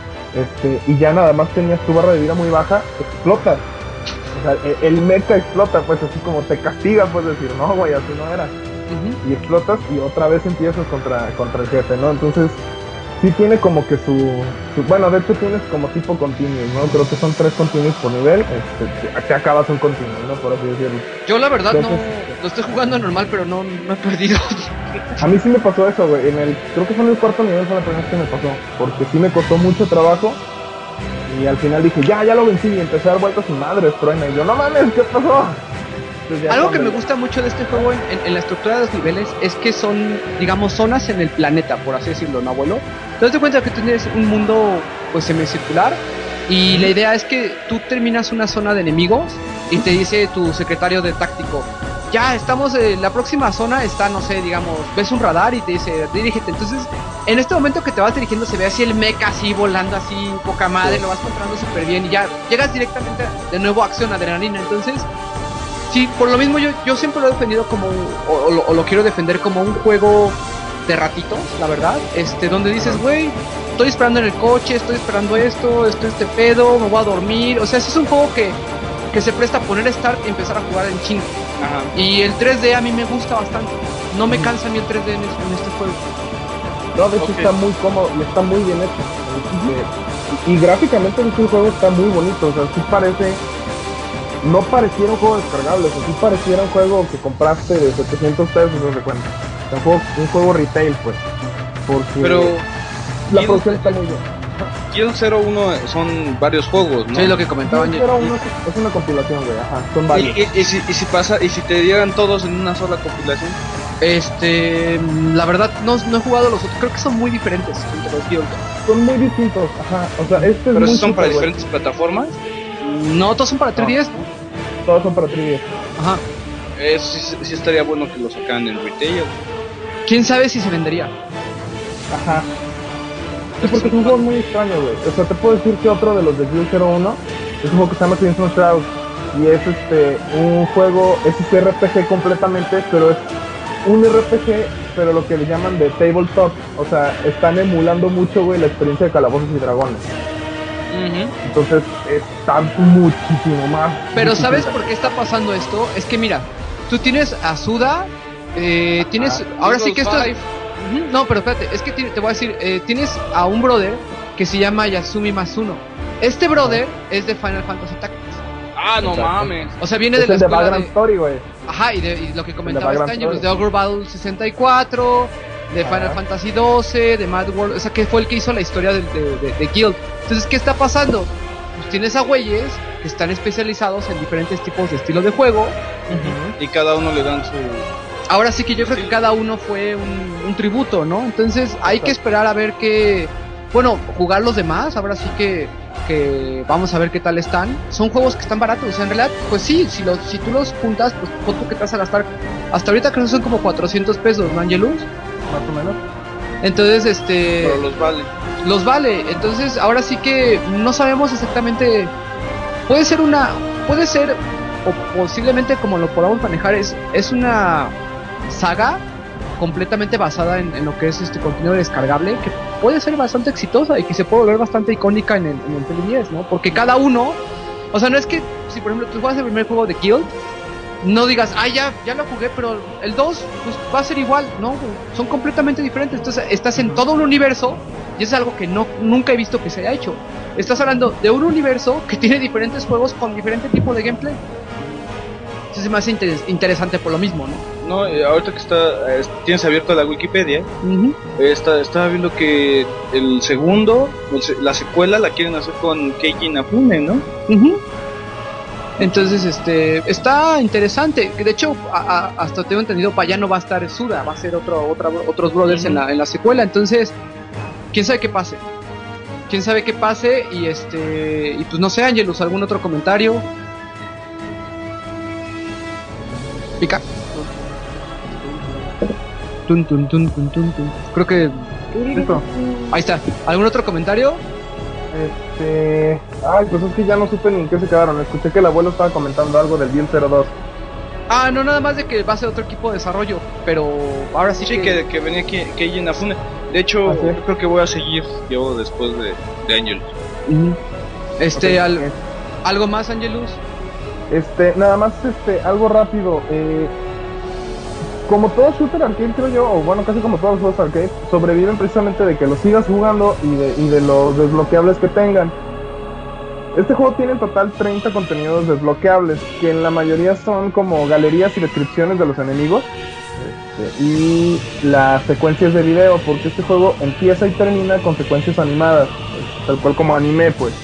y ya nada más tenías tu barra de vida muy baja, explotas. O sea, el mecha explota, pues así como te castiga, pues decir, no, güey, así no era. Y explotas y otra vez empiezas contra el jefe, ¿no? Entonces, sí tiene como que bueno, de hecho tienes como tipo continuous, ¿no? Creo que son 3 continuous por nivel, te acabas un continuous, ¿no? Por así decirlo. Yo la verdad entonces, no, lo estoy jugando normal, pero no he perdido. A mí sí me pasó eso, güey, creo que fue en el 4º nivel, fue la primera vez que me pasó, porque sí me costó mucho trabajo. Y al final dije, ya lo vencí y empecé a dar vueltas y madres, truena. Y yo, no mames, ¿qué pasó? Algo que me gusta mucho de este juego en la estructura de los niveles es que son, digamos, zonas en el planeta, por así decirlo, ¿no, abuelo? Te das cuenta que tú tienes un mundo, pues, semicircular y la idea es que tú terminas una zona de enemigos y te dice tu secretario de táctico, ya estamos, la próxima zona está, no sé, digamos, ves un radar y te dice, dirígete. Entonces, en este momento que te vas dirigiendo se ve así el mecha así volando así, poca madre, lo vas controlando súper bien y ya llegas directamente de nuevo a acción, adrenalina. Entonces, sí, por lo mismo yo siempre lo he defendido como, o lo quiero defender como un juego de ratitos, la verdad, donde dices, güey, estoy esperando en el coche, estoy esperando este pedo, me voy a dormir. O sea, sí es un juego que se presta a poner start y empezar a jugar en chingo. Ajá. Y el 3D a mí me gusta bastante. No me cansa ni el 3D en este juego. No, de hecho está muy cómodo y está muy bien hecho. Y gráficamente el juego está muy bonito. O sea, sí no pareciera un juego descargable. O sea, sí pareciera un juego que compraste de 700 pesos, no se cuenta. O sea, un juego retail, pues. Porque pero la producción está muy bien. Guild 01 son varios juegos, ¿no? Sí, lo que comentaban. Guild 01 es una compilación, güey, ajá, son varios. ¿Y si te dieran todos en una sola compilación? La verdad no he jugado los otros, creo que son muy diferentes entre los Guild. Son muy distintos, ajá, o sea, ¿Pero es muy son para diferentes plataformas? No, todos son para 3DS, ¿no? Todos son para 3DS. Ajá. Sí estaría bueno que lo sacaran en retail. ¿Quién sabe si se vendería? Ajá. Sí, porque es un juego muy extraño, güey. O sea, te puedo decir que otro de los de Guild 01 es un juego que se llama Crimson Shroud. Y es un juego, es RPG completamente, pero es un RPG, pero lo que le llaman de tabletop. O sea, están emulando mucho, güey, la experiencia de Calabozos y Dragones. Entonces, está muchísimo más. Pero ¿sabes por qué está pasando esto? Es que mira, tú tienes a Suda, tienes... Ahora sí que esto es... No, pero espérate, es que te voy a decir, tienes a un brother que se llama Yasumi Masuno. Este brother es de Final Fantasy Tactics. Ah, no mames. O sea, viene de la escuela de Story, güey. Ajá, y lo que comentaba este año, los de Ogre Battle 64, de Final Fantasy 12, de Mad World, o sea, que fue el que hizo la historia de Guild. Entonces, ¿qué está pasando? Pues tienes a güeyes que están especializados en diferentes tipos de estilo de juego. Y cada uno le dan su... Ahora sí que yo creo que cada uno fue un tributo, ¿no? Entonces hay que esperar a ver qué... Bueno, jugar los demás, ahora sí que vamos a ver qué tal están. Son juegos que están baratos, o sea, en realidad, pues sí, si tú los juntas, pues ¿cuánto que te vas a gastar? Hasta ahorita creo que son como 400 pesos, ¿no, Angelus? Más o menos. Entonces, Pero los vale. Entonces, ahora sí que no sabemos exactamente. Puede ser, o posiblemente como lo podamos manejar, es una saga completamente basada en lo que es contenido descargable, que puede ser bastante exitosa y que se puede volver bastante icónica en el 10, ¿no? Porque cada uno, o sea, no es que si por ejemplo tú juegas el primer juego de Guild, no digas, ya lo jugué, pero el 2 pues va a ser igual, no, son completamente diferentes. Entonces estás en todo un universo y es algo que nunca he visto que se haya hecho. Estás hablando de un universo que tiene diferentes juegos con diferente tipo de gameplay. Entonces es más interesante por lo mismo, ¿no? No, ahorita que tienes abierto la Wikipedia, estaba viendo que el segundo, la secuela la quieren hacer con Keiji Inafune, ¿no? Entonces, está interesante. De hecho, hasta tengo entendido, para allá no va a estar Suda, va a ser otros brothers en la secuela. Entonces, quién sabe qué pase. Y pues no sé, Angelus, ¿algún otro comentario? Pica. Tun. Creo que Listo. ahí está. ¿Algún otro comentario? Ay, pues es que ya no supe ni en qué se quedaron. Escuché que el abuelo estaba comentando algo del Build 02. No, nada más de que va a ser otro equipo de desarrollo, pero ahora sí que venía Keiji Inafune. De hecho, yo creo que voy a seguir yo después de Angelus. ¿Algo más, Angelus? Nada más, algo rápido. Como todo shooter arcade, creo yo, o bueno, casi como todos los juegos arcade, sobreviven precisamente de que los sigas jugando y de los desbloqueables que tengan. Este juego tiene en total 30 contenidos desbloqueables, que en la mayoría son como galerías y descripciones de los enemigos, y las secuencias de video, porque este juego empieza y termina con secuencias animadas, tal cual como anime, pues.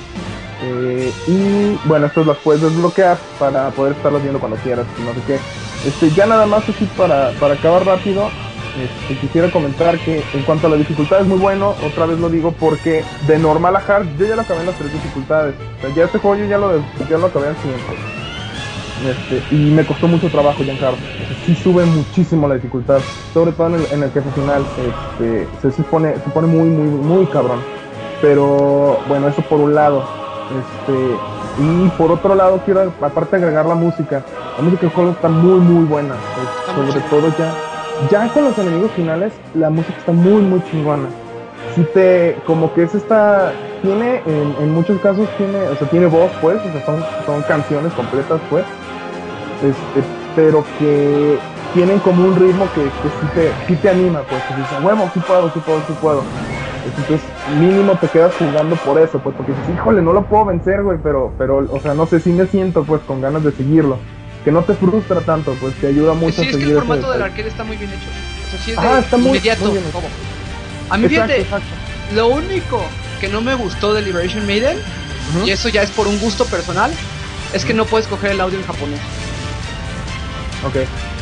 Y bueno, estas las puedes desbloquear para poder estarlas viendo cuando quieras, y no sé qué. Ya nada más así para acabar rápido, quisiera comentar que en cuanto a la dificultad es muy bueno, otra vez lo digo porque de normal a hard, yo ya lo acabé en las 3 dificultades. O sea, ya este juego yo ya lo acabé al 100. Y me costó mucho trabajo ya en hard. Sí sube muchísimo la dificultad, sobre todo en el jefe final. Se pone muy, muy, muy cabrón. Pero bueno, eso por un lado. Y por otro lado quiero aparte agregar la música. La música del juego está muy muy buena. Sobre todo ya con los enemigos finales, la música está muy muy chingona. Como que tiene en muchos casos tiene voz, pues, o sea, son canciones completas, pues. Pero que tienen como un ritmo que sí te anima, pues, que dices, huevo, sí puedo. Entonces mínimo te quedas jugando por eso, pues, porque dices, híjole, no lo puedo vencer, güey, pero, o sea, no sé, sí me siento, pues, con ganas de seguirlo, que no te frustra tanto, pues, te ayuda mucho a seguir. Sí, es que el formato del arcade está muy bien hecho, o sea, sí es está inmediato, muy bien ¿cómo? A mí, fíjate, exacto. Lo único que no me gustó de Liberation Maiden, y eso ya es por un gusto personal, es que no puedes coger el audio en japonés. Ok.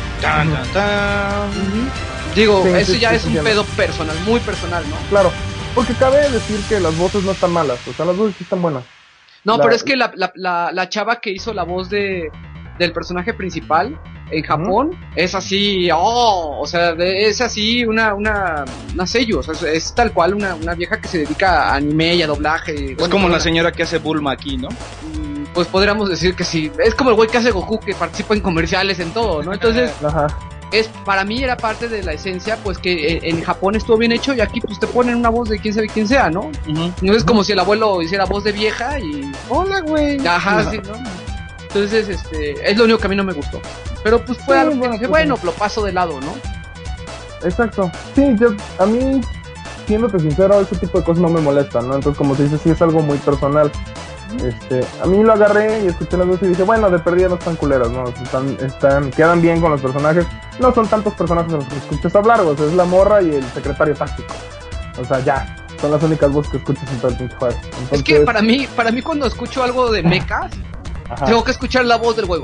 Digo, sí, eso ya es un pedo personal, muy personal, ¿no? Claro, porque cabe decir que las voces no están malas, o sea, las voces sí están buenas. No, pero es que la chava que hizo la voz del personaje principal en Japón es así, o sea, es así una seiyuu, o sea, es tal cual una vieja que se dedica a anime y a doblaje. Es como la señora que hace Bulma aquí, ¿no? Pues podríamos decir que sí, es como el güey que hace Goku, que participa en comerciales, en todo, ¿no? Entonces, para mí era parte de la esencia, pues que en Japón estuvo bien hecho y aquí pues te ponen una voz de quién sabe quién sea, ¿no? No es como si el abuelo hiciera voz de vieja y... ¡Hola, güey! Ajá, sí, ¿no? Entonces, es lo único que a mí no me gustó. Pero pues fue algo que dije, bueno, lo paso de lado, ¿no? Exacto. Sí, a mí, siéndote sincero, ese tipo de cosas no me molestan, ¿no? Entonces, como te dices, sí es algo muy personal. A mí lo agarré y escuché las voces y dije, bueno, de perdida no están culeras, ¿no? Quedan bien con los personajes. No son tantos personajes los que escuchas hablar, o sea, es la morra y el secretario táctico. O sea, ya, son las únicas voces que escuchas en todo el pinche juego. Entonces, es que para mí cuando escucho algo de mechas, tengo que escuchar la voz del güey.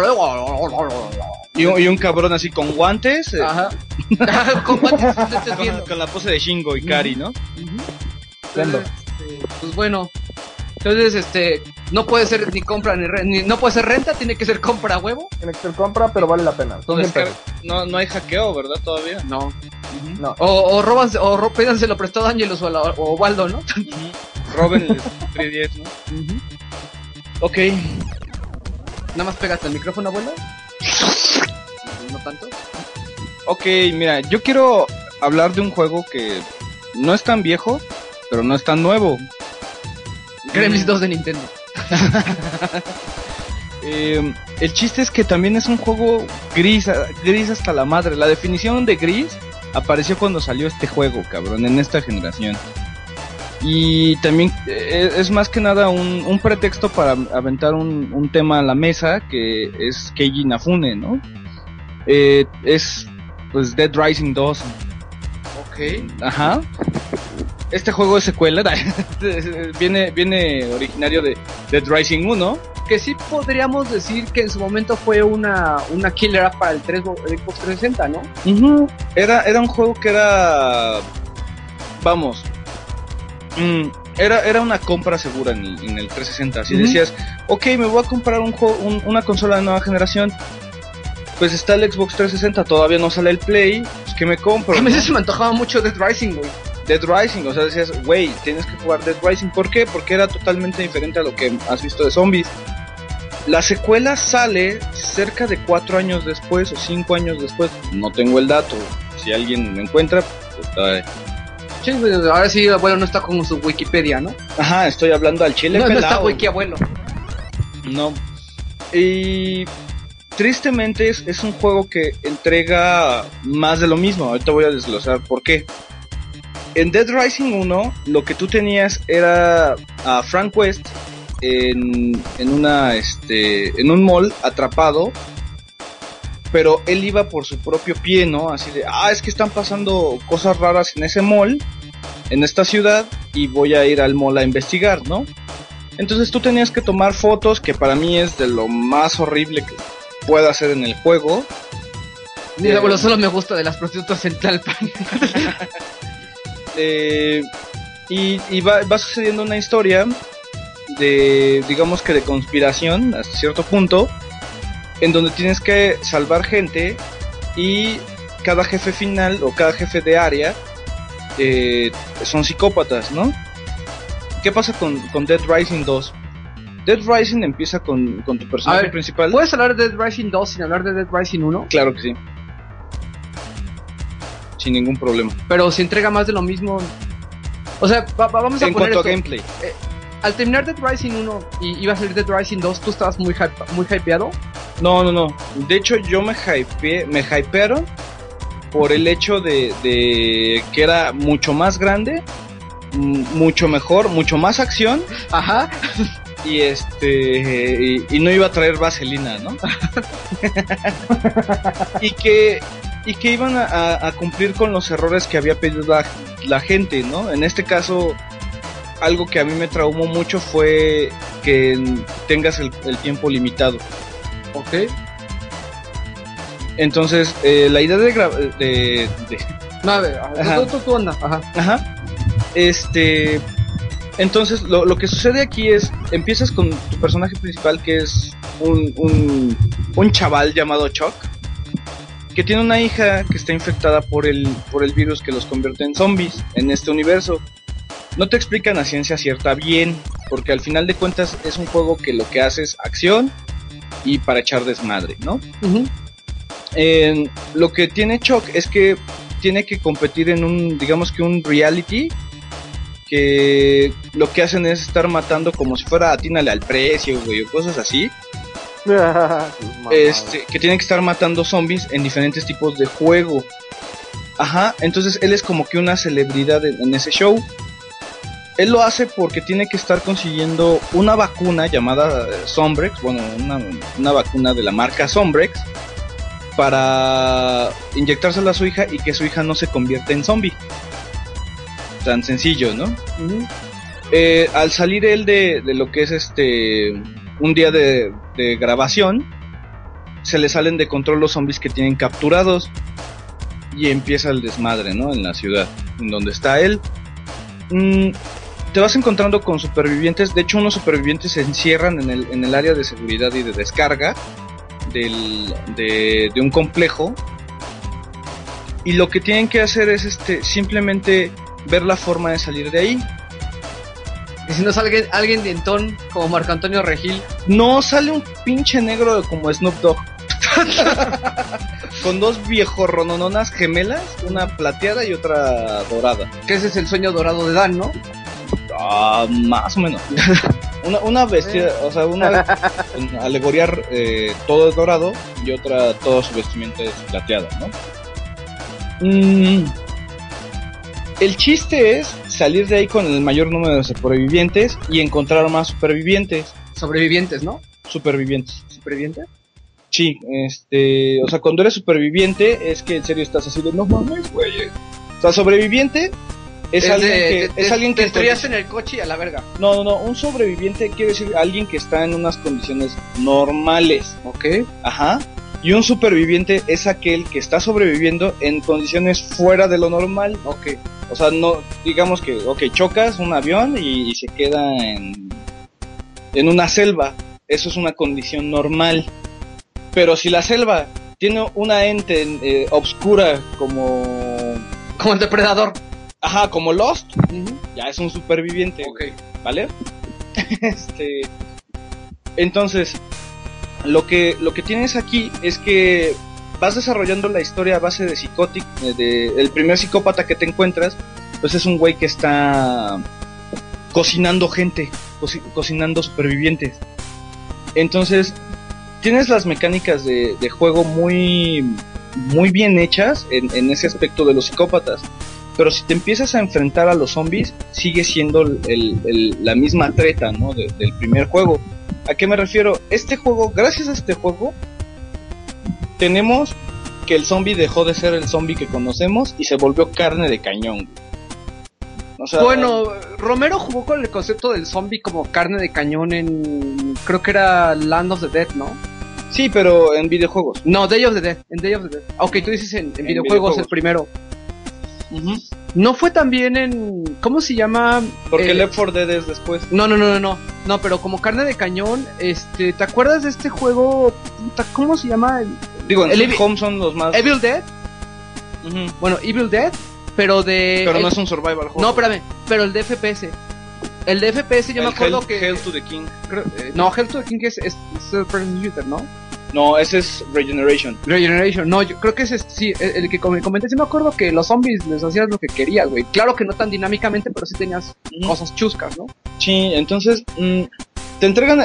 Y un cabrón así con guantes. Con guantes con la pose de Shingo y Kari, ¿no? Entonces, pues bueno. Entonces, no puede ser ni compra ni renta, no puede ser renta, tiene que ser compra a huevo. Tiene que ser compra, pero vale la pena. No hay hackeo, ¿verdad? Todavía. No. No. O pídanselo prestado a Ángelos o Waldo, ¿no? Roben el 3DS, ¿no? Ok. Nada más pégate el micrófono, abuelo. No tanto. Ok, mira, yo quiero hablar de un juego que no es tan viejo, pero no es tan nuevo. Gremlins 2 de Nintendo. El chiste es que también es un juego gris hasta la madre. La definición de gris apareció cuando salió este juego, cabrón, en esta generación. Y también es más que nada un pretexto para aventar un tema a la mesa, que es Keiji Inafune, ¿no? Es pues Dead Rising 2. Ok. Ajá. Este juego es secuela. viene originario de Dead Rising 1. Que sí podríamos decir que en su momento fue una killer app para el Xbox 360, ¿no? Uh-huh. Era un juego que era... Vamos... Era una compra segura en el 360. Si decías, ok, me voy a comprar una consola de nueva generación, pues está el Xbox 360, todavía no sale el Play, pues que me compro. A veces se me antojaba mucho Dead Rising, güey. Dead Rising, o sea, decías, güey, tienes que jugar Dead Rising. ¿Por qué? Porque era totalmente diferente a lo que has visto de zombies. La secuela sale cerca de 4 años después o 5 años después. No tengo el dato. Si alguien me encuentra, pues está... Sí, ahora sí, abuelo no está con su Wikipedia, ¿no? Ajá, estoy hablando al chile no, pelado. No está Wiki, abuelo. No. Y tristemente es un juego que entrega más de lo mismo. Ahorita voy a desglosar por qué. En Dead Rising 1, lo que tú tenías era a Frank West en un mall atrapado, pero él iba por su propio pie, ¿no? Así de, es que están pasando cosas raras en ese mall, en esta ciudad, y voy a ir al mall a investigar, ¿no? Entonces tú tenías que tomar fotos, que para mí es de lo más horrible que pueda hacer en el juego. Mira, bueno, solo me gusta de las prostitutas en Tlalpan. Y va sucediendo una historia digamos que de conspiración hasta cierto punto, en donde tienes que salvar gente, y cada jefe final o cada jefe de área son psicópatas, ¿no? ¿Qué pasa con Dead Rising 2? Dead Rising empieza con tu personaje principal. ¿Puedes hablar de Dead Rising 2 sin hablar de Dead Rising 1? Claro que sí, sin ningún problema. Pero si entrega más de lo mismo. O sea, vamos a en poner cuanto esto. a gameplay, al terminar Dead Rising 1 y iba a salir Dead Rising 2, ¿tú estabas muy hypeado? No. De hecho, yo me hypearon por el hecho de que era mucho más grande, mucho mejor, mucho más acción. Ajá. Y y no iba a traer vaselina, ¿no? y que iban a cumplir con los errores que había pedido la gente, ¿no? En este caso, algo que a mí me traumó mucho fue que tengas el tiempo limitado. Ok. Entonces, la idea de No, a ver, tú anda. Ajá. Entonces, lo que sucede aquí es, empiezas con tu personaje principal, que es un chaval llamado Chuck, que tiene una hija que está infectada por el virus que los convierte en zombies en este universo. No te explican a ciencia cierta bien, porque al final de cuentas es un juego que lo que hace es acción y para echar desmadre, ¿no? Uh-huh. Lo que tiene Chuck es que tiene que competir en digamos que un reality, que lo que hacen es estar matando como si fuera atínale al precio, güey, o cosas así. Que tienen que estar matando zombies en diferentes tipos de juego. Ajá, entonces él es como que una celebridad en ese show. Él lo hace porque tiene que estar consiguiendo una vacuna llamada Sombrex, bueno, una vacuna de la marca Sombrex, para inyectársela a su hija y que su hija no se convierta en zombie. Tan sencillo, ¿no? Uh-huh. Al salir él de lo que es un día de grabación, se le salen de control los zombies que tienen capturados, y empieza el desmadre, ¿no? En la ciudad en donde está él. Te vas encontrando con supervivientes. De hecho, unos supervivientes se encierran en el área de seguridad y de descarga de un complejo, y lo que tienen que hacer es simplemente ver la forma de salir de ahí. Y si no sale alguien dientón como Marco Antonio Regil. No, sale un pinche negro como Snoop Dogg. Con dos viejorronononas gemelas, una plateada y otra dorada. Que ese es el sueño dorado de Dan, ¿no? Más o menos. Una vestida, o sea, una alegoría todo es dorado y otra todo su vestimenta es plateada, ¿no? El chiste es salir de ahí con el mayor número de supervivientes y encontrar más supervivientes. Sobrevivientes, ¿no? Supervivientes. ¿Superviviente? Sí, o sea, cuando eres superviviente es que en serio estás así de no mames, güey. O sea, sobreviviente es alguien que te estrellas en el coche y a la verga. No, un sobreviviente quiere decir alguien que está en unas condiciones normales. Ok. Ajá. Y un superviviente es aquel que está sobreviviendo en condiciones fuera de lo normal. Ok. O sea, no, digamos que, chocas un avión y se queda en una selva. Eso es una condición normal. Pero si la selva tiene una ente obscura como el depredador. Ajá, como Lost, ya es un superviviente. Ok. ¿Vale? Entonces, lo que tienes aquí es que vas desarrollando la historia a base de el primer psicópata que te encuentras, pues es un güey que está cocinando gente, cocinando supervivientes. Entonces, tienes las mecánicas de juego muy, muy bien hechas en ese aspecto de los psicópatas. Pero si te empiezas a enfrentar a los zombies, sigue siendo la misma treta, ¿no? Del primer juego. ¿A qué me refiero? Gracias a este juego, tenemos que el zombie dejó de ser el zombie que conocemos y se volvió carne de cañón. O sea, bueno, Romero jugó con el concepto del zombie como carne de cañón creo que era Land of the Dead, ¿no? Sí, pero en videojuegos. No, Day of the Dead. Ok, tú dices en videojuegos el primero. Uh-huh. No fue también en... ¿Cómo se llama? Porque Left 4 Dead es después. No, pero como carne de cañón, ¿te acuerdas de este juego? ¿Cómo se llama? Digo, en Home son los más... Evil Dead. Uh-huh. Bueno, Evil Dead, pero no es un survival juego. No, espérame, pero el de FPS. El de FPS yo me acuerdo que... Hell to the King. No, Hell to the King es third person shooter, ¿no? No, ese es Regeneration. No, yo creo que ese es, sí, el que comenté, sí me acuerdo que los zombies les hacías lo que querías, güey. Claro que no tan dinámicamente, pero sí tenías cosas chuscas, ¿no? Sí, entonces te entregan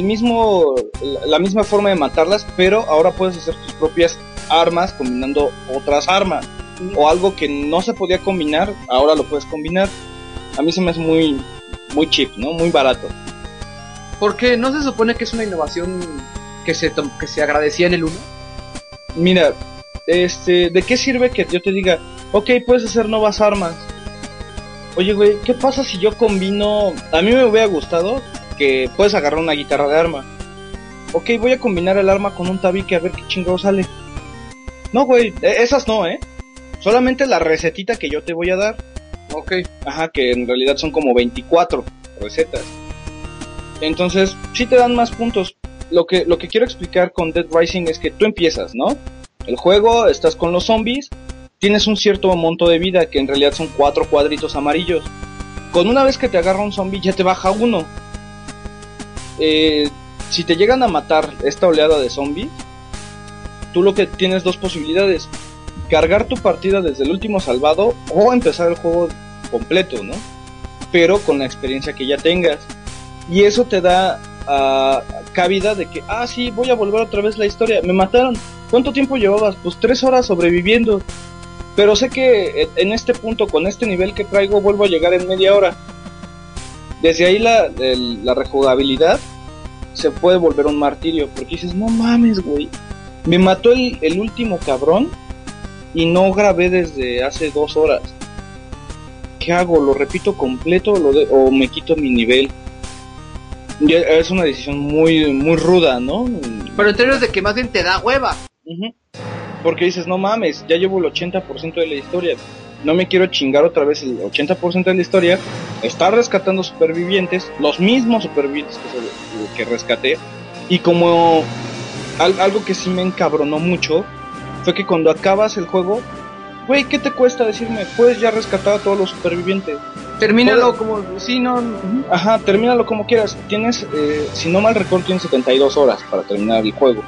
la misma forma de matarlas, pero ahora puedes hacer tus propias armas combinando otras armas. O algo que no se podía combinar, ahora lo puedes combinar. A mí se me hace muy, muy cheap, ¿no? Muy barato. Porque no se supone que es una innovación que se agradecía en el 1. Mira, ¿de qué sirve que yo te diga, ok, puedes hacer nuevas armas? Oye, güey, ¿qué pasa si yo combino? A mí me hubiera gustado que puedes agarrar una guitarra de arma. Ok, voy a combinar el arma con un tabique a ver qué chingado sale. No, güey, esas no, solamente la recetita que yo te voy a dar. Ok. Ajá, que en realidad son como 24 recetas. Entonces, sí te dan más puntos. Lo que quiero explicar con Dead Rising es que tú empiezas, ¿no? El juego, estás con los zombies, tienes un cierto monto de vida, que en realidad son 4 cuadritos amarillos. Con una vez que te agarra un zombie, ya te baja 1. Si te llegan a matar esta oleada de zombies, tú lo que tienes 2 posibilidades: cargar tu partida desde el último salvado o empezar el juego completo, ¿no? Pero con la experiencia que ya tengas. Y eso te da cabida de que, sí, voy a volver otra vez la historia. Me mataron. ¿Cuánto tiempo llevabas? Pues 3 horas sobreviviendo. Pero sé que en este punto, con este nivel que traigo, vuelvo a llegar en media hora. Desde ahí la rejugabilidad se puede volver un martirio. Porque dices, no mames, güey. Me mató el último cabrón y no grabé desde hace 2 horas. ¿Qué hago? ¿Lo repito completo o me quito mi nivel? Ya es una decisión muy, muy ruda, ¿no? Pero en términos de que más bien te da hueva. Uh-huh. Porque dices, no mames, ya llevo el 80% de la historia. No me quiero chingar otra vez el 80% de la historia. Estar rescatando supervivientes, los mismos supervivientes que rescaté. Y como algo que sí me encabronó mucho fue que cuando acabas el juego güey, ¿qué te cuesta decirme? Puedes ya rescatar a todos los supervivientes. Termínalo como, sí, no. Ajá, termínalo como quieras. Tienes, si no mal recuerdo, tienes 72 horas para terminar el juego.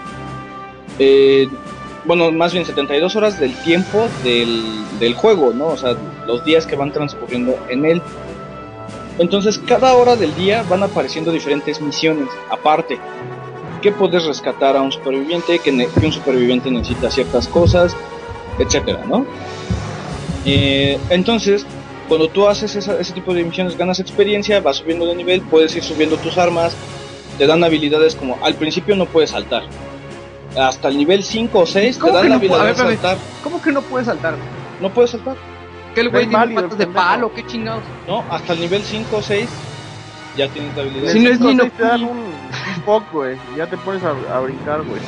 Bueno, más bien 72 horas del tiempo del juego, ¿no? O sea, los días que van transcurriendo en él. Entonces, cada hora del día van apareciendo diferentes misiones, aparte. Que puedes rescatar a un superviviente, que un superviviente necesita ciertas cosas, etcétera, ¿no? Entonces, cuando tú haces ese tipo de misiones, ganas experiencia, vas subiendo de nivel, puedes ir subiendo tus armas, te dan habilidades como, al principio no puedes saltar. Hasta el nivel 5 o 6 te dan la habilidad de saltar. ¿Cómo que no puedes saltar? No puedes saltar. ¿Que el güey tiene patas de palo? ¿Qué chingados? No, hasta el nivel 5 o 6 ya tienes la habilidad. Si no es ni no te dan un poco, güey. Ya te pones a brincar, güey.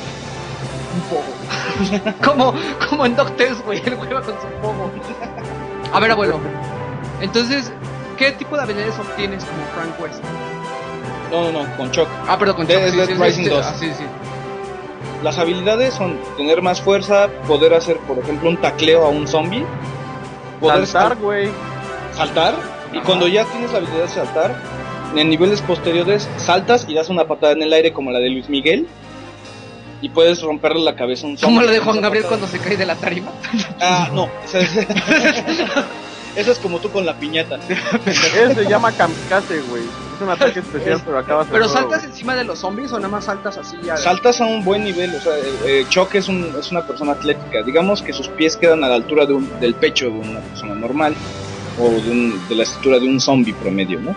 Un poco. como en DuckTales, güey. El güey va con su poco. A ver, abuelo. Entonces, ¿qué tipo de habilidades obtienes como Frank West? No, con Chuck. Ah, perdón, con Chuck. Dead Rising 2. Sí. Las habilidades son tener más fuerza, poder hacer, por ejemplo, un tacleo a un zombie. Poder saltar, güey. Saltar. Y cuando ya tienes la habilidad de saltar, en niveles posteriores saltas y das una patada en el aire como la de Luis Miguel. Y puedes romperle la cabeza a un zombie. ¿Como la de Juan Gabriel cuando se cae de la tarima? Ah, no. Eso es como tú con la piñata. Eso se llama kamikaze, güey. Es un ataque especial, pero acabas de... ¿Pero saltas encima de los zombies o nada más saltas así ya? Saltas a un buen nivel, o sea, Chuck es una persona atlética. Digamos que sus pies quedan a la altura del pecho de una persona normal, o de la estatura de un zombie promedio, ¿no?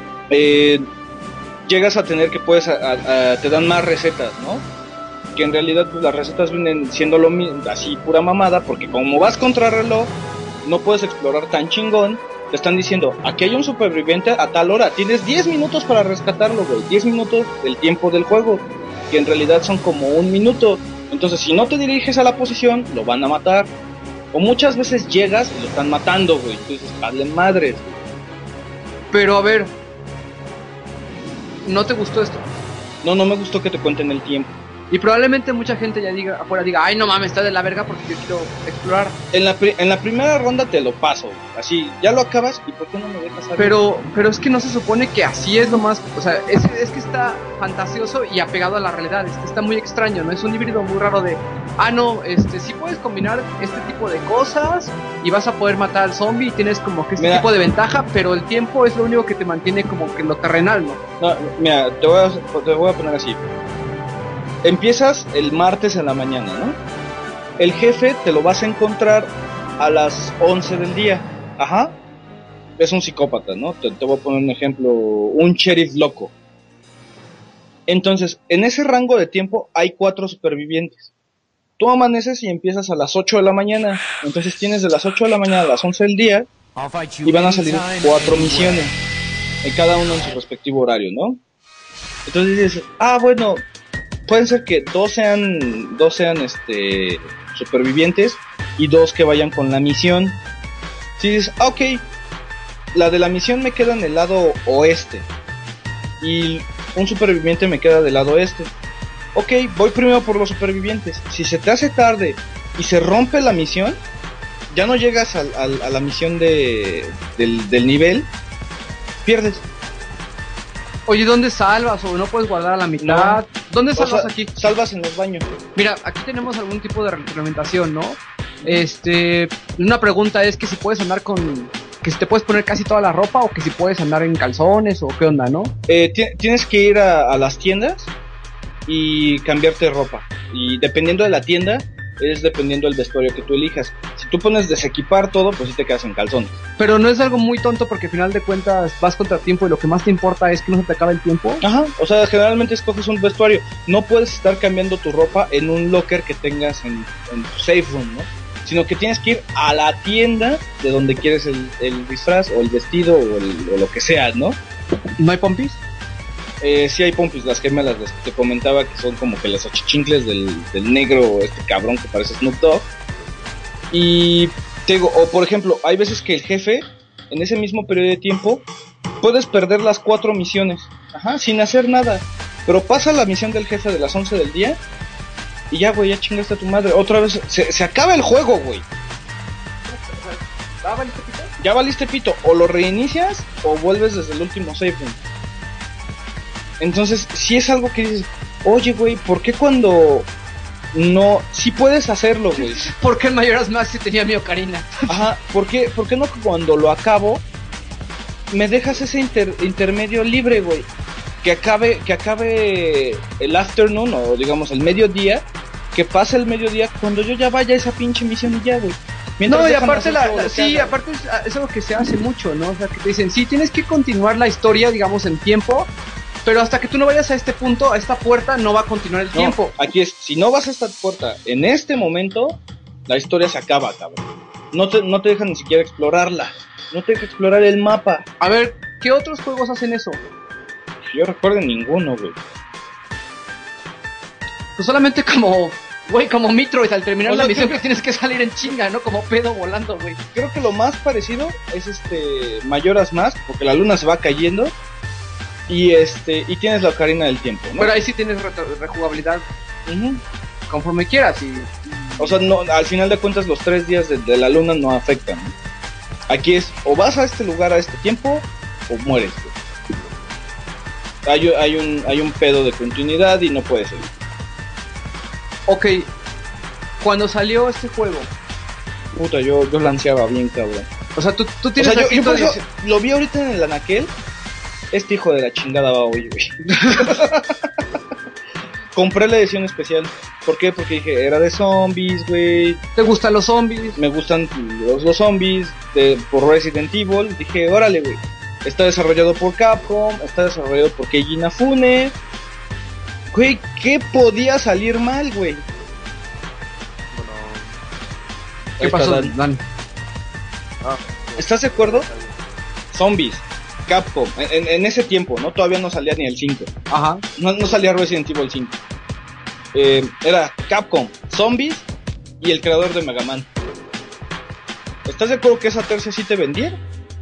Llegas a tener que te dan más recetas, ¿no? Que en realidad pues, las recetas vienen siendo lo mismo, así pura mamada, porque como vas contra reloj, no puedes explorar tan chingón. Te están diciendo, aquí hay un superviviente a tal hora, tienes 10 minutos para rescatarlo, güey. 10 minutos del tiempo del juego, que en realidad son como 1 minuto. Entonces, si no te diriges a la posición, lo van a matar. O muchas veces llegas y lo están matando, güey. Entonces, hazle madres. Pero a ver, ¿no te gustó esto? No me gustó que te cuenten el tiempo. Y probablemente mucha gente ya afuera diga, ay no mames, está de la verga porque yo quiero explorar. En la primera ronda te lo paso, así, ya lo acabas y ¿por qué no me dejas saber? Pero es que no se supone que así es lo más, o sea, es que está fantasioso y apegado a la realidad, está muy extraño, ¿no? Es un híbrido muy raro de, sí puedes combinar este tipo de cosas y vas a poder matar al zombie y tienes como que tipo de ventaja, pero el tiempo es lo único que te mantiene como que en lo terrenal, ¿no? No, mira, te voy a poner así. Empiezas el martes en la mañana, ¿no? El jefe te lo vas a encontrar a las 11 del día. Ajá. Es un psicópata, ¿no? Te voy a poner un ejemplo. Un sheriff loco. Entonces, en ese rango de tiempo hay 4 supervivientes. Tú amaneces y empiezas a las 8 de la mañana. Entonces tienes de las 8 de la mañana a las 11 del día. Y van a salir 4 misiones. Cada uno en su respectivo horario, ¿no? Entonces dices, bueno... Pueden ser que dos sean supervivientes y 2 que vayan con la misión. Si dices, ok, la de la misión me queda en el lado oeste y un superviviente me queda del lado este. Ok, voy primero por los supervivientes. Si se te hace tarde y se rompe la misión, ya no llegas a la misión del nivel, pierdes. Oye, ¿dónde salvas? ¿O no puedes guardar a la mitad? No. ¿Dónde salvas aquí? Salvas en los baños. Mira, aquí tenemos algún tipo de reglamentación, ¿no? Una pregunta es que si puedes andar que si te puedes poner casi toda la ropa o que si puedes andar en calzones o qué onda, ¿no? Tienes que ir a las tiendas y cambiarte de ropa. Y dependiendo de la tienda, es dependiendo del vestuario que tú elijas. Si tú pones desequipar todo, pues sí te quedas en calzones. Pero no es algo muy tonto porque al final de cuentas vas contra tiempo y lo que más te importa es que no se te acabe el tiempo. Ajá, o sea, generalmente escoges un vestuario. No puedes estar cambiando tu ropa en un locker que tengas en tu safe room, ¿no? Sino que tienes que ir a la tienda de donde quieres el disfraz o el vestido o lo que sea, ¿no? ¿No hay pompis? Sí hay pompis, las gemelas, las que te comentaba que son como que las achichincles del negro, cabrón que parece Snoop Dogg. Y te digo, o por ejemplo, hay veces que el jefe, en ese mismo periodo de tiempo, puedes perder las 4 misiones, sin hacer nada. Pero pasa la misión del jefe de las 11 del día y ya, güey, ya chingaste a tu madre. Otra vez, se acaba el juego, güey. ¿Ah, valiste pito? Ya valiste pito, o lo reinicias o vuelves desde el último save point. Entonces, si es algo que dices, oye, güey, ¿por qué cuando no? Si puedes hacerlo, güey. ¿Por qué en Majora's Mask sí tenía mi ocarina? Ajá, ¿por qué no cuando lo acabo me dejas ese intermedio libre, güey? Que acabe el afternoon, o digamos el mediodía, que pase el mediodía cuando yo ya vaya a esa pinche misión y ya, güey. No, y aparte sí, aparte es algo que se hace mucho, ¿no? O sea, que te dicen, sí, tienes que continuar la historia, digamos, en tiempo, pero hasta que tú no vayas a este punto, a esta puerta, no va a continuar el tiempo. Aquí es, si no vas a esta puerta en este momento, la historia se acaba, cabrón. No te dejan ni siquiera explorarla. No te dejan explorar el mapa. A ver, ¿qué otros juegos hacen eso? Yo recuerdo ninguno, güey. Pues solamente como Metroid, al terminar la misión que tienes que salir en chinga, ¿no? Como pedo volando, güey. Creo que lo más parecido es Majora's Mask, porque la luna se va cayendo y tienes la ocarina del tiempo, ¿no? Pero ahí sí tienes rejugabilidad. Conforme quieras y... O sea, no, al final de cuentas los 3 días de la luna no afectan, ¿no? Aquí es, o vas a este lugar a este tiempo, o mueres, güey. Hay un pedo de continuidad y no puedes seguir. Ok, cuando salió este juego, puta, yo lanceaba bien, cabrón. O sea, tú tienes... O sea, yo por eso lo vi ahorita en el anaquel. Este hijo de la chingada va hoy, güey. Compré la edición especial. ¿Por qué? Porque dije, era de zombies, güey. ¿Te gustan los zombies? Me gustan los zombies por Resident Evil. Dije, órale, güey. Está desarrollado por Capcom, está desarrollado por Keiji Inafune. Güey, ¿qué podía salir mal, güey? ¿Qué pasó, Dan? ¿Estás de acuerdo? Zombies, Capcom, en ese tiempo, ¿no? Todavía no salía ni el 5. Ajá. No salía Resident Evil 5. Era Capcom, Zombies y el creador de Mega Man. ¿Estás de acuerdo que esa tercia sí te vendía?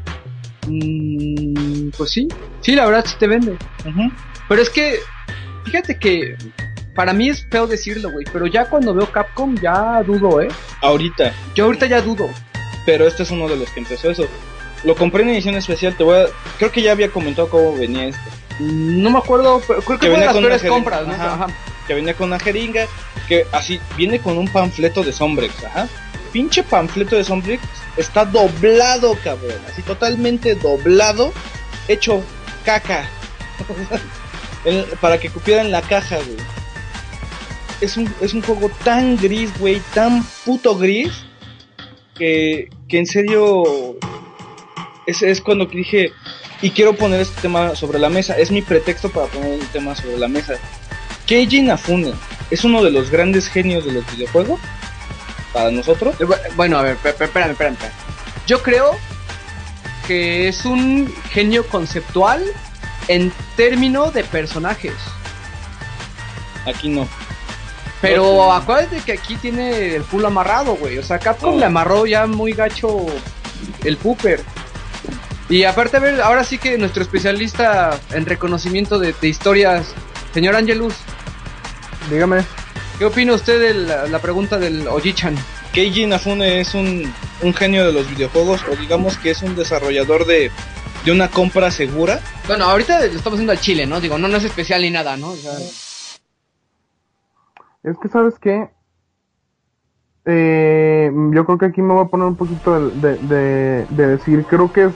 Pues sí. Sí, la verdad sí te vende. Pero es que, fíjate que para mí es feo decirlo, güey, pero ya cuando veo Capcom ya dudo, Ahorita. Yo ahorita ya dudo. Pero este es uno de los que empezó eso. Lo compré en edición especial, creo que ya había comentado cómo venía este. No me acuerdo, pero creo que fue de las peores compras, ¿no? Ajá. Que venía con una jeringa, que así, viene con un panfleto de Sombrex, ajá. Pinche panfleto de Sombrex está doblado, cabrón, así totalmente doblado, hecho caca. Para que cupiera en la caja, güey. Es un juego tan gris, güey, tan puto gris, que en serio es cuando dije, y quiero poner este tema sobre la mesa, es mi pretexto para poner el tema sobre la mesa. Keiji Inafune es uno de los grandes genios de los videojuegos para nosotros. Bueno, a ver, espérame. Yo creo que es un genio conceptual en términos de personajes. Aquí no. Pero acuérdate que aquí tiene el culo amarrado, güey. O sea, Capcom le amarró ya muy gacho el pooper. Y aparte, a ver, ahora sí que nuestro especialista en reconocimiento de historias, señor Angelus. Dígame. ¿Qué opina usted de la pregunta del Oji-chan? Keiji Inafune es un genio de los videojuegos, o digamos que es un desarrollador de una compra segura. Bueno, ahorita lo estamos haciendo al chile, ¿no? Digo, no es especial ni nada, ¿no? O sea... Es que, ¿sabes qué? Yo creo que aquí me voy a poner un poquito de decir, creo que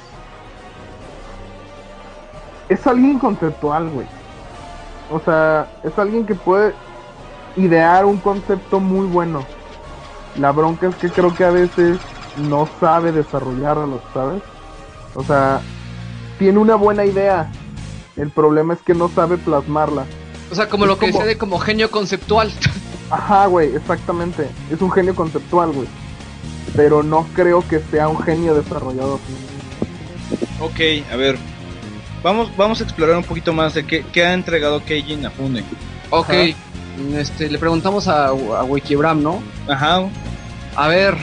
es alguien conceptual, güey. O sea, es alguien que puede idear un concepto muy bueno. La bronca es que creo que a veces no sabe desarrollarlo, ¿sabes? O sea, tiene una buena idea. El problema es que no sabe plasmarla. O sea, como lo que decía de como genio conceptual. Ajá, güey, exactamente. Es un genio conceptual, güey. Pero no creo que sea un genio desarrollador. Ok, a ver. Vamos a explorar un poquito más de qué ha entregado Keiji Inafune. Ok, le preguntamos a Wikibram, ¿no? Ajá. A ver.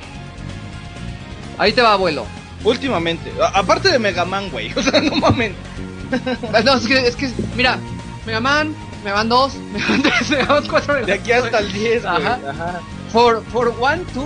Ahí te va, abuelo. Últimamente, aparte de Mega Man, güey. O sea, no mames. No, es que, mira, Mega Man 2, Mega Man 3, Mega Man 4. De aquí hasta el 10, güey. Ajá. For One, Two.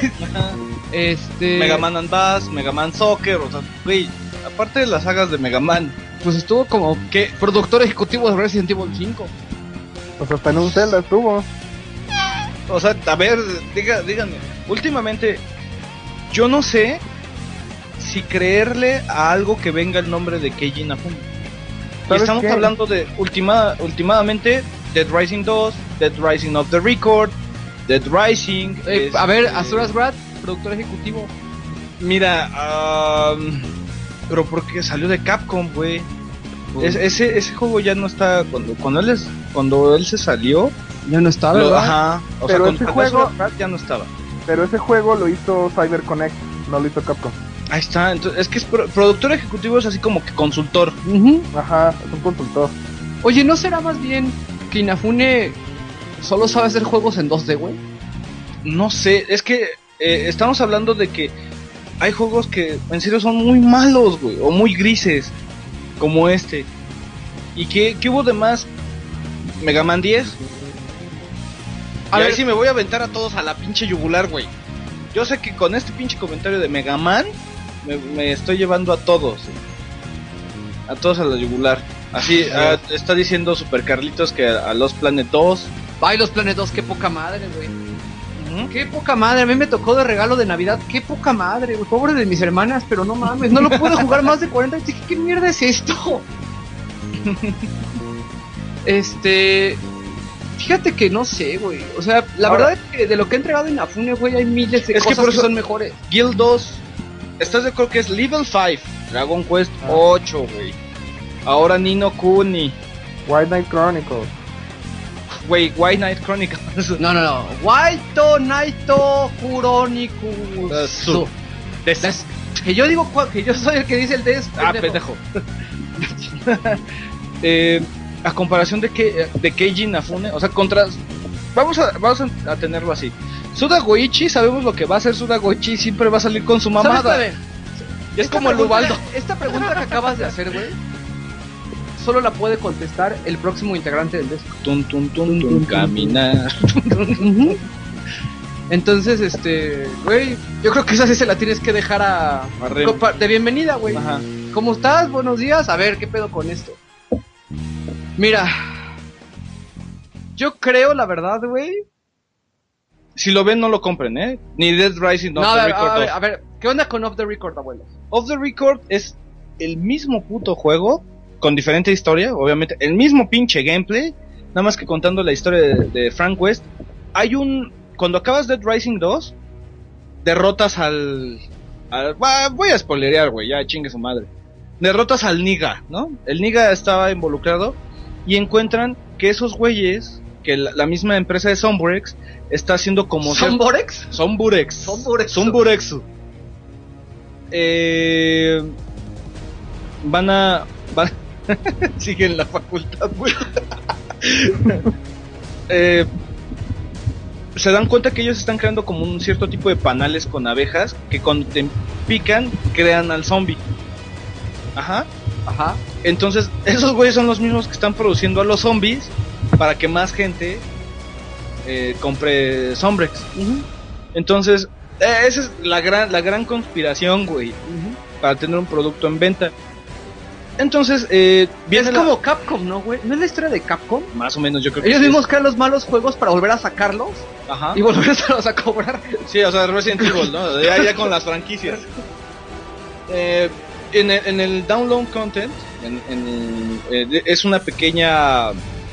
Mega Man and Bass, Mega Man Soccer, o sea, güey, aparte de las sagas de Mega Man, Pues estuvo como que productor ejecutivo de Resident Evil 5. Pues hasta en un Zelda estuvo. o sea, a ver, díganme, últimamente, yo no sé si creerle a algo que venga el nombre de Keiji Inafune. Y ¿Sabes estamos qué? hablando de últimamente Dead Rising 2, Dead Rising of the Record, Dead Rising. A ver, Asura's Wrath, productor ejecutivo. Mira, pero porque salió de Capcom, güey. Ese juego ya no está cuando él se salió. Ya no está, ¿verdad? Ajá. O Pero sea, ese con juego- Asura's Wrath ya no estaba. Pero ese juego lo hizo CyberConnect, no lo hizo Capcom. Ahí está. Entonces, es que es productor ejecutivo, es así como que consultor. Ujú. Ajá, es un consultor. Oye, ¿no será más bien que Inafune solo sabe hacer juegos en 2D, güey? No sé, es que estamos hablando de que hay juegos que en serio son muy malos, güey, o muy grises, como este. ¿Y qué hubo de más? Mega Man 10. A A ver ver. si me voy a aventar a todos a la pinche yugular, güey. Yo sé que con este pinche comentario de Mega Man me estoy llevando a todos. A todos a la yugular. Así, está diciendo Super Carlitos que a Lost Planet 2. Ay, los Planet 2, qué poca madre, güey. Ujú. Qué poca madre, a mí me tocó de regalo de Navidad, qué poca madre, güey. Pobre de mis hermanas, pero no mames, no lo pude jugar más de 40. Dije, ¿qué mierda es esto? Fíjate que no sé, güey. O sea, la Ahora- verdad es que de lo que he entregado en Afune, güey, hay miles de Es que cosas por que eso- son mejores. Guild 2. ¿Estás de acuerdo que es Level 5? Dragon Quest 8, güey. Ahora Nino Kuni. White Knight Chronicles. Güey, White Knight Chronicles. No. Waito Naito Kuroniku. Su. Que yo digo que yo soy el que dice el des. Pendejo. A comparación de Keiji Inafune, o sea, vamos a tenerlo así. Suda Goichi, sabemos lo que va a hacer Suda Goichi, siempre va a salir con su mamada. ¿Sabes? Y es como el Ubaldo. Esta pregunta que acabas de hacer, güey, solo la puede contestar el próximo integrante del disco. Tun, caminar. Entonces, güey, yo creo que esa sí se la tienes que dejar Arreo. de bienvenida, güey. Ajá. ¿Cómo estás? Buenos días. A ver, ¿qué pedo con esto? Mira, yo creo, la verdad, güey. Si lo ven, no lo compren, ¿eh? Ni Dead Rising, no, No, The a Record 2. ver, a ver, ¿qué onda con Off the Record, abuelos? Off the Record es el mismo puto juego, con diferente historia, obviamente, el mismo pinche gameplay, nada más que contando la historia de Frank West. Cuando acabas Dead Rising 2, derrotas voy a spoilerear, güey, ya chingue su madre. Derrotas al Niga, ¿no? El Niga estaba involucrado y encuentran que esos güeyes, que la misma empresa de Somburex, está haciendo como... ¿Somborex? Somburex. Somburexu. Van siguen la facultad, güey. Se dan cuenta que ellos están creando como un cierto tipo de panales con abejas que cuando te pican crean al zombie. Ajá. Entonces, esos güeyes son los mismos que están produciendo a los zombies para que más gente compre Sombrex. Entonces, esa es la gran conspiración, güey, para tener un producto en venta. Entonces, viene Es como Capcom, ¿no, güey? ¿No es la historia de Capcom? más o menos, yo creo que Ellos sí mismos crean los malos juegos para volver a sacarlos es. Ajá. y volverlos a cobrar. Sí, o sea, Resident Evil, ¿no? Ya con las franquicias. En el download content, es una pequeña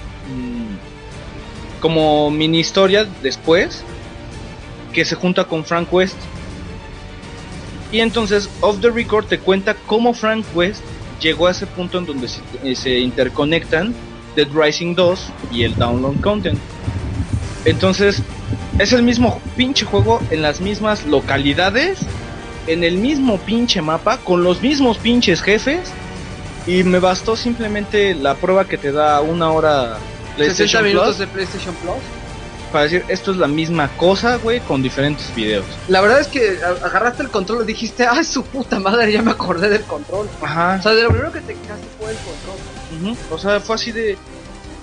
como mini historia después que se junta con Frank West. Y entonces Off the Record te cuenta cómo Frank West llegó a ese punto en donde se interconectan Dead Rising 2 y el download content. Entonces es el mismo pinche juego en las mismas localidades, en el mismo pinche mapa, con los mismos pinches jefes. Y me bastó simplemente la prueba que te da una hora 60 PlayStation minutos Plus de PlayStation Plus. para decir esto es la misma cosa, güey, con diferentes videos. La verdad es que agarraste el control y dijiste, ¡ay, su puta madre! Ya me acordé del control. Ajá. O sea, de lo primero que te quedaste fue el control. O sea, fue así de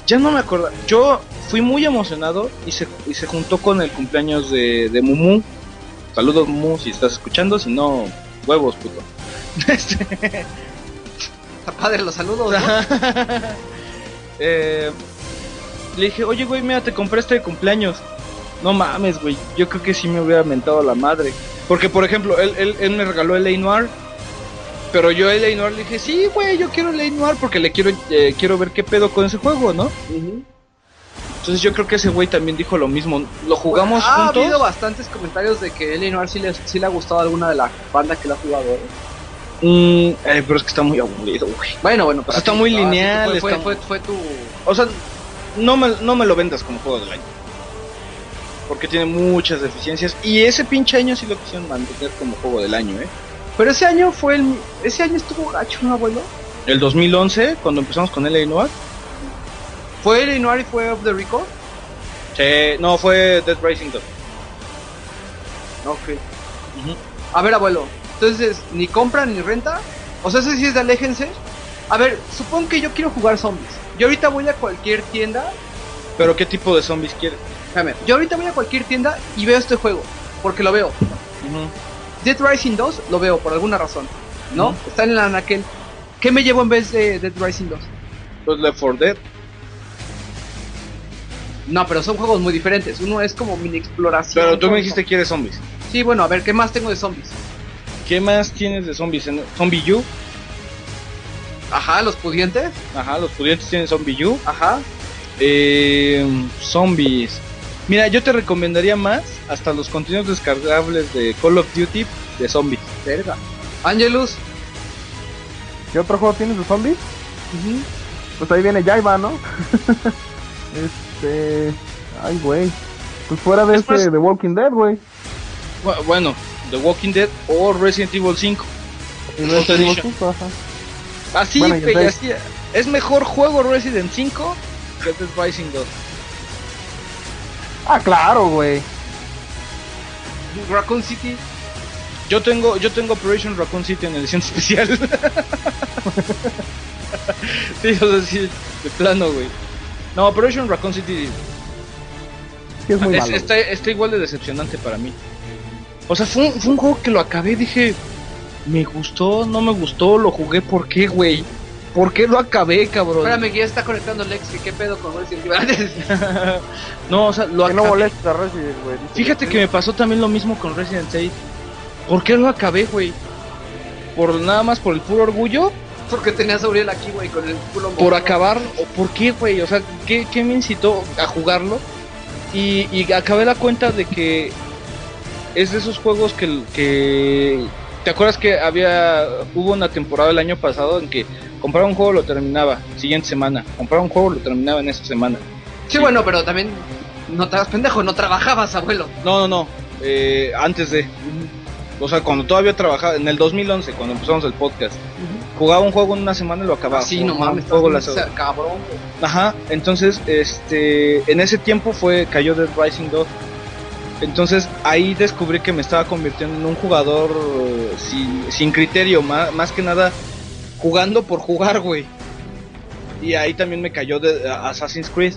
Ya no me acuerdo. Yo fui muy emocionado y se juntó con el cumpleaños de Mumu. Saludos, Mumu, si estás escuchando. Si no, huevos, puto. Está padre los saludos, ¿no? Le dije, oye, güey, mira, te compré este de cumpleaños. No mames, güey. Yo creo que sí me hubiera mentado la madre. Porque, por ejemplo, él me regaló el L.A. Noire. Pero yo el L.A. Noire le dije, sí, güey, yo quiero el L.A. Noire porque le quiero ver qué pedo con ese juego, ¿no? Entonces yo creo que ese güey también dijo lo mismo. Lo jugamos juntos. Ha habido bastantes comentarios de que L.A. Noire sí le ha gustado a alguna de la banda que la ha jugado, pero es que está muy aburrido, güey. Bueno, O sea, está muy lineal. Fue tu... O sea, no me lo vendas como juego del año. Porque tiene muchas deficiencias. Y ese pinche año sí lo quisieron mantener como juego del año, Pero ese año ese año estuvo gacho, ¿no, abuelo? El 2011, cuando empezamos con L.A. Noire. ¿Fue L.A. Noire y fue Off the Record? No, fue Dead Rising 2. Ok. A ver, abuelo, entonces, ¿ni compra ni renta? O sea, ese sí es de aléjense. A ver, supongo que yo quiero jugar zombies. Yo ahorita voy a cualquier tienda. ¿Pero qué tipo de zombies quieres? Déjame, yo ahorita voy a cualquier tienda y veo este juego, porque lo veo. Dead Rising 2 lo veo por alguna razón, ¿no? Está en el anaquel. ¿Qué me llevo en vez de Dead Rising 2? Pues Left 4 Dead. No, pero son juegos muy diferentes. Uno es como mini exploración. Pero tú me dijiste que quieres zombies. Sí, bueno, a ver, ¿qué más tengo de zombies? ¿Qué más tienes de zombies? ¿Zombie U? Ajá, los pudientes. Ajá, los pudientes tienen Zombie U. Ajá. Zombies. Mira, yo te recomendaría más hasta los contenidos descargables de Call of Duty de zombies. Verga. Angelus. ¿Qué otro juego tienes de zombies? Pues ahí viene Jaiba, ¿no? Ay, güey. Pues fuera de The Walking Dead, güey. Bueno, The Walking Dead o Resident Evil 5. Resident Evil 5, ajá. Así, bueno, así. Es mejor juego Resident 5 que Dead Rising 2. Ah, claro, güey. Raccoon City. Yo tengo Operation Raccoon City en edición especial. Sí, o sea, sí, de plano, güey. No, Operation Raccoon City Sí, es muy malo. Está igual de decepcionante para mí. O sea, fue un juego que lo acabé, dije, me gustó, no me gustó, lo jugué, ¿por qué, güey? ¿Por qué lo acabé, cabrón? Espérame, que ya está conectando Lex, ¿qué pedo con Resident Evil? No, o sea, lo Que acabé. no molesta Resident, güey. Fíjate que me pasó también lo mismo con Resident Evil. ¿Por qué lo acabé, güey? Nada más por el puro orgullo, Porque tenías a Uriel aquí, güey, con el culo por acabar, o por qué, güey, o sea, ¿qué me incitó a jugarlo? Y acabé la cuenta de que es de esos juegos que ¿te acuerdas que hubo una temporada el año pasado en que compraba un juego, lo terminaba siguiente semana, compraba un juego, lo terminaba en esa semana? Sí, bueno, pero también no te hagas pendejo, no trabajabas, abuelo. No, antes de, o sea, cuando todavía trabajaba, en el 2011, cuando empezamos el podcast, jugaba un juego en una semana y lo acababa. Sí, no mames, cabrón, güey. Ajá, entonces, en ese tiempo cayó Dead Rising 2. Entonces ahí descubrí que me estaba convirtiendo en un jugador sin criterio, más que nada jugando por jugar, güey. Y ahí también me cayó de Assassin's Creed.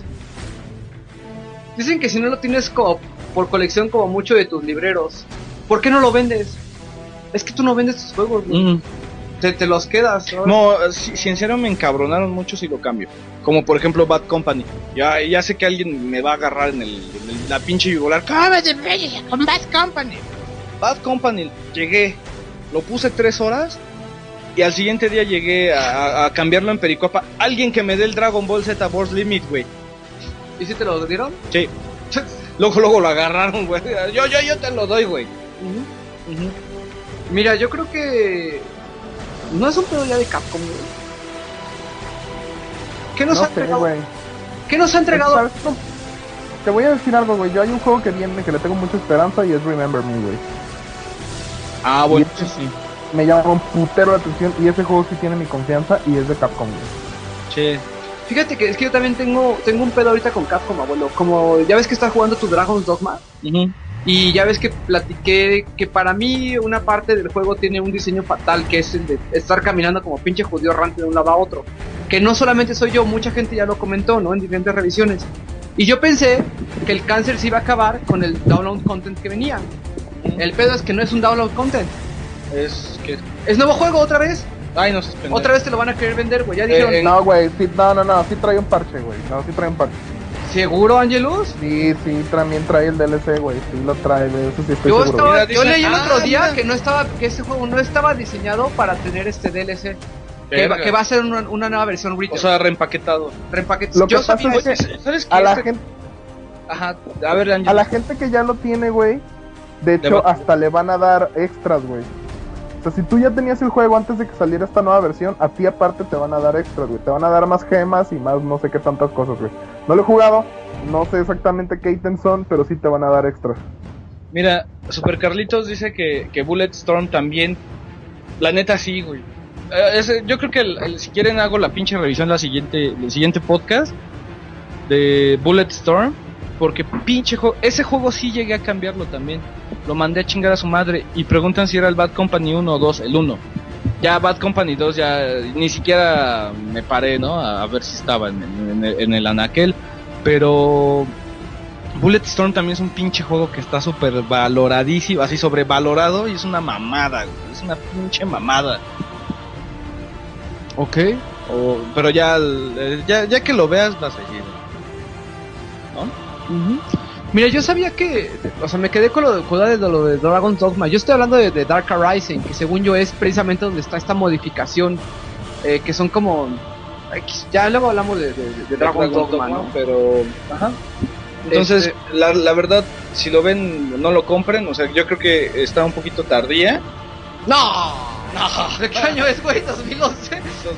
Dicen que si no lo tienes como por colección como mucho de tus libreros, ¿por qué no lo vendes? Es que tú no vendes tus juegos, güey. Te los quedas, ¿sabes? No, si en serio me encabronaron mucho si lo cambio. Como por ejemplo Bad Company. Ya sé que alguien me va a agarrar en la pinche yugular. ¿Cómo se ve con Bad Company? Bad Company, llegué, lo puse 3 horas y al siguiente día llegué a cambiarlo en Pericopa. Alguien que me dé el Dragon Ball Z Burst Limit, güey. ¿Y si te lo dieron? Sí. Luego lo agarraron, güey. Yo te lo doy, güey. Mira, yo creo que no es un pedo ya de Capcom, güey. ¿Qué nos ha entregado? Güey. ¿Qué nos ha entregado? ¿Sabes? No, te voy a decir algo, güey. Yo hay un juego que viene que le tengo mucha esperanza y es Remember Me, güey. Ah, bueno, Y sí. Me llama un putero la atención y ese juego sí tiene mi confianza y es de Capcom, güey. Sí. Fíjate que es que yo también tengo un pedo ahorita con Capcom, abuelo. Como ya ves que estás jugando tu Dragon's Dogma. Y ya ves que platiqué que para mí una parte del juego tiene un diseño fatal, que es el de estar caminando como pinche judío errante de un lado a otro. que no solamente soy yo, mucha gente ya lo comentó, ¿no? En diferentes revisiones. Y yo pensé que el cáncer se iba a acabar con el download content que venía. El pedo es que no es un download content. Es que... Es nuevo juego otra vez. Ay, no se pendejo. Otra vez te lo van a querer vender, güey. Ya dijeron. No, güey, sí, no, sí trae un parche, güey. No, sí trae un parche. ¿Seguro, Angelus? Sí, también trae el DLC, güey. Sí lo trae, de eso sí estoy Yo seguro. estaba, Mira, yo dice, leí el otro día mira. que ese juego no estaba diseñado para tener este DLC. Verga. Que va a ser una nueva versión retail. O sea, reempaquetado. Lo que Yo pasa sabía. es que ¿Sabes qué? a la gente, Ajá, a ver, Ángel. a la gente que ya lo tiene, güey, de Le hecho va- hasta le van a dar extras, güey. O sea, si tú ya tenías el juego antes de que saliera esta nueva versión, a ti aparte te van a dar extras, güey. Te van a dar más gemas y más no sé qué tantas cosas, güey. No lo he jugado, no sé exactamente qué ítems son, pero sí te van a dar extras. Mira, Super Carlitos dice que Bulletstorm también. La neta sí, güey. Yo creo que si quieren hago la pinche revisión el siguiente podcast de Bulletstorm. Porque pinche juego, ese juego sí llegué a cambiarlo también. Lo mandé a chingar a su madre. Y preguntan si era el Bad Company 1 o 2, el 1. Ya Bad Company 2 ya ni siquiera me paré, ¿no? A ver si estaba en el anaquel. Pero Bulletstorm también es un pinche juego que está súper valoradísimo, así sobrevalorado, y es una mamada, güey. Es una pinche mamada. Ok. Pero ya que lo veas vas a seguir, ¿no? Mira, yo sabía que, o sea, me quedé con lo de Dragon's Dogma. Yo estoy hablando de Dark Horizon, que según yo es precisamente donde está esta modificación, que son como, ya luego hablamos de Dragon's Dogma, ¿no? Pero, ajá. Entonces, la verdad, si lo ven, no lo compren. O sea, yo creo que está un poquito tardía. No, ¿de qué año es, güey? 2011.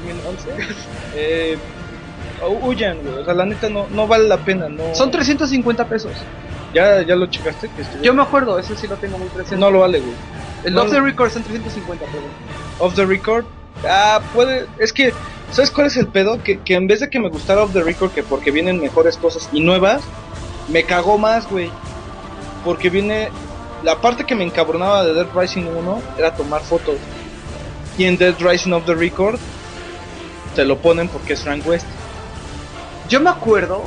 2011. Huyan, güey. O sea, la neta no vale la pena. No. Son 350 pesos. ¿Ya lo checaste? Que estuvo... Yo me acuerdo, ese sí lo tengo muy presente. No lo vale, güey. El no Off the lo- Record son 350, perdón. Off the Record. Puede. Es que, ¿sabes cuál es el pedo? Que en vez de que me gustara Off the Record, que porque vienen mejores cosas y nuevas, me cagó más, güey. Porque viene. La parte que me encabronaba de Dead Rising 1 era tomar fotos. Y en Dead Rising Off the Record te lo ponen porque es Frank West. Yo me acuerdo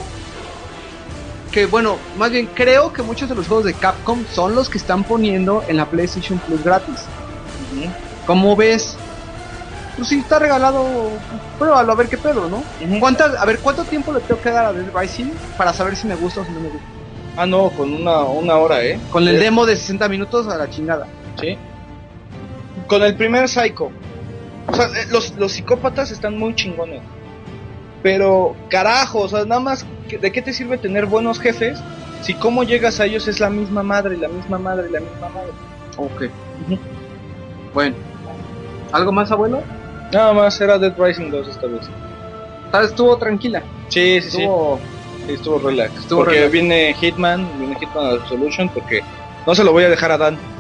que, bueno, más bien creo que muchos de los juegos de Capcom son los que están poniendo en la PlayStation Plus gratis. ¿Cómo ves? Pues si está regalado, pruébalo a ver qué pedo, ¿no? A ver, ¿cuánto tiempo le tengo que dar a Dead Rising para saber si me gusta o si no me gusta? Ah, no, con una hora, ¿eh? Con el demo de 60 minutos a la chingada. Sí. Con el primer Psycho. O sea, los psicópatas están muy chingones. Pero, carajo, o sea, nada más, ¿de qué te sirve tener buenos jefes si cómo llegas a ellos es la misma madre, la misma madre, la misma madre? Ok. Bueno. ¿Algo más, abuelo? Nada más era Dead Rising 2 esta vez. Estuvo tranquila. Sí. Estuvo... Sí, estuvo relax. Estuvo porque relax. viene Hitman Absolution, porque no se lo voy a dejar a Dan.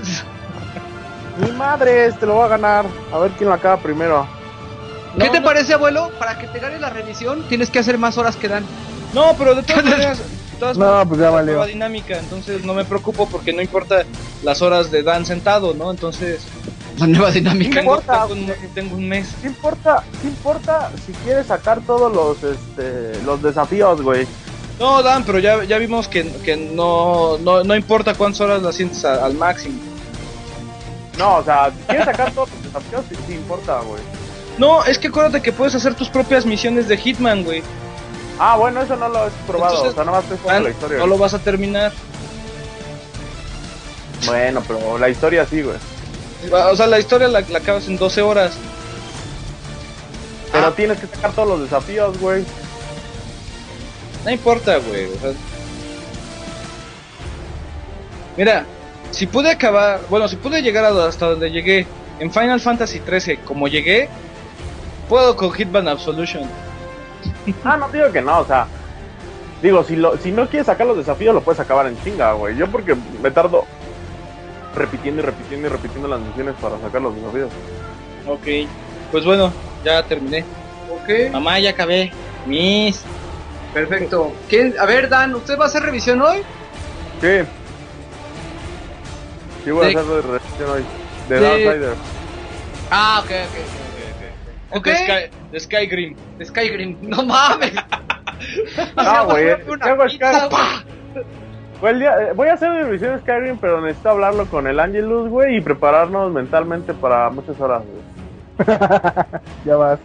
Mi madre, te lo va a ganar. A ver quién lo acaba primero. ¿Qué No, te no. parece, abuelo? Para que te ganes la revisión tienes que hacer más horas que Dan. No, pero de todas maneras, No, pues ya es valió. nueva dinámica, entonces no me preocupo porque no importa las horas de Dan sentado, ¿no? Entonces La nueva dinámica. tengo un mes. ¿Qué importa si quieres sacar todos los desafíos, güey? No, Dan, pero ya vimos que no importa cuántas horas la sientes al máximo. No, o sea, si quieres sacar todos los desafíos, sí importa, güey. No, es que acuérdate que puedes hacer tus propias misiones de Hitman, güey. Ah, bueno, eso no lo he probado, Entonces, o sea, nada más estoy jugando la historia. no lo vas a terminar. Bueno, pero la historia sí, güey. O sea, la historia la acabas en 12 horas. Pero tienes que sacar todos los desafíos, güey. No importa, güey. O sea, mira, si pude llegar hasta donde llegué en Final Fantasy XIII, como llegué, puedo con Hitman Absolution. Ah, no digo que no, o sea. Digo, si no quieres sacar los desafíos, lo puedes acabar en chinga, güey. Yo porque me tardo repitiendo las misiones para sacar los desafíos. Ok, pues bueno, ya terminé. Ok, Mamá, ya acabé. Miss. perfecto. A ver, Dan, ¿usted va a hacer revisión hoy? Sí. Sí voy De- a hacer de revisión hoy. De de- Darksider. Ah, ok. ¿Ok? De Skyrim. Skyrim, no mames. No, güey. Una Hago pizza, Skyrim. Voy a hacer mi revisión de Skyrim, pero necesito hablarlo con el Angelus, güey, y prepararnos mentalmente para muchas horas, güey. Ya vas.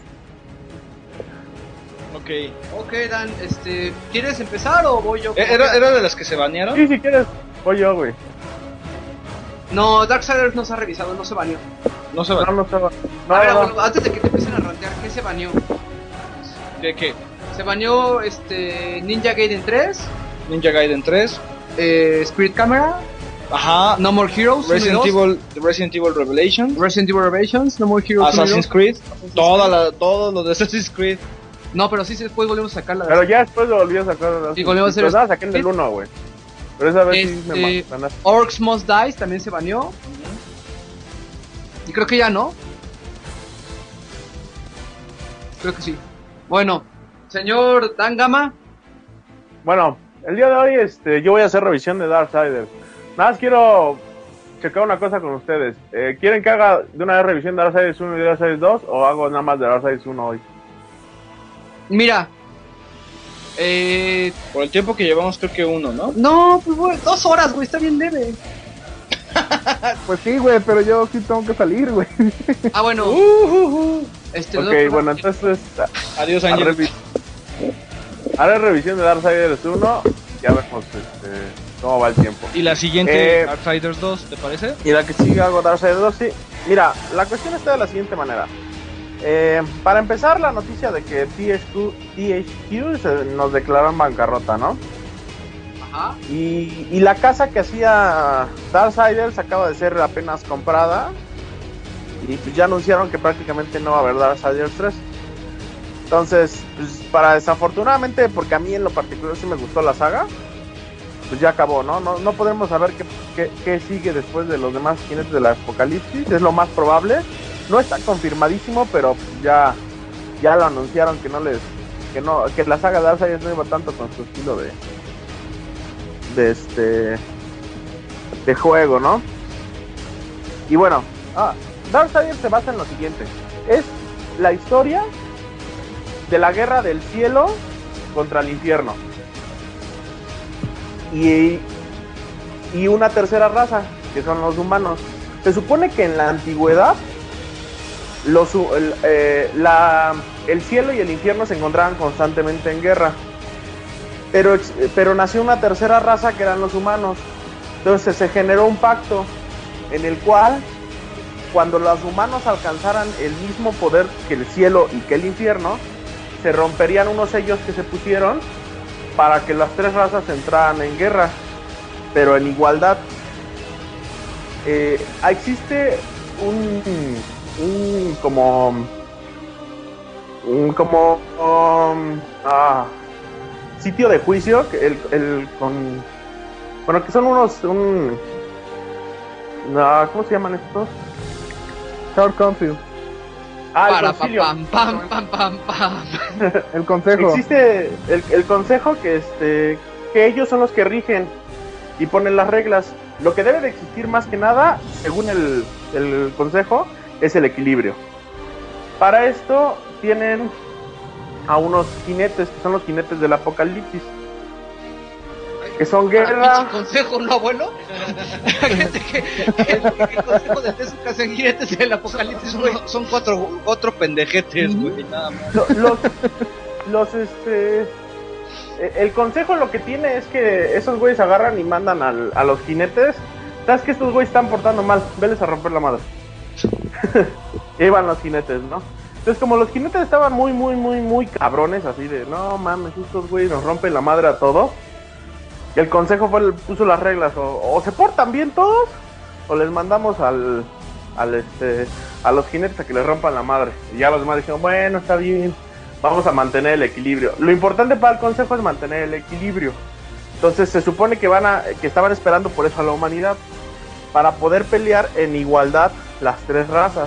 Ok, Dan, ¿quieres empezar o voy yo? ¿Era de las que se banearon? Sí, si quieres, voy yo, güey. No, Darksiders no se ha revisado, no se baneó. No se baneó. No se va. A ver, No. bueno, antes de que te empiecen a rantear, ¿qué se baneó? ¿De qué? Se baneó Ninja Gaiden 3, Ninja Gaiden 3. Spirit Camera, Ajá. No More Heroes, Resident 1 y 2, Resident Evil Revelations. Resident Evil Revelations, No More Heroes, 1 y 2. Assassin's Creed. Todo lo de Assassin's Creed. No, pero sí, después volvemos a sacarla. Pero ya después lo volví a sacar. Y volvimos a hacer Pero nada, saqué el del 1, güey. Pero esa vez sí me ganaste. Orcs Must Die también se baneó. Y creo que ya no. Creo que sí. Bueno, señor Dan Gama. Bueno, el día de hoy yo voy a hacer revisión de Darksiders. Nada más quiero checar una cosa con ustedes. ¿Quieren que haga de una vez revisión de Darksiders 1 y Darksiders 2 o hago nada más de Darksiders 1 hoy? Mira. Por el tiempo que llevamos, creo que 1, ¿no? No, pues güey, 2 horas, güey, está bien leve. Pues sí, güey, pero yo sí tengo que salir, güey. Ah, bueno. Ok, bueno, entonces Adiós, Ángel. haré revisión de Darksiders 1. Ya vemos cómo va el tiempo. Y la siguiente, Darksiders 2, ¿te parece? Y la que sigue hago Darksiders 2, sí. Mira, la cuestión está de la siguiente manera. Para empezar, la noticia de que THQ nos declaró en bancarrota, ¿no? Ajá. Y la casa que hacía Darksiders acaba de ser apenas comprada. Y pues ya anunciaron que prácticamente no va a haber Darksiders 3. Entonces, pues desafortunadamente, porque a mí en lo particular sí me gustó la saga, pues ya acabó, ¿no? No podemos saber qué sigue después de los demás jinetes del apocalipsis. Es lo más probable. No está confirmadísimo, pero ya lo anunciaron que la saga de Darksiders no iba tanto con su estilo de juego, ¿no? Y bueno, Darksiders se basa en lo siguiente. Es la historia de la guerra del cielo contra el infierno. Y una tercera raza, que son los humanos. Se supone que en la antigüedad el cielo y el infierno se encontraban constantemente en guerra. Pero nació una tercera raza que eran los humanos. Entonces se generó un pacto en el cual, cuando los humanos alcanzaran el mismo poder que el cielo y que el infierno, se romperían unos sellos que se pusieron para que las tres razas entraran en guerra, pero en igualdad. Existe sitio de juicio que que son ¿cómo se llaman estos? Court Council. El concilio. Pam. El consejo. Existe el consejo que ellos son los que rigen y ponen las reglas. Lo que debe de existir más que nada, según el consejo, es el equilibrio. Para esto tienen a unos jinetes, que son los jinetes del apocalipsis, que son guerra. ¿Consejo, no, abuelo? Gente que consejo de Tezuka en jinetes del apocalipsis, güey. Son cuatro pendejetes, güey, nada más. El consejo lo que tiene es que esos güeyes agarran y mandan a los jinetes. ¿Sabes que estos güeyes están portando mal? Veles a romper la madre. Y iban los jinetes, ¿no? Entonces, como los jinetes estaban muy cabrones, así de, no mames, estos güeyes nos rompen la madre a todos. Y el consejo puso las reglas, o se portan bien todos, o les mandamos a los jinetes a que les rompan la madre. Y ya los demás dijeron, bueno, está bien, vamos a mantener el equilibrio. Lo importante para el consejo es mantener el equilibrio. Entonces se supone que estaban esperando por eso a la humanidad, para poder pelear en igualdad las tres razas.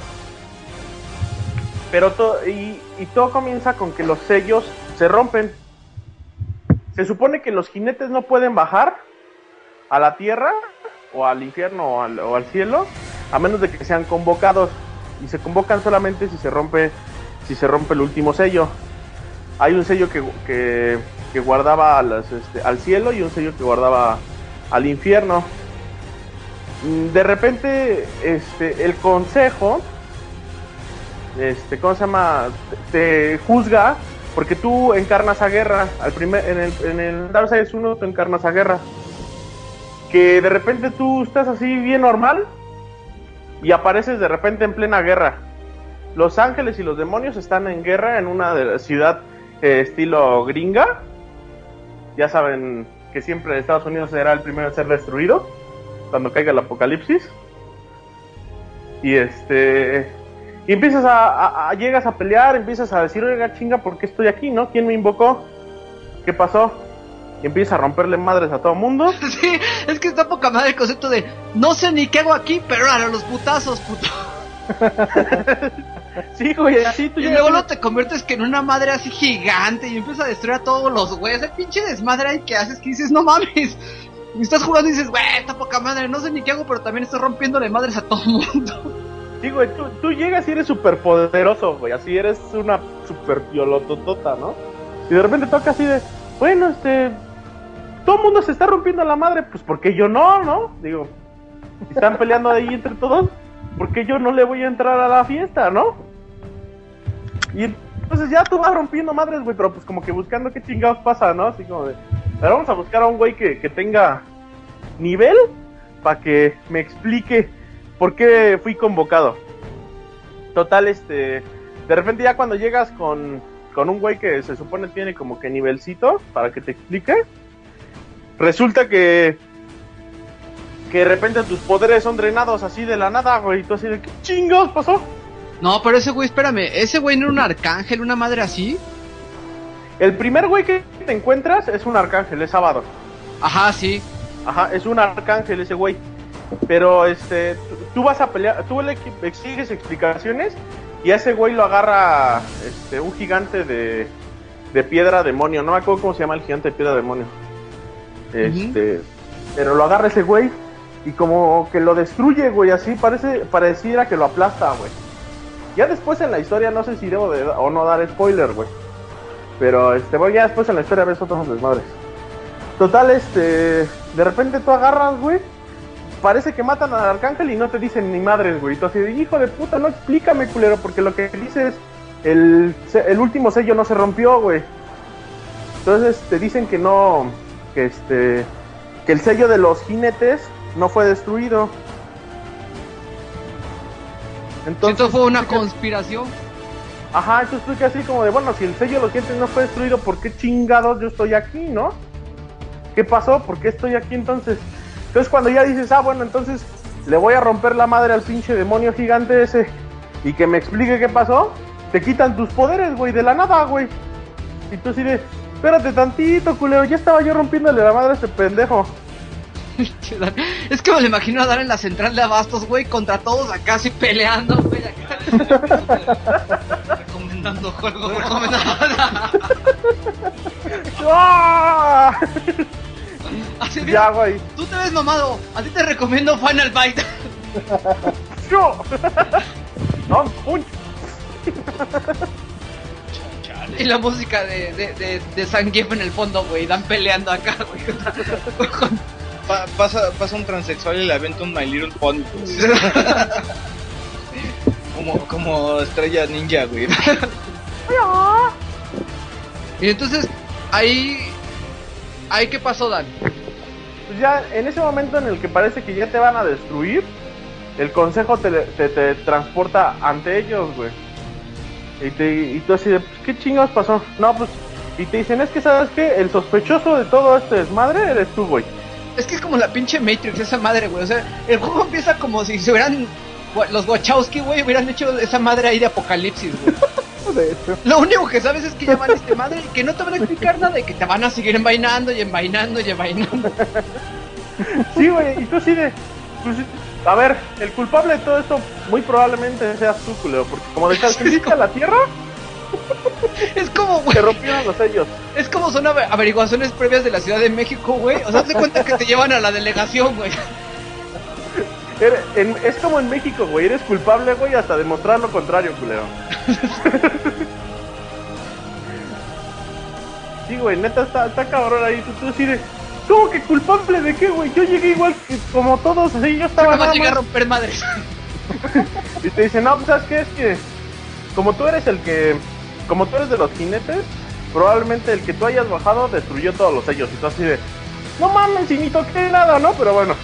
Pero todo comienza con que los sellos se rompen. Se supone que los jinetes no pueden bajar a la tierra, o al infierno, o al cielo, a menos de que sean convocados. Y se convocan solamente si se rompe si se rompe el último sello. Hay un sello que guardaba al cielo y un sello que guardaba al infierno. De repente, el consejo, ¿cómo se llama? Te juzga porque tú encarnas a Guerra. En el Darkseid 1 tú encarnas a Guerra. Que de repente tú estás así bien normal y apareces de repente en plena guerra. Los ángeles y los demonios están en guerra en una ciudad estilo gringa. Ya saben que siempre Estados Unidos será el primero en ser destruido cuando caiga el apocalipsis. Y y empiezas llegas a pelear, empiezas a decir, oiga, chinga, ¿por qué estoy aquí, no? ¿Quién me invocó? ¿Qué pasó? Y empiezas a romperle madres a todo mundo. Sí, es que está poca madre el concepto de no sé ni qué hago aquí, pero a los putazos, puto. Sí, güey, así tú y luego no te conviertes que en una madre así gigante y empiezas a destruir a todos los güeyes. El pinche desmadre ahí que haces que dices, no mames. Y estás jugando y dices, güey, está poca madre, no sé ni qué hago, pero también estoy rompiéndole madres a todo el mundo. Sí, güey, tú llegas y eres súper poderoso, güey, así eres una súper piolototota, ¿no? Y de repente toca así de, bueno, todo el mundo se está rompiendo la madre, pues ¿por qué yo no? Digo, si están peleando ahí entre todos, ¿por qué yo no le voy a entrar a la fiesta, no? Y entonces ya tú vas rompiendo madres, güey, pero pues como que buscando qué chingados pasa, ¿no? Así como de, pero vamos a buscar a un güey que tenga nivel para que me explique por qué fui convocado. Total, de repente ya cuando llegas con un güey que se supone tiene como que nivelcito para que te explique, resulta que de repente tus poderes son drenados así de la nada, güey, y tú así de, ¿qué chingados pasó? No, pero ese güey, espérame, ¿ese güey no era un arcángel, una madre así? El primer güey que te encuentras es un arcángel, es Sábado. Ajá, sí. Ajá, es un arcángel ese güey. Pero tú vas a pelear, tú le exiges explicaciones y a ese güey lo agarra un gigante de piedra demonio. No me acuerdo cómo se llama el gigante de piedra demonio. Pero lo agarra ese güey y como que lo destruye, güey, así pareciera que lo aplasta, güey. Ya después en la historia, no sé si debo o no dar spoiler, güey. Pero bueno, ya después en la historia ves otros desmadres. Total, de repente tú agarras, güey. Parece que matan al arcángel y no te dicen ni madres, güey. Tú así de, hijo de puta, no, explícame, culero, porque lo que dice es el último sello no se rompió, güey. Entonces te dicen que no, que el sello de los jinetes no fue destruido. Entonces esto fue una conspiración. Ajá, entonces tú que así como de, bueno, si el sello de los jinetes no fue destruido, ¿por qué chingados yo estoy aquí, no? ¿Qué pasó? ¿Por qué estoy aquí entonces? Entonces cuando ya dices, bueno, entonces le voy a romper la madre al pinche demonio gigante ese y que me explique qué pasó, te quitan tus poderes, güey, de la nada, güey. Y tú así de, espérate tantito, culero, ya estaba yo rompiéndole la madre a ese pendejo. Es que me lo imagino a dar en la central de abastos, güey, contra todos acá así peleando, güey, acá. Recomendando juegos, ¡Ah! Así, Ya, mira, güey. tú te ves mamado, a ti te recomiendo Final Fight. ¡Yo! ¡No, punch! Y la música de Zangief en el fondo, güey, dan peleando acá, güey. Pasa un transexual y le aventa un My Little Pony, pues. como estrella ninja, güey. Y entonces, ahí ¿qué pasó, Dan? Pues ya, en ese momento en el que parece que ya te van a destruir, el consejo te transporta ante ellos, güey. Y tú así de, pues, ¿qué chingados pasó? No, pues, y te dicen, es que, ¿sabes qué? El sospechoso de todo este desmadre eres tú, güey. Es que es como la pinche Matrix, esa madre, güey. O sea, el juego empieza como si se hubieran... Los Wachowski, güey, hubieran hecho esa madre ahí de apocalipsis, güey. De hecho. Lo único que sabes es que ya van madre y que no te van a explicar nada y que te van a seguir envainando y envainando y envainando. Sí, güey, y tú sí de... Pues, a ver, el culpable de todo esto muy probablemente seas tú, culero, porque como dejaste a la tierra... Es como, güey, te rompieron los sellos. es como son averiguaciones previas de la Ciudad de México, güey. O sea, te cuenta que te llevan a la delegación, güey. Es como en México, güey. Eres culpable, güey, hasta demostrar lo contrario, culero. Sí, güey, neta está cabrón ahí. Tú así de... ¿Cómo que culpable de qué, güey? Yo llegué igual que como todos, así yo estaba... Nada más llegué a romper madres. Y te dicen, no, pues ¿sabes qué? Es que... Como tú eres de los jinetes, probablemente el que tú hayas bajado destruyó todos los sellos. Y tú así de... No mames, y ni toqué nada, ¿no? Pero bueno.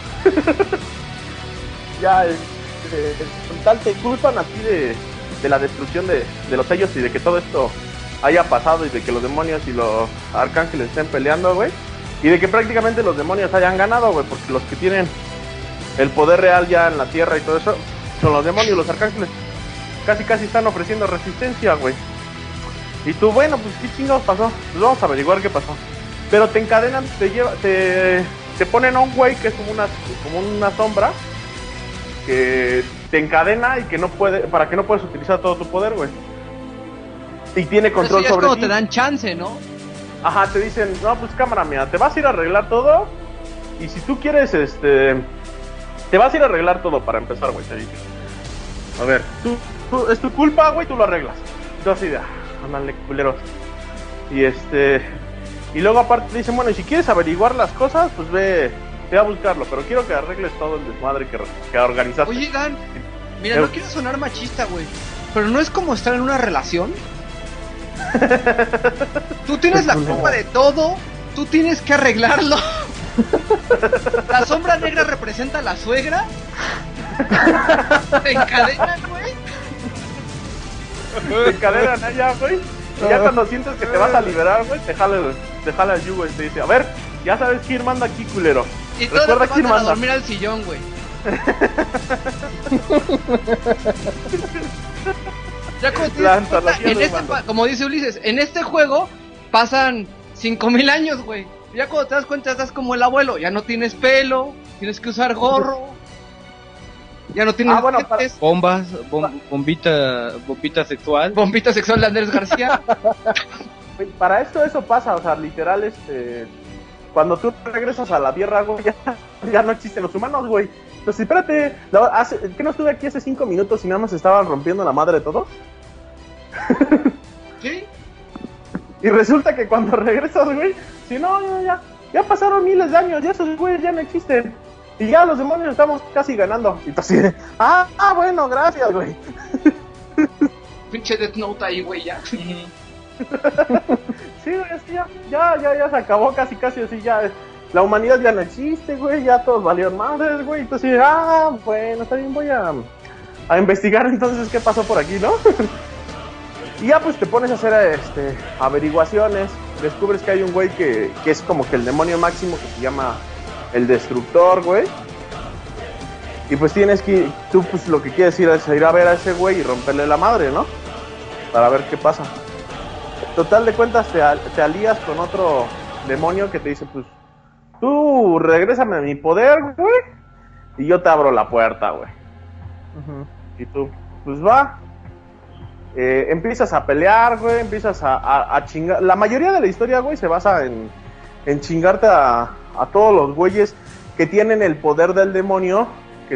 Ya, con tal te culpan así de la destrucción de los sellos y de que todo esto haya pasado y de que los demonios y los arcángeles estén peleando, güey. Y de que prácticamente los demonios hayan ganado, güey, porque los que tienen el poder real ya en la tierra y todo eso son los demonios, los arcángeles. Casi están ofreciendo resistencia, güey. Y tú, bueno, pues ¿qué chingados pasó? Pues vamos a averiguar qué pasó. Pero te encadenan, te ponen a un güey que es como una sombra que te encadena y que no puede, para que no puedes utilizar todo tu poder, güey. Y tiene control sobre ti. Es como te dan chance, ¿no? Ajá, te dicen, no, pues cámara mía, te vas a ir a arreglar todo. Y si tú quieres, te vas a ir a arreglar todo para empezar, güey, te dije. A ver, tú es tu culpa, güey, tú lo arreglas. Y tú así de, ándale, culeros. Y y luego aparte te dicen, bueno, y si quieres averiguar las cosas, pues ve a buscarlo, pero quiero que arregles todo el desmadre que organizaste. Oye, Dan, mira, no quiero sonar machista, güey, pero no es como estar en una relación. Tú tienes la culpa de todo, tú tienes que arreglarlo. La sombra negra representa a la suegra. Te encadenan, güey. Te encadenan allá, güey. Y ya cuando sientes que te vas a liberar, güey, te jala el yugo y te dice, a ver, ya sabes quién manda aquí, culero. Y todos te mandan a dormir al sillón, güey. Ya como, como dice Ulises, en este juego pasan 5000 años, güey. Ya cuando te das cuenta estás como el abuelo, ya no tienes pelo, tienes que usar gorro, ya no tienes bombas, bombita sexual. Bombita sexual de Andrés García. Para eso pasa, o sea, literal, cuando tú regresas a la Tierra, güey, ya no existen los humanos, güey. Entonces, espérate, ¿qué no estuve aquí hace 5 minutos y nada más estaban rompiendo la madre de todo? ¿Sí? Y resulta que cuando regresas, güey, si no, ya pasaron miles de años, ya esos güeyes ya no existen. Y ya los demonios estamos casi ganando. Y tú así de, bueno, gracias, güey. Pinche Death Note ahí, güey, ya. Sí, güey, así ya se acabó casi así, ya. La humanidad ya no existe, güey, ya todos valieron madres, güey. Entonces, bueno, está bien, voy a investigar entonces qué pasó por aquí, ¿no? Y ya pues te pones a hacer averiguaciones, descubres que hay un güey que es como que el demonio máximo, que se llama el Destructor, güey. Y pues tú pues lo que quieres ir a ver a ese güey y romperle la madre, ¿no? Para ver qué pasa. Total de cuentas te alías con otro demonio que te dice, pues, tú regrésame a mi poder, güey, y yo te abro la puerta, güey. Y tú, pues va. Empiezas a pelear, güey, empiezas a chingar. La mayoría de la historia, güey, se basa en chingarte a todos los güeyes que tienen el poder del demonio que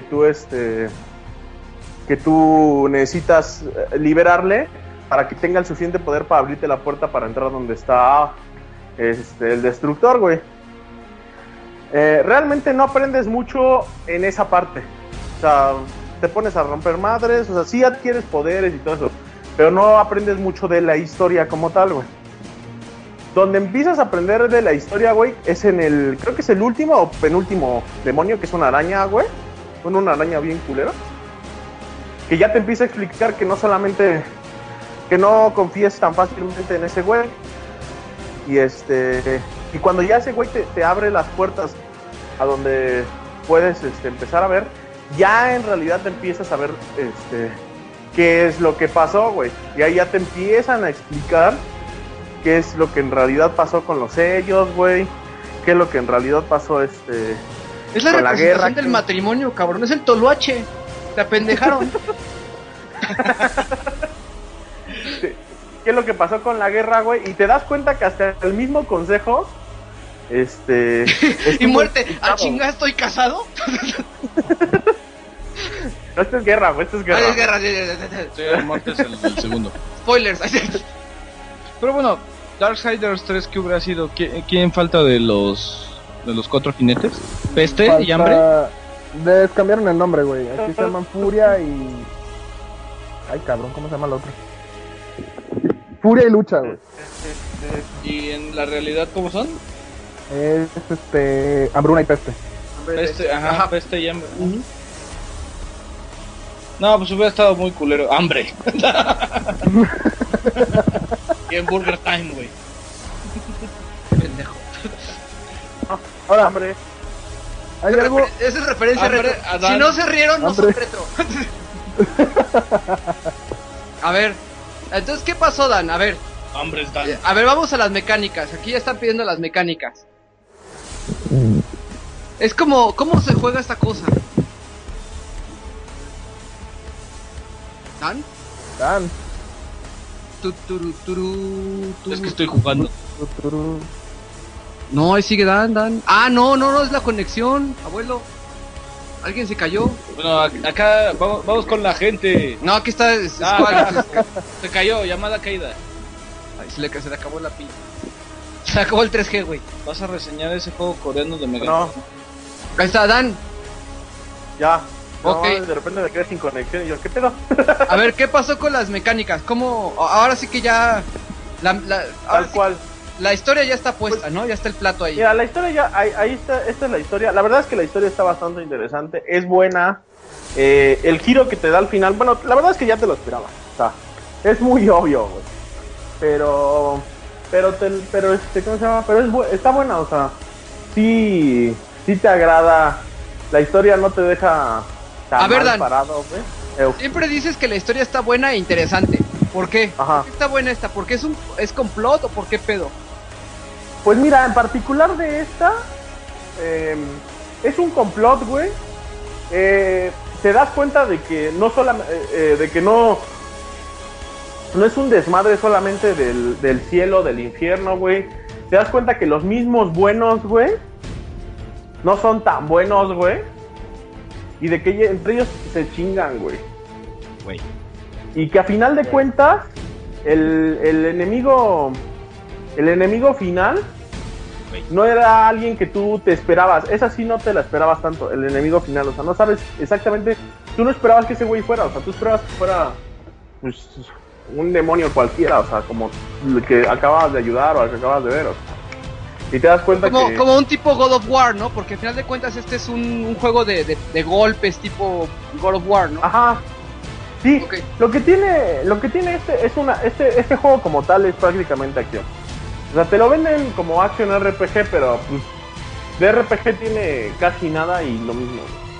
tú necesitas liberarle para que tenga el suficiente poder para abrirte la puerta para entrar donde está el Destructor, güey. Realmente no aprendes mucho en esa parte. O sea, te pones a romper madres, o sea, sí adquieres poderes y todo eso, pero no aprendes mucho de la historia como tal, güey. Donde empiezas a aprender de la historia, güey, es creo que es el último o penúltimo demonio, que es una araña, güey. Una araña bien culera. Que ya te empieza a explicar que no solamente, que no confíes tan fácilmente en ese güey. Y cuando ya ese güey te abre las puertas a donde puedes empezar a ver, ya en realidad te empiezas a ver qué es lo que pasó, güey. Y ahí ya te empiezan a explicar qué es lo que en realidad pasó con los sellos, güey. Qué es lo que en realidad pasó es la con la guerra del matrimonio, cabrón. Es el toloache. Te apendejaron. ¿Qué es lo que pasó con la guerra, güey? Y te das cuenta que hasta el mismo consejo y muerte, ¿a chingar estoy casado? No, esto es guerra, güey, esto es guerra. Ah, es guerra. Sí, el muerte es el segundo. Spoilers. Pero bueno, Darksiders 3, ¿qué hubiera sido? ¿Quién falta de los 4 jinetes? ¿Peste y hambre? Les cambiaron el nombre, güey. Aquí se llaman Furia y... Ay, cabrón, ¿cómo se llama el otro? Furia y Lucha, güey. ¿Y en la realidad cómo son? Es, Hambruna y Peste. Peste, ajá, peste y hambre. No, pues hubiera estado muy culero. ¡Hambre! Y en Burger Time, güey. Pendejo. Ahora, Hambre. hay algo... Esa es referencia Hambre, retro. Adán. Si no se rieron, no son Hambre. retro. A ver, entonces, ¿qué pasó, Dan? A ver, vamos a las mecánicas. Aquí ya están pidiendo las mecánicas. Es como, ¿cómo se juega esta cosa? ¿Dan? Dan. Es que estoy jugando. No, ahí sigue Dan. Ah, no, es la conexión, abuelo. ¿Alguien se cayó? Bueno, acá vamos con la gente. No, aquí está. Se cayó, llamada caída. Ay, se le acabó la pila. Se acabó el 3G, güey. ¿Vas a reseñar ese juego coreano de Mega? No, Ahí está, Dan. ya. No, Ok. de repente me quedé sin conexión y yo, ¿qué pedo? A ver, ¿qué pasó con las mecánicas? ¿Cómo? Ahora sí que ya... ahora Tal sí cual. la historia ya está puesta, ¿no? Ya está el plato ahí. Mira, la historia ya, ahí está, esta es la historia. La verdad es que la historia está bastante interesante, es buena. El giro que te da al final, bueno, la verdad es que ya te lo esperaba. O sea, es muy obvio, güey. Pero, ¿cómo se llama? Pero está buena, o sea, sí te agrada. La historia no te deja tan A ver, mal Dan. parado, güey. Siempre dices que la historia está buena e interesante. ¿Por qué? Ajá. ¿Por qué está buena esta? ¿Por qué es complot o por qué pedo? Pues mira, en particular de esta, es un complot, güey. Te das cuenta de que no solamente, de que no es un desmadre solamente del cielo, del infierno, güey. Te das cuenta que los mismos buenos, güey, no son tan buenos, güey. Y de que entre ellos se chingan, güey. Y que a final de cuentas, el enemigo final no era alguien que tú te esperabas. Esa sí no te la esperabas tanto, el enemigo final. O sea, no sabes exactamente. Tú no esperabas que ese güey fuera. O sea, tú esperabas que fuera pues, un demonio cualquiera. O sea, como el que acabas de ayudar o al que acabas de ver. O sea. Y te das cuenta que... Como un tipo God of War, ¿no? Porque al final de cuentas este es un juego de golpes tipo God of War, ¿no? Ajá. Sí, Ok. lo que tiene este juego como tal es prácticamente acción. O sea, te lo venden como action RPG, pero pues, de RPG tiene casi nada y lo mismo.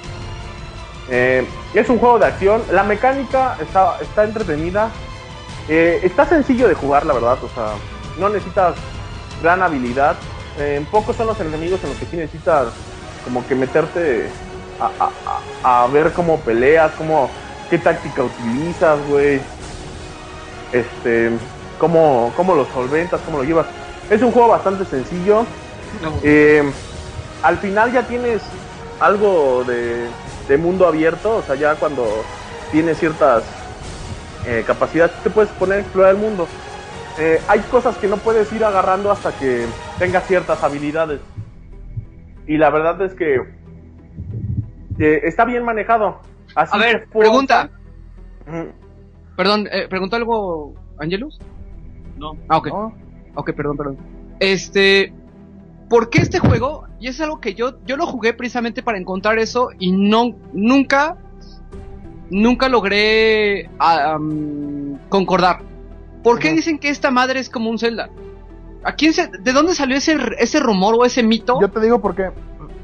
Es un juego de acción, la mecánica está entretenida, está sencillo de jugar, la verdad. O sea, no necesitas gran habilidad. Pocos son los enemigos en los que sí necesitas como que meterte a ver cómo peleas, qué táctica utilizas, güey. Cómo lo solventas, cómo lo llevas. Es un juego bastante sencillo. Al final ya tienes algo de mundo abierto, o sea, ya cuando tienes ciertas capacidades, te puedes poner a explorar el mundo. Hay cosas que no puedes ir agarrando hasta que tengas ciertas habilidades. Y la verdad es que está bien manejado. Así A ver, que pregunta. Ujú. Perdón, ¿preguntó algo Angelus? No. Ah, ok. ¿No? Ok, perdón. ¿Por qué este juego? Y es algo que yo lo jugué precisamente para encontrar eso y nunca logré concordar. ¿Por qué dicen que esta madre es como un Zelda? ¿De dónde salió ese rumor o ese mito? Yo te digo por qué.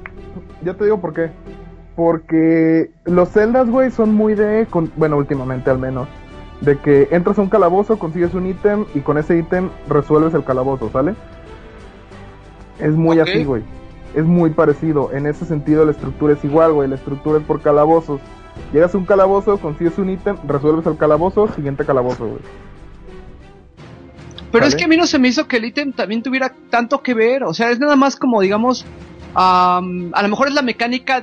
Porque los Zeldas, güey, son muy bueno, últimamente al menos, de que entras a un calabozo, consigues un ítem y con ese ítem resuelves el calabozo, ¿sale? Es muy Ok. así, güey. Es muy parecido. En ese sentido la estructura es igual, güey. La estructura es por calabozos. Llegas a un calabozo, consigues un ítem, resuelves el calabozo, siguiente calabozo, güey. Pero es ¿Sale? que a mí no se me hizo que el ítem también tuviera tanto que ver. O sea, es nada más como, digamos, a lo mejor es la mecánica de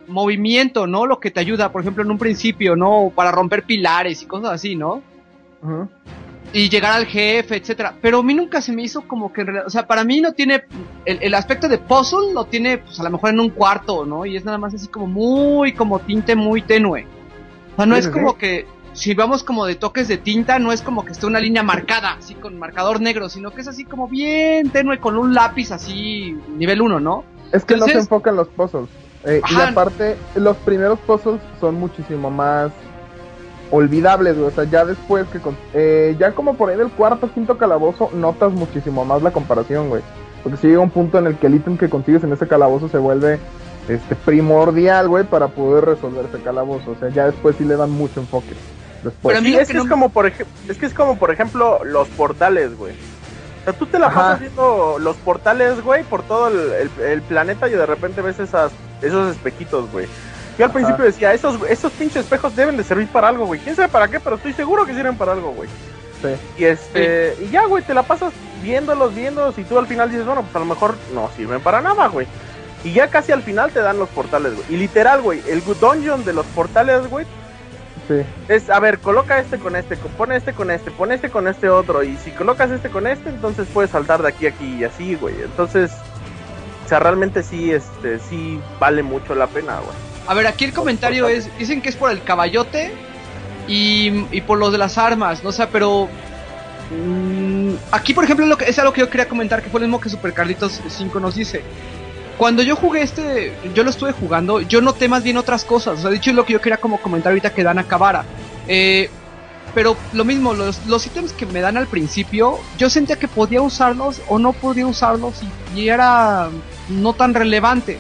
movimiento, ¿no? Lo que te ayuda, por ejemplo, en un principio, ¿no? Para romper pilares y cosas así, ¿no? Ujú. Y llegar al jefe, etcétera. Pero a mí nunca se me hizo como que, o sea, para mí no tiene, el aspecto de puzzle lo tiene, pues a lo mejor en un cuarto, ¿no? Y es nada más así como muy, como tinte muy tenue. O sea, no Sí, es sí, como sí. que, si vamos como de toques de tinta, no es como que esté una línea marcada, así con marcador negro, sino que es así como bien tenue con un lápiz así, nivel 1, ¿no? Es que no se Entonces- enfoca en los puzzles. Y Ajá. aparte, los primeros puzzles son muchísimo más olvidables, güey. O sea, ya después ya como por ahí del cuarto, quinto calabozo, notas muchísimo más la comparación, güey. Porque si llega un punto en el que el ítem que consigues en ese calabozo se vuelve primordial, güey, para poder resolver ese calabozo. O sea, ya después sí le dan mucho enfoque. Después. Pero a mí Sí, lo es que que no- es como por ejemplo los portales, güey. O sea, tú te la Ajá. pasas viendo los portales, güey, por todo el planeta y de repente ves esos espejitos, güey. Yo al Ajá. principio decía, esos pinches espejos deben de servir para algo, güey. ¿Quién sabe para qué? Pero estoy seguro que sirven para algo, güey. Sí. Y ya, güey, te la pasas viéndolos y tú al final dices, bueno, pues a lo mejor no sirven para nada, güey. Y ya casi al final te dan los portales, güey. Y literal, güey, el dungeon de los portales, güey, Sí. es, a ver, coloca este con este, pone este con este, pone este con este otro. Y si colocas este con este, entonces puedes saltar de aquí a aquí y así, güey. Entonces, o sea, realmente sí, sí vale mucho la pena, güey. A ver, aquí el comentario es, dicen que es por el caballote y por los de las armas, ¿no? O sea, pero aquí, por ejemplo, es algo que yo quería comentar, que fue lo mismo que Super Carlitos 5 nos dice. Cuando yo jugué yo lo estuve jugando, yo noté más bien otras cosas. O sea, dicho es lo que yo quería como comentar ahorita que Dan acabara. Pero lo mismo, los ítems que me dan al principio, yo sentía que podía usarlos o no podía usarlos y era no tan relevante.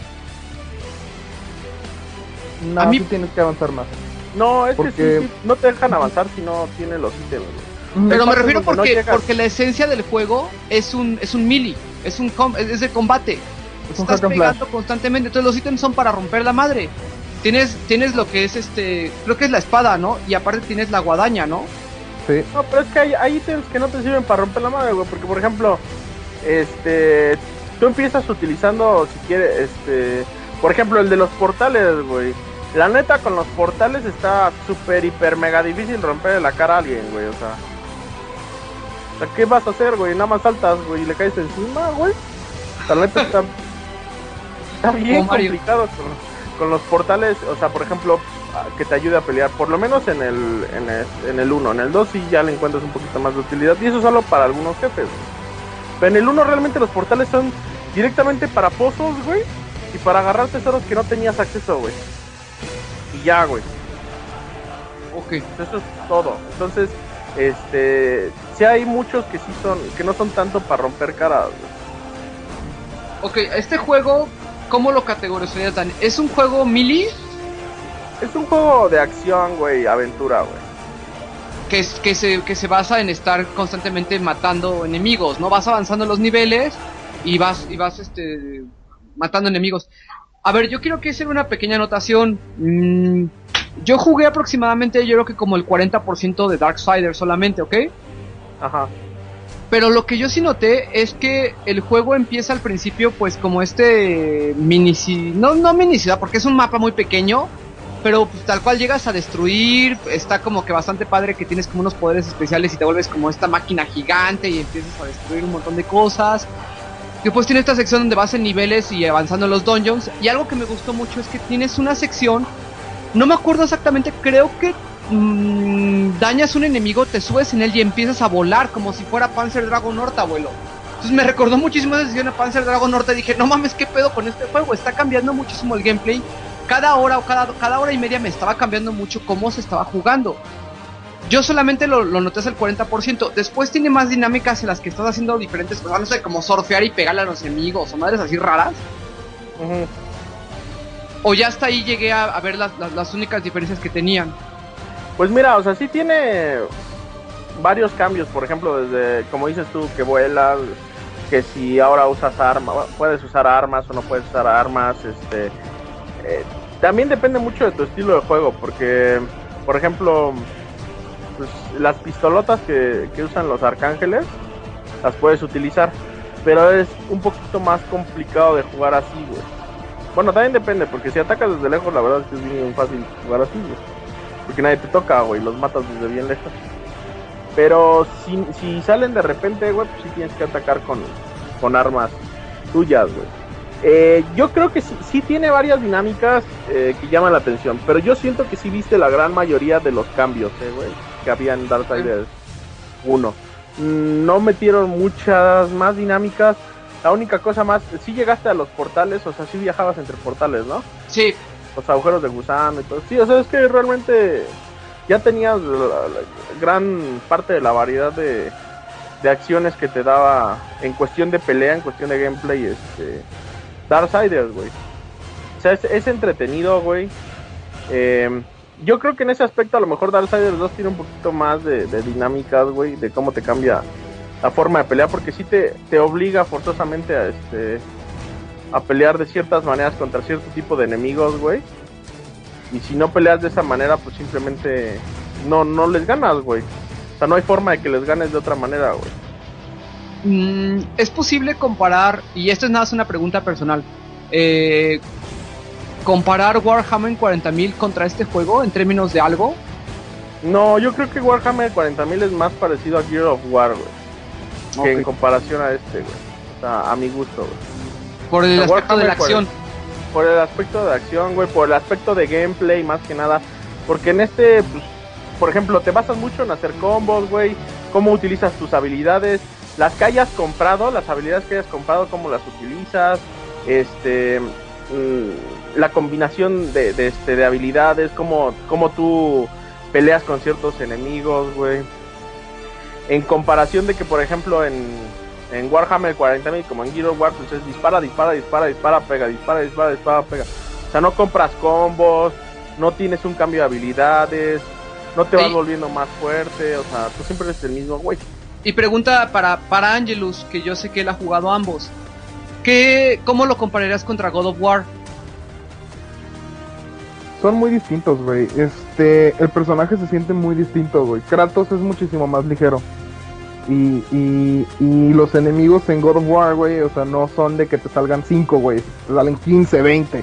No, A mí- sí tienes que avanzar más. No, es Porque- que sí, no te dejan avanzar si no tiene los ítems, güey. Pero Hay me partes refiero donde no llegas. porque la esencia del juego es un melee, es de combate. Es un Estás hack and pegando constantemente, entonces los ítems son para romper la madre. Tienes lo que es creo que es la espada, ¿no? Y aparte tienes la guadaña, ¿no? Sí. No, pero es que hay ítems que no te sirven para romper la madre, güey. Porque, por ejemplo, tú empiezas utilizando, si quieres, por ejemplo, el de los portales, güey. La neta, con los portales está súper, hiper, mega difícil romperle la cara a alguien, güey. O sea, ¿qué vas a hacer, güey? Nada más saltas, güey, y le caes encima, güey. La neta está bien Como Mario. complicado con los portales. O sea, por ejemplo, que te ayude a pelear, por lo menos en el 1. En el 2 sí ya le encuentras un poquito más de utilidad, y eso solo para algunos jefes, güey. Pero en el 1 realmente los portales son directamente para pozos, güey, y para agarrar tesoros que no tenías acceso, güey. Y ya, güey. Ok. Eso es todo. Entonces, sí hay muchos que no son tanto para romper caras, güey. Ok, este juego, ¿cómo lo categorizarías, Dan? ¿Es un juego melee? Es un juego de acción, güey, aventura, güey. Que se basa en estar constantemente matando enemigos, ¿no? Vas avanzando en los niveles y vas matando enemigos. A ver, yo quiero que hacer una pequeña anotación. Yo jugué aproximadamente, yo creo que como el 40% de Darksiders solamente, ¿ok? Ajá. Pero lo que yo sí noté es que el juego empieza al principio pues como no mini-ciudad, porque es un mapa muy pequeño, pero pues, tal cual llegas a destruir, está como que bastante padre que tienes como unos poderes especiales y te vuelves como esta máquina gigante y empiezas a destruir un montón de cosas. Después tiene esta sección donde vas en niveles y avanzando en los dungeons, y algo que me gustó mucho es que tienes una sección, no me acuerdo exactamente, creo que dañas un enemigo, te subes en él y empiezas a volar como si fuera Panzer Dragon Horta, abuelo. Entonces me recordó muchísimo esa sesión a Panzer Dragon Horta y dije, no mames, qué pedo con este juego, está cambiando muchísimo el gameplay. Cada hora o cada hora y media me estaba cambiando mucho cómo se estaba jugando. Yo solamente lo noté hasta el 40%. Después tiene más dinámicas en las que estás haciendo diferentes cosas, no sé, como surfear y pegarle a los enemigos o madres así raras. Ujú. O ya hasta ahí llegué a ver las únicas diferencias que tenían. Pues mira, o sea, sí tiene varios cambios, por ejemplo, desde, como dices tú, que vuelas, que si ahora usas armas, puedes usar armas o no puedes usar armas, también depende mucho de tu estilo de juego, porque, por ejemplo, pues, las pistolotas que usan los arcángeles, las puedes utilizar, pero es un poquito más complicado de jugar así, güey. Bueno, también depende, porque si atacas desde lejos, la verdad es que es bien fácil jugar así, güey. Porque nadie te toca, güey, los matas desde bien lejos. Pero si salen de repente, güey, pues sí tienes que atacar con armas tuyas, güey. Yo creo que sí tiene varias dinámicas que llaman la atención, pero yo siento que sí viste la gran mayoría de los cambios, güey, que había en Darksiders 1. No metieron muchas más dinámicas. La única cosa más, sí llegaste a los portales, o sea, sí viajabas entre portales, ¿no? Sí. Los agujeros de gusano y todo. Sí, o sea, es que realmente ya tenías la gran parte de la variedad de acciones que te daba en cuestión de pelea, en cuestión de gameplay, Darksiders, güey. O sea, es entretenido, güey. Yo creo que en ese aspecto a lo mejor Darksiders 2 tiene un poquito más de dinámicas, güey, de cómo te cambia la forma de pelear, porque sí te obliga forzosamente a pelear de ciertas maneras contra cierto tipo de enemigos, güey. Y si no peleas de esa manera, pues simplemente no les ganas, güey. O sea, no hay forma de que les ganes de otra manera, güey. Es posible comparar, y esto es nada más una pregunta personal, comparar Warhammer 40.000 contra este juego en términos de algo. No, yo creo que Warhammer 40.000 es más parecido a Gears of War, güey, que en comparación a güey. O sea, a mi gusto, güey. Por el aspecto de la acción. Por el aspecto de acción, güey, por el aspecto de gameplay, más que nada. Porque en pues, por ejemplo, te basas mucho en hacer combos, güey, cómo utilizas tus habilidades, las que hayas comprado, las habilidades que hayas comprado, cómo las utilizas, la combinación de habilidades, cómo tú peleas con ciertos enemigos, güey. En comparación de que, por ejemplo, en Warhammer 40.000, como en Gears of War, pues es dispara, pega, dispara, pega. O sea, no compras combos, no tienes un cambio de habilidades, no te vas volviendo más fuerte, o sea, tú siempre eres el mismo, güey. Y pregunta para Angelus, que yo sé que él ha jugado ambos. ¿Cómo lo compararías contra God of War? Son muy distintos, güey. El personaje se siente muy distinto, güey. Kratos es muchísimo más ligero. Y los enemigos en God of War, güey, o sea, no son de que te salgan 5, güey, te salen 15, 20.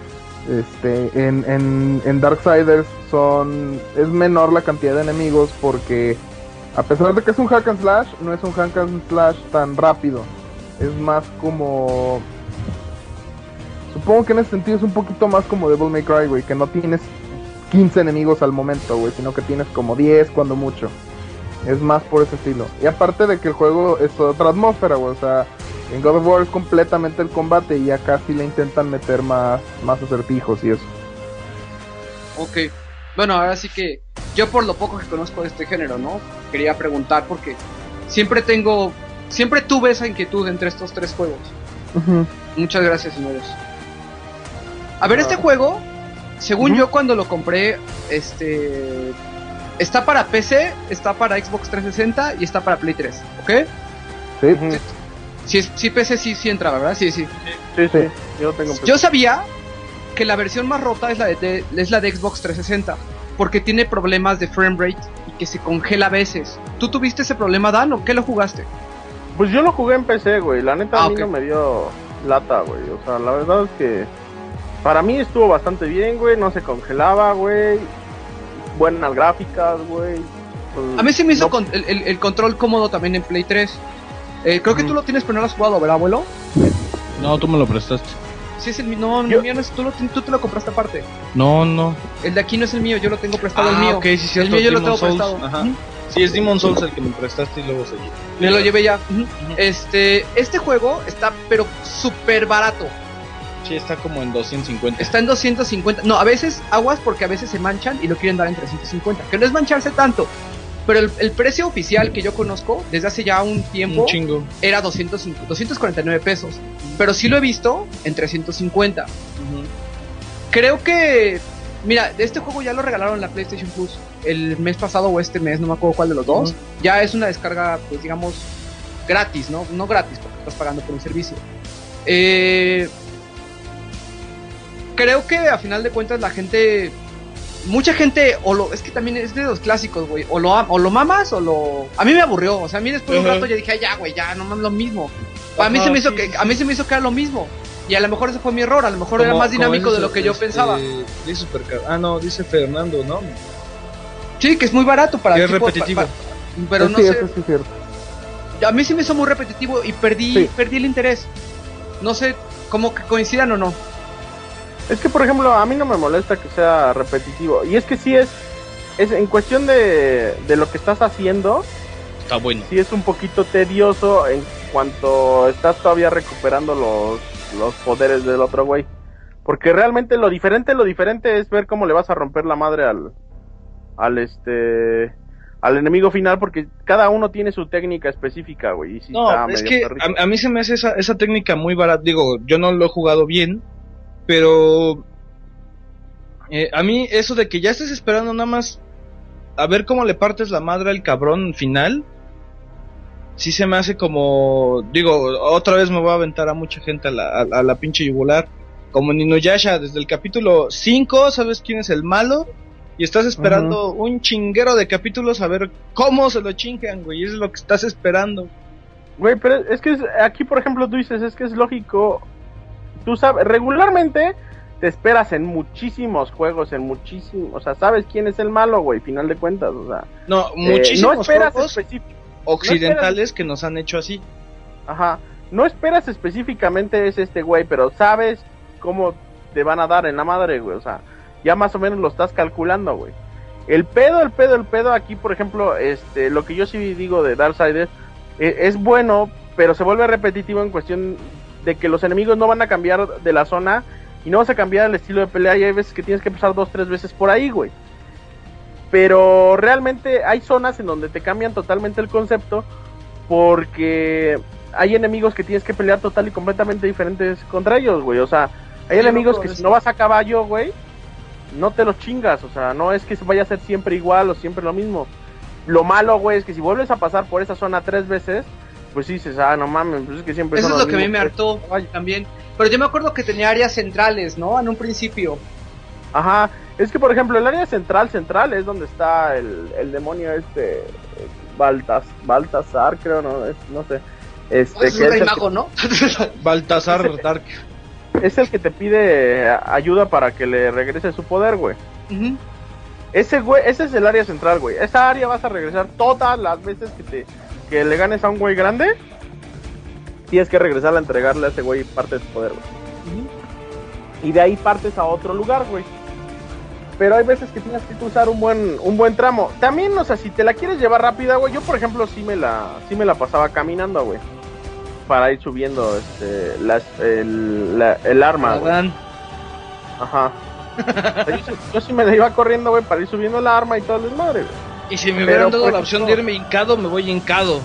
En Darksiders es menor la cantidad de enemigos porque a pesar de que es un hack and slash, no es un hack and slash tan rápido. Es más como... Supongo que en ese sentido es un poquito más como Devil May Cry, güey, que no tienes 15 enemigos al momento, güey, sino que tienes como 10 cuando mucho. Es más por ese estilo. Y aparte de que el juego es otra atmósfera, güey. O sea, en God of War es completamente el combate y acá sí le intentan meter más acertijos y eso. Ok. Bueno, ahora sí que yo por lo poco que conozco de este género, ¿no? Quería preguntar porque siempre tuve esa inquietud entre estos tres juegos. Uh-huh. Muchas gracias, señores. A ver, este juego, según yo cuando lo compré, está para PC, está para Xbox 360 y está para Play 3, ¿ok? Sí. Sí, PC sí entra, ¿verdad? Sí. Sí. Yo tengo PC. Yo sabía que la versión más rota es la de Xbox 360, porque tiene problemas de frame rate y que se congela a veces. ¿Tú tuviste ese problema, Dan, o qué lo jugaste? Pues yo lo jugué en PC, güey. La neta a mí no me dio lata, güey. O sea, la verdad es que para mí estuvo bastante bien, güey. No se congelaba, güey. Buenas gráficas, güey. Pues, a mí se me hizo el control cómodo también en Play 3. Creo que tú lo tienes, pero no lo has jugado, ¿verdad, abuelo? No, tú me lo prestaste. Sí, es el mío. No, el mío no es. Tú te lo compraste aparte. No. El de aquí no es el mío, yo lo tengo prestado el mío. Ok, sí, cierto. El mío yo Demon lo tengo Souls. prestado. Ajá. Sí, es Demon Souls el que me prestaste y luego seguí. Me lo llevé ya. Este juego está, pero súper barato. Sí, está como en 250. Está en 250. No, a veces aguas porque a veces se manchan y lo quieren dar en 350. Que no es mancharse tanto. Pero el precio oficial que yo conozco desde hace ya un tiempo un chingo. Era 249 pesos. Pero sí lo he visto en 350. Creo que... Mira, este juego ya lo regalaron en la PlayStation Plus el mes pasado o este mes, no me acuerdo cuál de los dos. Ya es una descarga, pues digamos, gratis, ¿no? No gratis porque estás pagando por un servicio. Creo que a final de cuentas la gente... Mucha gente, es que también es de los clásicos, güey. O lo mamas o lo... A mí me aburrió, o sea, a mí después de un rato ya dije, ya, güey, ya, no mames lo mismo. A mí se me hizo que era lo mismo. Y a lo mejor ese fue mi error, a lo mejor era más dinámico de lo que yo pensaba. Dice no, dice Fernando, ¿no? Sí, que es muy barato para es repetitivo. Pero no sí, sé. Eso sí es cierto. A mí sí me hizo muy repetitivo y perdí el interés. No sé cómo que coincidan o no. Es que, por ejemplo, a mí no me molesta que sea repetitivo. Y es que sí es en cuestión de lo que estás haciendo. Está bueno. Sí es un poquito tedioso en cuanto estás todavía recuperando los poderes del otro güey. Porque realmente lo diferente es ver cómo le vas a romper la madre al enemigo final, porque cada uno tiene su técnica específica, güey. Y sí no, es que a mí se me hace esa técnica muy barata. Digo, yo no lo he jugado bien, pero a mí eso de que ya estés esperando nada más a ver cómo le partes la madre al cabrón final, sí se me hace como, digo, otra vez me voy a aventar a mucha gente a la pinche yugular, como en Inuyasha, desde el capítulo 5 sabes quién es el malo, y estás esperando un chinguero de capítulos a ver cómo se lo chingan, güey, es lo que estás esperando. Güey, pero es que aquí, por ejemplo, tú dices, es que es lógico, tú sabes, regularmente te esperas en muchísimos juegos, o sea, sabes quién es el malo, güey, final de cuentas, o sea. No, muchísimos no esperas juegos occidentales que nos han hecho así. Ajá, no esperas específicamente es este güey, pero sabes cómo te van a dar en la madre, güey, o sea, ya más o menos lo estás calculando, güey. El pedo aquí, por ejemplo, lo que yo sí digo de Darksiders es bueno, pero se vuelve repetitivo en cuestión de que los enemigos no van a cambiar de la zona y no vas a cambiar el estilo de pelea, y hay veces que tienes que pasar 2-3 veces por ahí, güey. Pero realmente hay zonas en donde te cambian totalmente el concepto, porque hay enemigos que tienes que pelear total y completamente diferentes contra ellos, güey. O sea, hay enemigos que si no vas a caballo, güey, no te los chingas. O sea, no es que vaya a ser siempre igual o siempre lo mismo. Lo malo, güey, es que si vuelves a pasar por esa zona 3 veces, pues sí dices, no mames, pues es que siempre eso es lo que a mí me hartó también. Pero yo me acuerdo que tenía áreas centrales, ¿no? En un principio. Ajá, es que por ejemplo el área central es donde está el demonio Baltasar, creo, no sé. Es un rey mago, ¿no? Baltasar Dark. Es el que te pide ayuda para que le regrese su poder, güey. Ese es el área central, güey. Esa área vas a regresar todas las veces que le ganes a un güey grande. Tienes que regresar a entregarle a ese güey parte de su poder, güey. Y de ahí partes a otro lugar, güey. Pero hay veces que tienes que cruzar un buen tramo. También, o sea, si te la quieres llevar rápida, güey. Yo, por ejemplo, sí me la pasaba caminando, güey. Para ir subiendo el arma, güey. Ajá. Yo sí me la iba corriendo, güey, para ir subiendo el arma y todo el desmadre, güey. Y si me hubieran dado la opción de irme hincado, me voy hincado.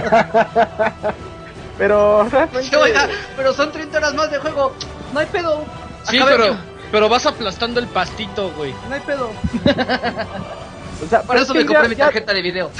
Pero realmente... pero son 30 horas más de juego. No hay pedo. Sí, pero vas aplastando el pastito, güey. No hay pedo. O sea, por eso me compré mi tarjeta de video.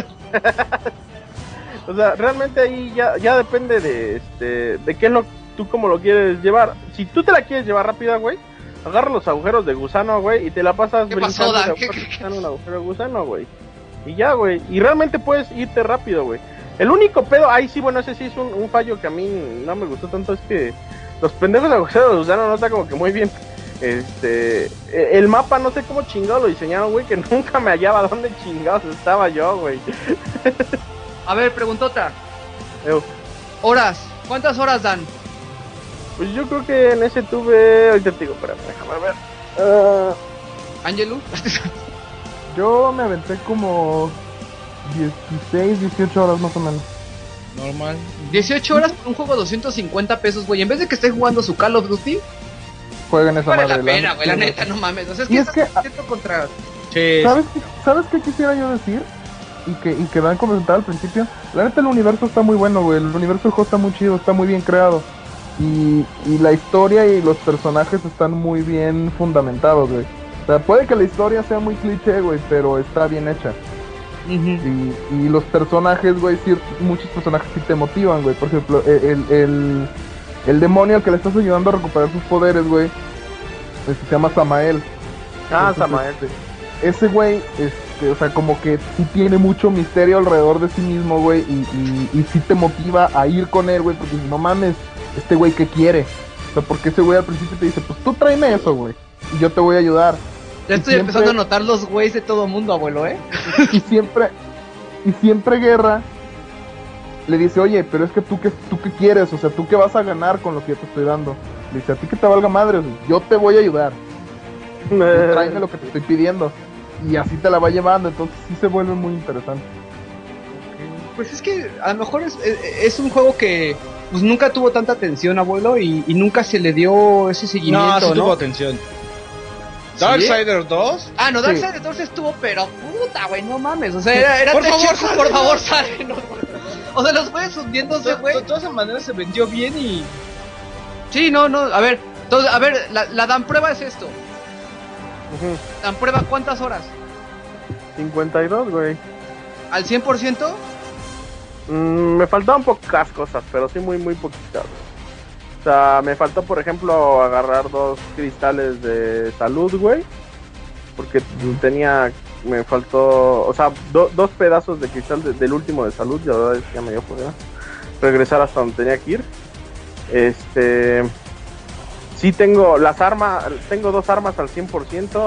O sea, realmente ahí ya depende de qué es tú cómo lo quieres llevar. Si tú te la quieres llevar rápida, güey, agarra los agujeros de gusano, güey, y te la pasas brincando de un agujero de gusano, güey. Y ya, güey. Y realmente puedes irte rápido, güey. El único pedo, ahí sí, bueno, ese sí es un fallo que a mí no me gustó tanto, es que los pendejos agujeros de gusano no está como que muy bien. El mapa no sé cómo chingado lo diseñaron, güey, que nunca me hallaba dónde chingados estaba yo, güey. A ver, preguntota. Horas, ¿cuántas horas dan? Pues yo creo que en ese tuve, ahorita te digo, espérame, déjame ver. ¿Angelus? Yo me aventé como 16, 18 horas más o menos. Normal. 18 horas por un juego de 250 pesos, güey. En vez de que estés jugando su Call of Duty, jueguen esa vale madre. La pena, güey, la neta, no mames. O sea, es que contra... Sí. ¿Sabes qué quisiera yo decir? Y que dan comentado al principio. La neta, el universo está muy bueno, güey. El universo del juego está muy chido, está muy bien creado. Y la historia y los personajes están muy bien fundamentados, güey. O sea, puede que la historia sea muy cliché, güey, pero está bien hecha. Y los personajes, güey, sí, muchos personajes sí te motivan, güey. Por ejemplo, el demonio al que le estás ayudando a recuperar sus poderes, güey, se llama Samael. Entonces, Samael. Ese güey, o sea, como que sí tiene mucho misterio alrededor de sí mismo, güey, y sí te motiva a ir con él, güey, porque no mames, este güey, ¿qué quiere? O sea, porque ese güey al principio te dice, pues tú tráeme eso, güey, y yo te voy a ayudar. Ya Y estoy empezando a notar los güeyes de todo mundo, abuelo, Y siempre Guerra le dice, oye, pero es que tú qué quieres, o sea, tú qué vas a ganar con lo que yo te estoy dando. Le dice, a ti que te valga madre, yo te voy a ayudar. Tú tráeme lo que te estoy pidiendo. Y así te la va llevando, entonces sí se vuelve muy interesante. Pues es que a lo mejor es un juego que pues nunca tuvo tanta atención, abuelo, y nunca se le dio ese seguimiento, No, sí ¿no? tuvo atención. Darksiders 2. Ah, no, Sí. Darksiders 2 estuvo, pero puta, güey, no mames. O sea, era Por de favor, chico, sale, por no. favor, sale. No. O sea, los güeyes hundiéndose, De güey. todas maneras se vendió bien y. Sí, no, a ver. Entonces, a ver, la dan prueba es esto. Ujú. Dan prueba, ¿cuántas horas? 52, güey. ¿Al 100%? Me faltaban pocas cosas, pero sí muy poquitas. O sea, me faltó, por ejemplo, agarrar 2 cristales de salud, güey. Porque me faltó, o sea, 2 pedazos de cristal del último de salud. Y la verdad es que ya me dio por regresar hasta donde tenía que ir. Sí tengo las armas, tengo 2 armas al 100%.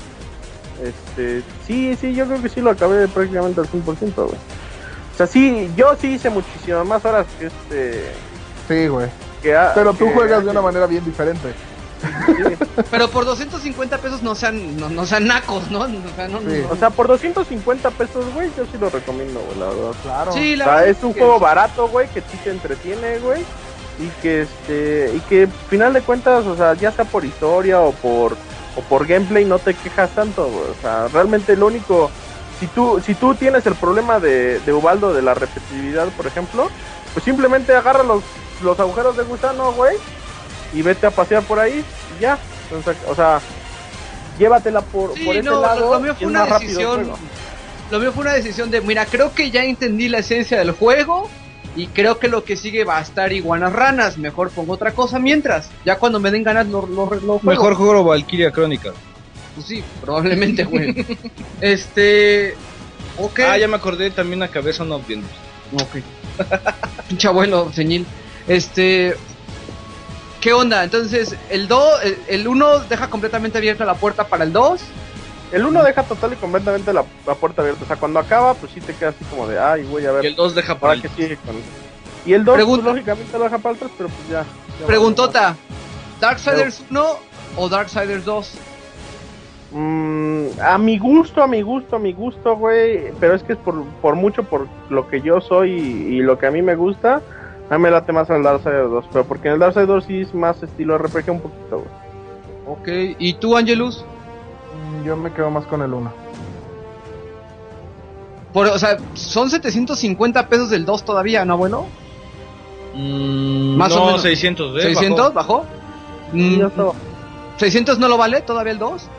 Sí, yo creo que sí lo acabé prácticamente al 100%, güey. O sea, sí, yo sí hice muchísimas más horas que Sí, güey. que Pero tú que- juegas de una manera bien diferente. sí. Pero por 250 pesos no sean nacos, ¿no? O sea, no, Sí. no. O sea, por 250 pesos, güey, yo sí lo recomiendo, güey, la verdad. Claro. Sí, O la sea, verdad es un que juego sí. barato, güey, que sí te entretiene, güey. Y que final de cuentas, o sea, ya sea por historia o por gameplay, no te quejas tanto, güey. O sea, realmente lo único, si tú tienes el problema de Ubaldo de la repetitividad, por ejemplo, pues simplemente agarra los agujeros de gusano, güey, y vete a pasear por ahí y ya. O sea, llévatela por Sí, ese no, lado. lo mío y fue es una más rápido el decisión. juego. Lo mío fue una decisión de, mira, creo que ya entendí la esencia del juego y creo que lo que sigue va a estar iguanas ranas. Mejor pongo otra cosa mientras. Ya cuando me den ganas lo juego. Mejor juego Valkyria Crónica. Pues sí, probablemente, güey. Ok. Ah, ya me acordé, también acabé Son of the Enders. Ok. Pinche abuelo, señil. ¿Qué onda? Entonces, el 1 deja completamente abierta la puerta para el 2. El 1 deja total y completamente la puerta abierta. O sea, cuando acaba, pues sí te queda así como de, ay, voy a ver. Y el 2 deja para ¿Para el qué sigue con eso? Y el 2, Pregunta. pues, lógicamente lo deja para el 3, pero pues ya. Preguntota, ¿Darksiders 1 o Darksiders 2? A mi gusto, güey. Pero es que es por mucho por lo que yo soy y lo que a mí me gusta. A mí me late más el Darksiders 2. Pero porque en el Darksiders 2 sí es más estilo RPG un poquito, güey. Ok, ¿y tú, Angelus? Yo me quedo más con el 1. O sea, son 750 pesos del 2 todavía, ¿no, abuelo? Más no, o menos. 600, ¿eh? ¿600? ¿Bajó? Sí, ya estaba. ¿600 no lo vale todavía el 2?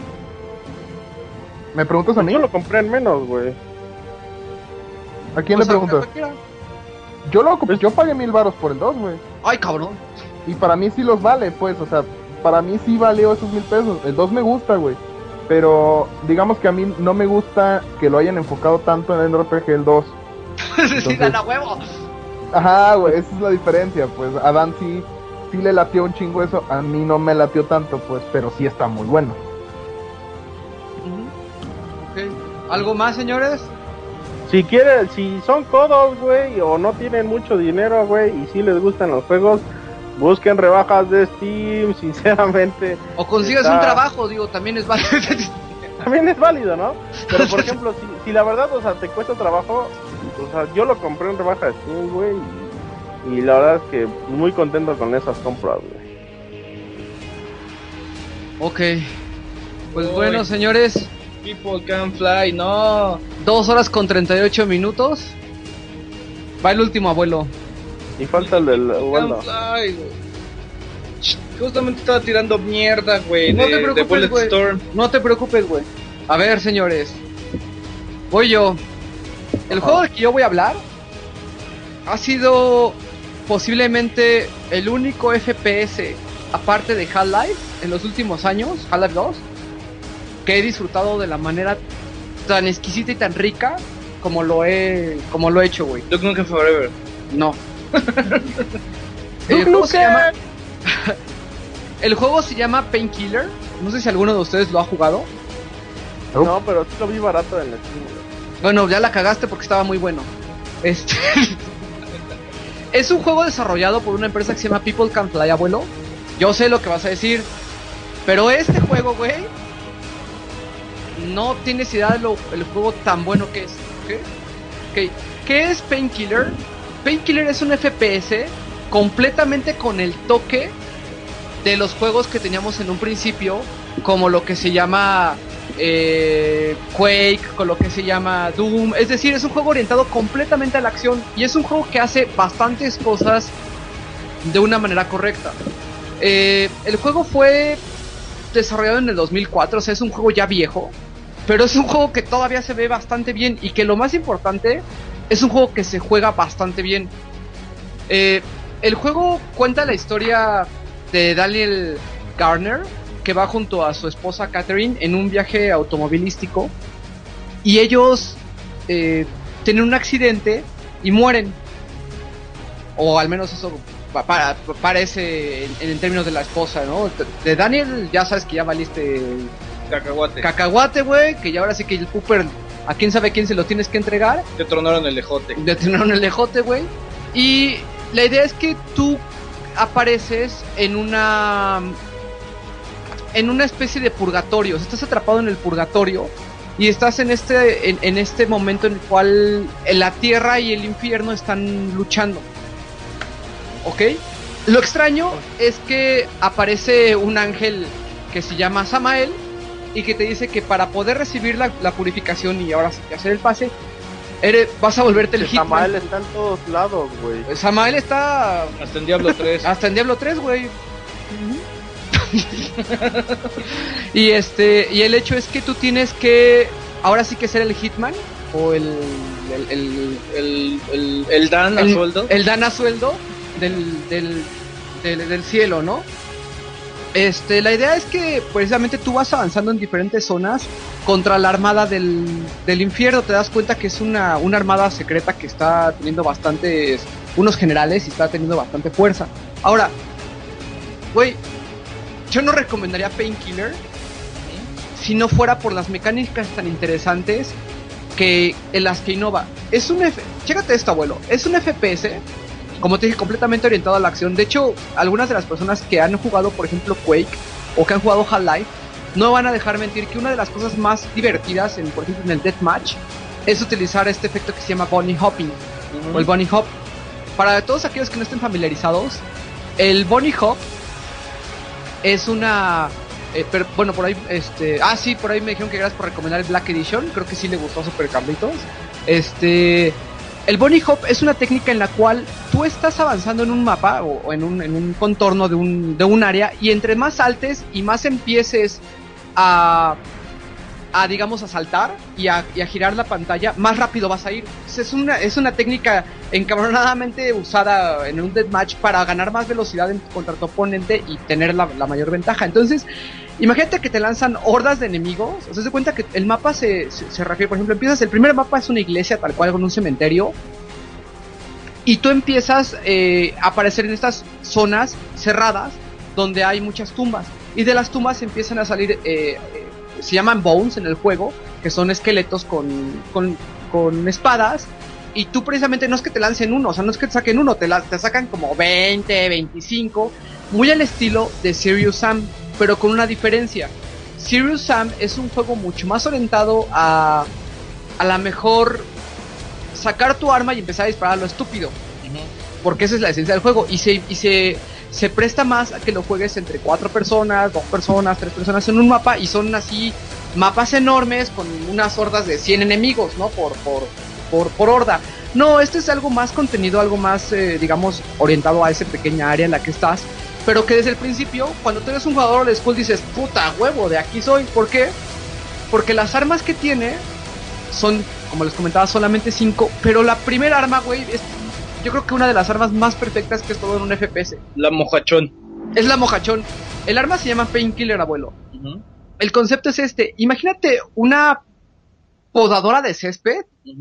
¿Me preguntas a mí? Yo lo compré en menos, güey. ¿A quién Pues le preguntas? cualquiera. Yo pagué 1000 varos por el 2, güey. Ay, cabrón. Y para mí sí los vale, pues, o sea, para mí sí valió esos 1000 pesos. El 2 me gusta, güey. Pero digamos que a mí no me gusta que lo hayan enfocado tanto en el RPG el 2. Sí, dan a huevo. Ajá, güey, esa es la diferencia, pues. A Dan sí le latió un chingo eso, a mí no me latió tanto, pues, pero sí está muy bueno. Ok. ¿Algo más, señores? Si son codos, güey, o no tienen mucho dinero, güey, y si les gustan los juegos, busquen rebajas de Steam, sinceramente. O consigas un trabajo, digo, también es válido. También es válido, ¿no? Pero por ejemplo, si la verdad, o sea, te cuesta trabajo, o sea, yo lo compré en rebaja de Steam, güey, y la verdad es que muy contento con esas compras, güey. Ok. Pues Uy. bueno, señores, People can fly, no. 2 horas con 38 minutos. Va el último, abuelo. Y falta el del Can Ubaldo. fly, güey. Justamente estaba tirando mierda, güey. No de, te de preocupes, Bullet güey. Storm. No te preocupes, güey. A ver, señores. Voy yo. El juego del que yo voy a hablar ha sido posiblemente el único FPS, aparte de Half-Life, en los últimos años, Half-Life 2, que he disfrutado de la manera tan exquisita y tan rica como lo he hecho, güey. Duke Nukem Forever. No. El juego se llama El juego se llama Painkiller. No sé si alguno de ustedes lo ha jugado. No, pero sí lo vi barato en la Steam, güey. Bueno, ya la cagaste porque estaba muy bueno. Es un juego desarrollado por una empresa que se llama People Can Fly, abuelo. Yo sé lo que vas a decir, pero este juego, güey, no tienes idea de el juego tan bueno que es. ¿Ok? ¿Qué es Painkiller? Painkiller es un FPS completamente con el toque de los juegos que teníamos en un principio, como lo que se llama Quake, con lo que se llama Doom. Es decir, es un juego orientado completamente a la acción y es un juego que hace bastantes cosas de una manera correcta. El juego fue desarrollado en el 2004, o sea, es un juego ya viejo, pero es un juego que todavía se ve bastante bien y que lo más importante, es un juego que se juega bastante bien. El juego cuenta la historia de Daniel Garner, que va junto a su esposa Catherine en un viaje automovilístico y ellos tienen un accidente y mueren, o al menos eso parece en términos de la esposa, ¿no? De Daniel ya sabes que ya valiste cacahuate, güey, que ya ahora sí que el Cooper, a quién sabe quién se lo tienes que entregar. Te tronaron el ejote. Güey. Y la idea es que tú apareces en una especie de purgatorio. Estás atrapado en el purgatorio y estás en este momento en el cual la tierra y el infierno están luchando. ¿Ok? Lo extraño es que aparece un ángel que se llama Samael y que te dice que para poder recibir la purificación y ahora sí que hacer el pase, vas a volverte el Hitman. Samael está en todos lados, güey. Samael está hasta en Diablo 3. Hasta en Diablo 3, güey. Y el hecho es que tú tienes que ahora sí que ser el Hitman o el Dan a sueldo. El Dan a sueldo del cielo, ¿no? La idea es que precisamente tú vas avanzando en diferentes zonas contra la armada del infierno. Te das cuenta que es una armada secreta que está teniendo unos generales y está teniendo bastante fuerza. Ahora, güey, yo no recomendaría Painkiller si no fuera por las mecánicas tan interesantes en las que innova. Chécate esto, abuelo. Es un FPS, como te dije, completamente orientado a la acción. De hecho, algunas de las personas que han jugado, por ejemplo, Quake o que han jugado Half-Life, no van a dejar mentir que una de las cosas más divertidas, por ejemplo, en el Deathmatch, es utilizar este efecto que se llama Bunny Hopping, o el Bunny Hop. Para todos aquellos que no estén familiarizados, el Bunny Hop es una... pero, bueno, por ahí, sí, por ahí me dijeron que gracias por recomendar el Black Edition. Creo que sí le gustó a Super Carlitos. El Bunny Hop es una técnica en la cual tú estás avanzando en un mapa o en un contorno de un área, y entre más saltes y más empieces a digamos a saltar y a girar la pantalla, más rápido vas a ir. Es una técnica encabronadamente usada en un deathmatch para ganar más velocidad contra tu oponente y tener la mayor ventaja. Entonces, imagínate que te lanzan hordas de enemigos. O sea, se cuenta que el mapa se refiere, por ejemplo, el primer mapa es una iglesia tal cual con un cementerio, y tú empiezas a aparecer en estas zonas cerradas donde hay muchas tumbas, y de las tumbas empiezan a salir se llaman bones en el juego, que son esqueletos con espadas, y tú precisamente no es que te lancen uno, o sea, no es que te saquen uno, te sacan como 20, 25, muy al estilo de Serious Sam, pero con una diferencia. Serious Sam es un juego mucho más orientado a la mejor sacar tu arma y empezar a disparar a lo estúpido, porque esa es la esencia del juego, y se presta más a que lo juegues entre 4 personas, 2 personas, 3 personas en un mapa, y son así mapas enormes con unas hordas de 100 enemigos, ¿no? Por horda. No, este es algo más contenido, algo más, digamos, orientado a esa pequeña área en la que estás, pero que desde el principio, cuando tú eres un jugador de school, dices, puta huevo, de aquí soy. ¿Por qué? Porque las armas que tiene son, como les comentaba, solamente 5, pero la primera arma, güey, es... Yo creo que una de las armas más perfectas que es todo en un FPS. La mojachón. Es la mojachón. El arma se llama Painkiller, abuelo. El concepto es Imagínate una podadora de césped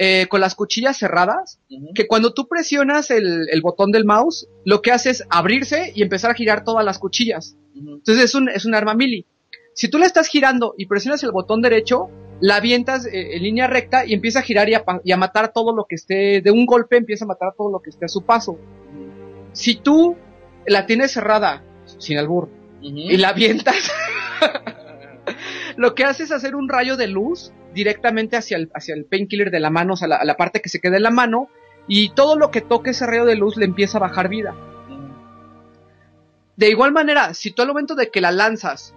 con las cuchillas cerradas, que cuando tú presionas el botón del mouse, lo que hace es abrirse y empezar a girar todas las cuchillas. Entonces es un arma melee. Si tú la estás girando y presionas el botón derecho, la avientas en línea recta y empieza a girar y a matar todo lo que esté, de un golpe empieza a matar todo lo que esté a su paso. Si tú la tienes cerrada, sin albur, y la avientas, lo que hace es hacer un rayo de luz directamente hacia el painkiller de la mano, o sea, la parte que se queda en la mano, y todo lo que toque ese rayo de luz le empieza a bajar vida. De igual manera, si tú al momento de que la lanzas,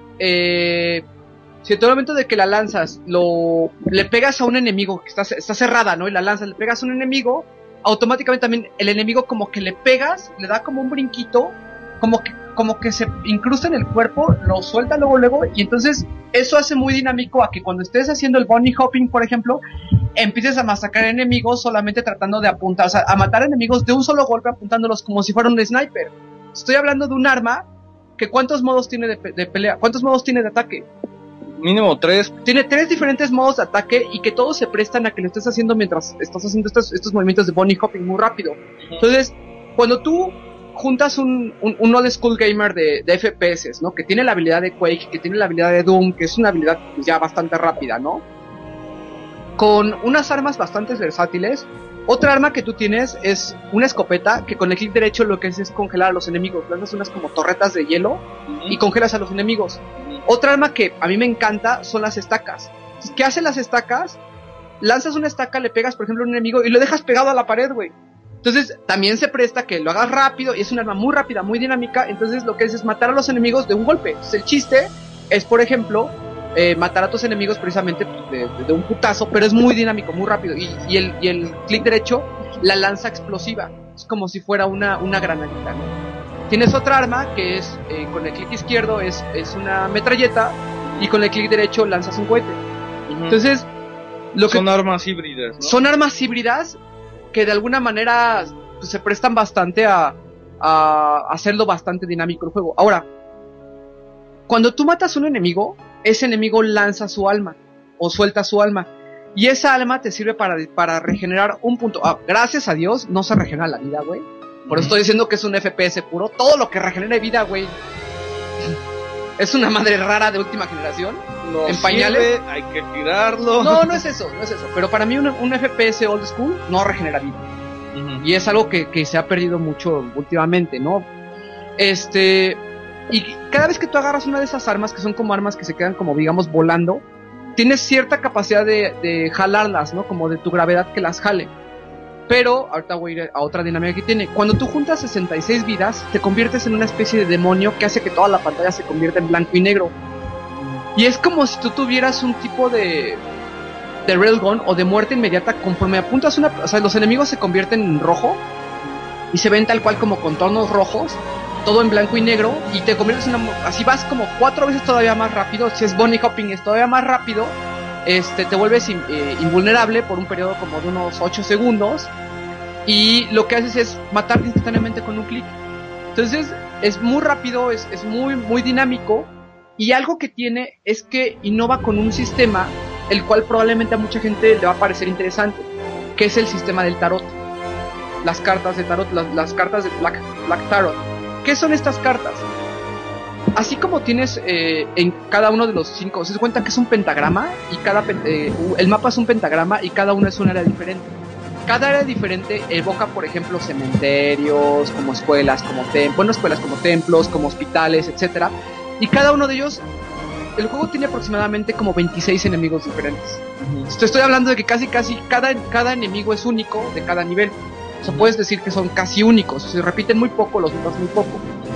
le pegas a un enemigo que está cerrada, ¿no? Y la lanzas, le pegas a un enemigo, automáticamente también el enemigo como que le pegas, le da como un brinquito, como que se incrusta en el cuerpo, lo suelta luego, y entonces eso hace muy dinámico a que cuando estés haciendo el bunny hopping, por ejemplo, empieces a masacrar enemigos solamente tratando de apuntar, o sea, a matar enemigos de un solo golpe apuntándolos como si fuera un sniper. Estoy hablando de un arma que ¿cuántos modos tiene de pelea? ¿Cuántos modos tiene de ataque? Mínimo 3. Tiene 3 diferentes modos de ataque y que todos se prestan a que lo estés haciendo mientras estás haciendo estos movimientos de bunny hopping muy rápido. Entonces, cuando tú juntas un old school gamer de FPS, ¿no? Que tiene la habilidad de Quake, que tiene la habilidad de Doom, que es una habilidad pues, ya bastante rápida, ¿no? Con unas armas bastante versátiles. Otra arma que tú tienes es una escopeta que con el clic derecho lo que hace es congelar a los enemigos. Lanzas unas como torretas de hielo y congelas a los enemigos. Otra arma que a mí me encanta son las estacas. ¿Qué hacen las estacas? Lanzas una estaca, le pegas por ejemplo a un enemigo y lo dejas pegado a la pared, güey. Entonces también se presta que lo hagas rápido y es un arma muy rápida, muy dinámica. Entonces lo que es matar a los enemigos de un golpe. Entonces, el chiste es, por ejemplo, matar a tus enemigos precisamente de un putazo, pero es muy dinámico, muy rápido. Y el clic derecho, la lanza explosiva. Es como si fuera una granadita, ¿no? Tienes otra arma que es, con el clic izquierdo es una metralleta y con el clic derecho lanzas un cohete. Entonces, son armas híbridas, ¿no? Son armas híbridas que de alguna manera pues, se prestan bastante a hacerlo bastante dinámico el juego. Ahora, cuando tú matas a un enemigo, ese enemigo lanza su alma o suelta su alma y esa alma te sirve para regenerar un punto. Gracias a Dios no se regenera la vida, güey. Por eso estoy diciendo que es un FPS puro. Todo lo que regenere vida, güey, es una madre rara de última generación. No en pañales. Sirve, hay que tirarlo. No es eso. Pero para mí un FPS old school no regenera vida. Y es algo que se ha perdido mucho últimamente, ¿no? Y cada vez que tú agarras una de esas armas, que son como armas que se quedan como, digamos, volando, tienes cierta capacidad de jalarlas, ¿no? Como de tu gravedad que las jale. Pero, ahorita voy a ir a otra dinámica que tiene. Cuando tú juntas 66 vidas, te conviertes en una especie de demonio que hace que toda la pantalla se convierta en blanco y negro. Y es como si tú tuvieras un tipo de railgun o de muerte inmediata conforme apuntas o sea, los enemigos se convierten en rojo y se ven tal cual como contornos rojos, todo en blanco y negro, y te conviertes en así vas como 4 veces todavía más rápido. Si es bunny hopping es todavía más rápido. Te vuelves invulnerable por un periodo como de unos 8 segundos y lo que haces es matarte instantáneamente con un clic. Entonces es muy rápido, es muy, muy dinámico, y algo que tiene es que innova con un sistema el cual probablemente a mucha gente le va a parecer interesante, que es el sistema del tarot. Las cartas de tarot, las cartas de Black Tarot. ¿Qué son estas cartas? Así como tienes en cada uno de los 5, se cuenta que es un pentagrama y el mapa es un pentagrama y cada uno es un área diferente. Cada área diferente evoca, por ejemplo, cementerios, como escuelas, como templos, como hospitales, etcétera. Y cada uno de ellos, el juego tiene aproximadamente como 26 enemigos diferentes. Te estoy hablando de que casi cada enemigo es único de cada nivel. O sea, puedes decir que son casi únicos, se repiten muy poco, los mapas muy poco.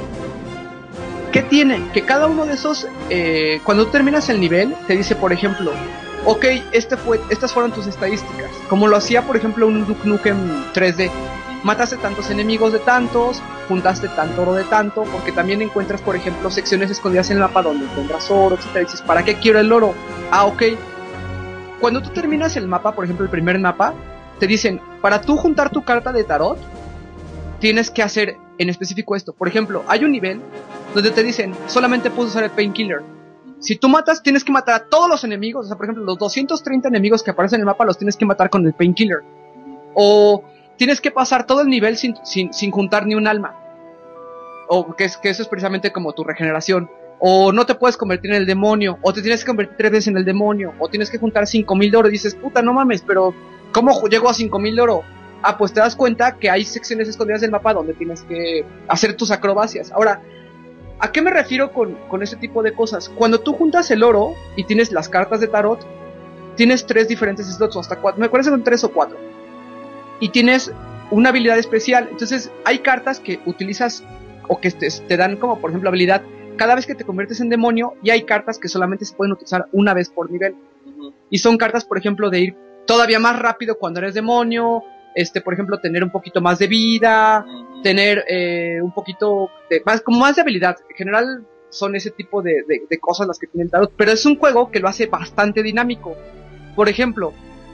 ¿Qué tiene? Que cada uno de esos, cuando tú terminas el nivel, te dice, por ejemplo, ok, estas fueron tus estadísticas. Como lo hacía, por ejemplo, un Duke Nukem 3D. Mataste tantos enemigos de tantos, juntaste tanto oro de tanto, porque también encuentras, por ejemplo, secciones escondidas en el mapa donde encuentras oro, etcétera. Y dices, ¿para qué quiero el oro? Ok. Cuando tú terminas el mapa, por ejemplo, el primer mapa, te dicen, para tú juntar tu carta de tarot, tienes que hacer en específico esto. Por ejemplo, hay un nivel donde te dicen, solamente puedes usar el painkiller. Si tú matas, tienes que matar a todos los enemigos. O sea, por ejemplo, los 230 enemigos que aparecen en el mapa los tienes que matar con el Painkiller. O tienes que pasar todo el nivel sin juntar ni un alma. O que eso es precisamente como tu regeneración. O no te puedes convertir en el demonio. O te tienes que convertir 3 veces en el demonio. O tienes que juntar 5000 de oro. Y dices, puta, no mames, pero ¿cómo llego a 5000 de oro? Ah, pues te das cuenta que hay secciones escondidas del mapa donde tienes que hacer tus acrobacias. Ahora, ¿a qué me refiero con este tipo de cosas? Cuando tú juntas el oro y tienes las cartas de tarot, tienes 3 diferentes slots o hasta 4. Me parece que son 3 o 4. Y tienes una habilidad especial. Entonces, hay cartas que utilizas o que te dan como, por ejemplo, habilidad cada vez que te conviertes en demonio, y hay cartas que solamente se pueden utilizar una vez por nivel. Y son cartas, por ejemplo, de ir todavía más rápido cuando eres demonio, por ejemplo, tener un poquito más de vida, tener un poquito de más de habilidad. En general son ese tipo de cosas las que tiene el tarot, pero es un juego que lo hace bastante dinámico. Por ejemplo,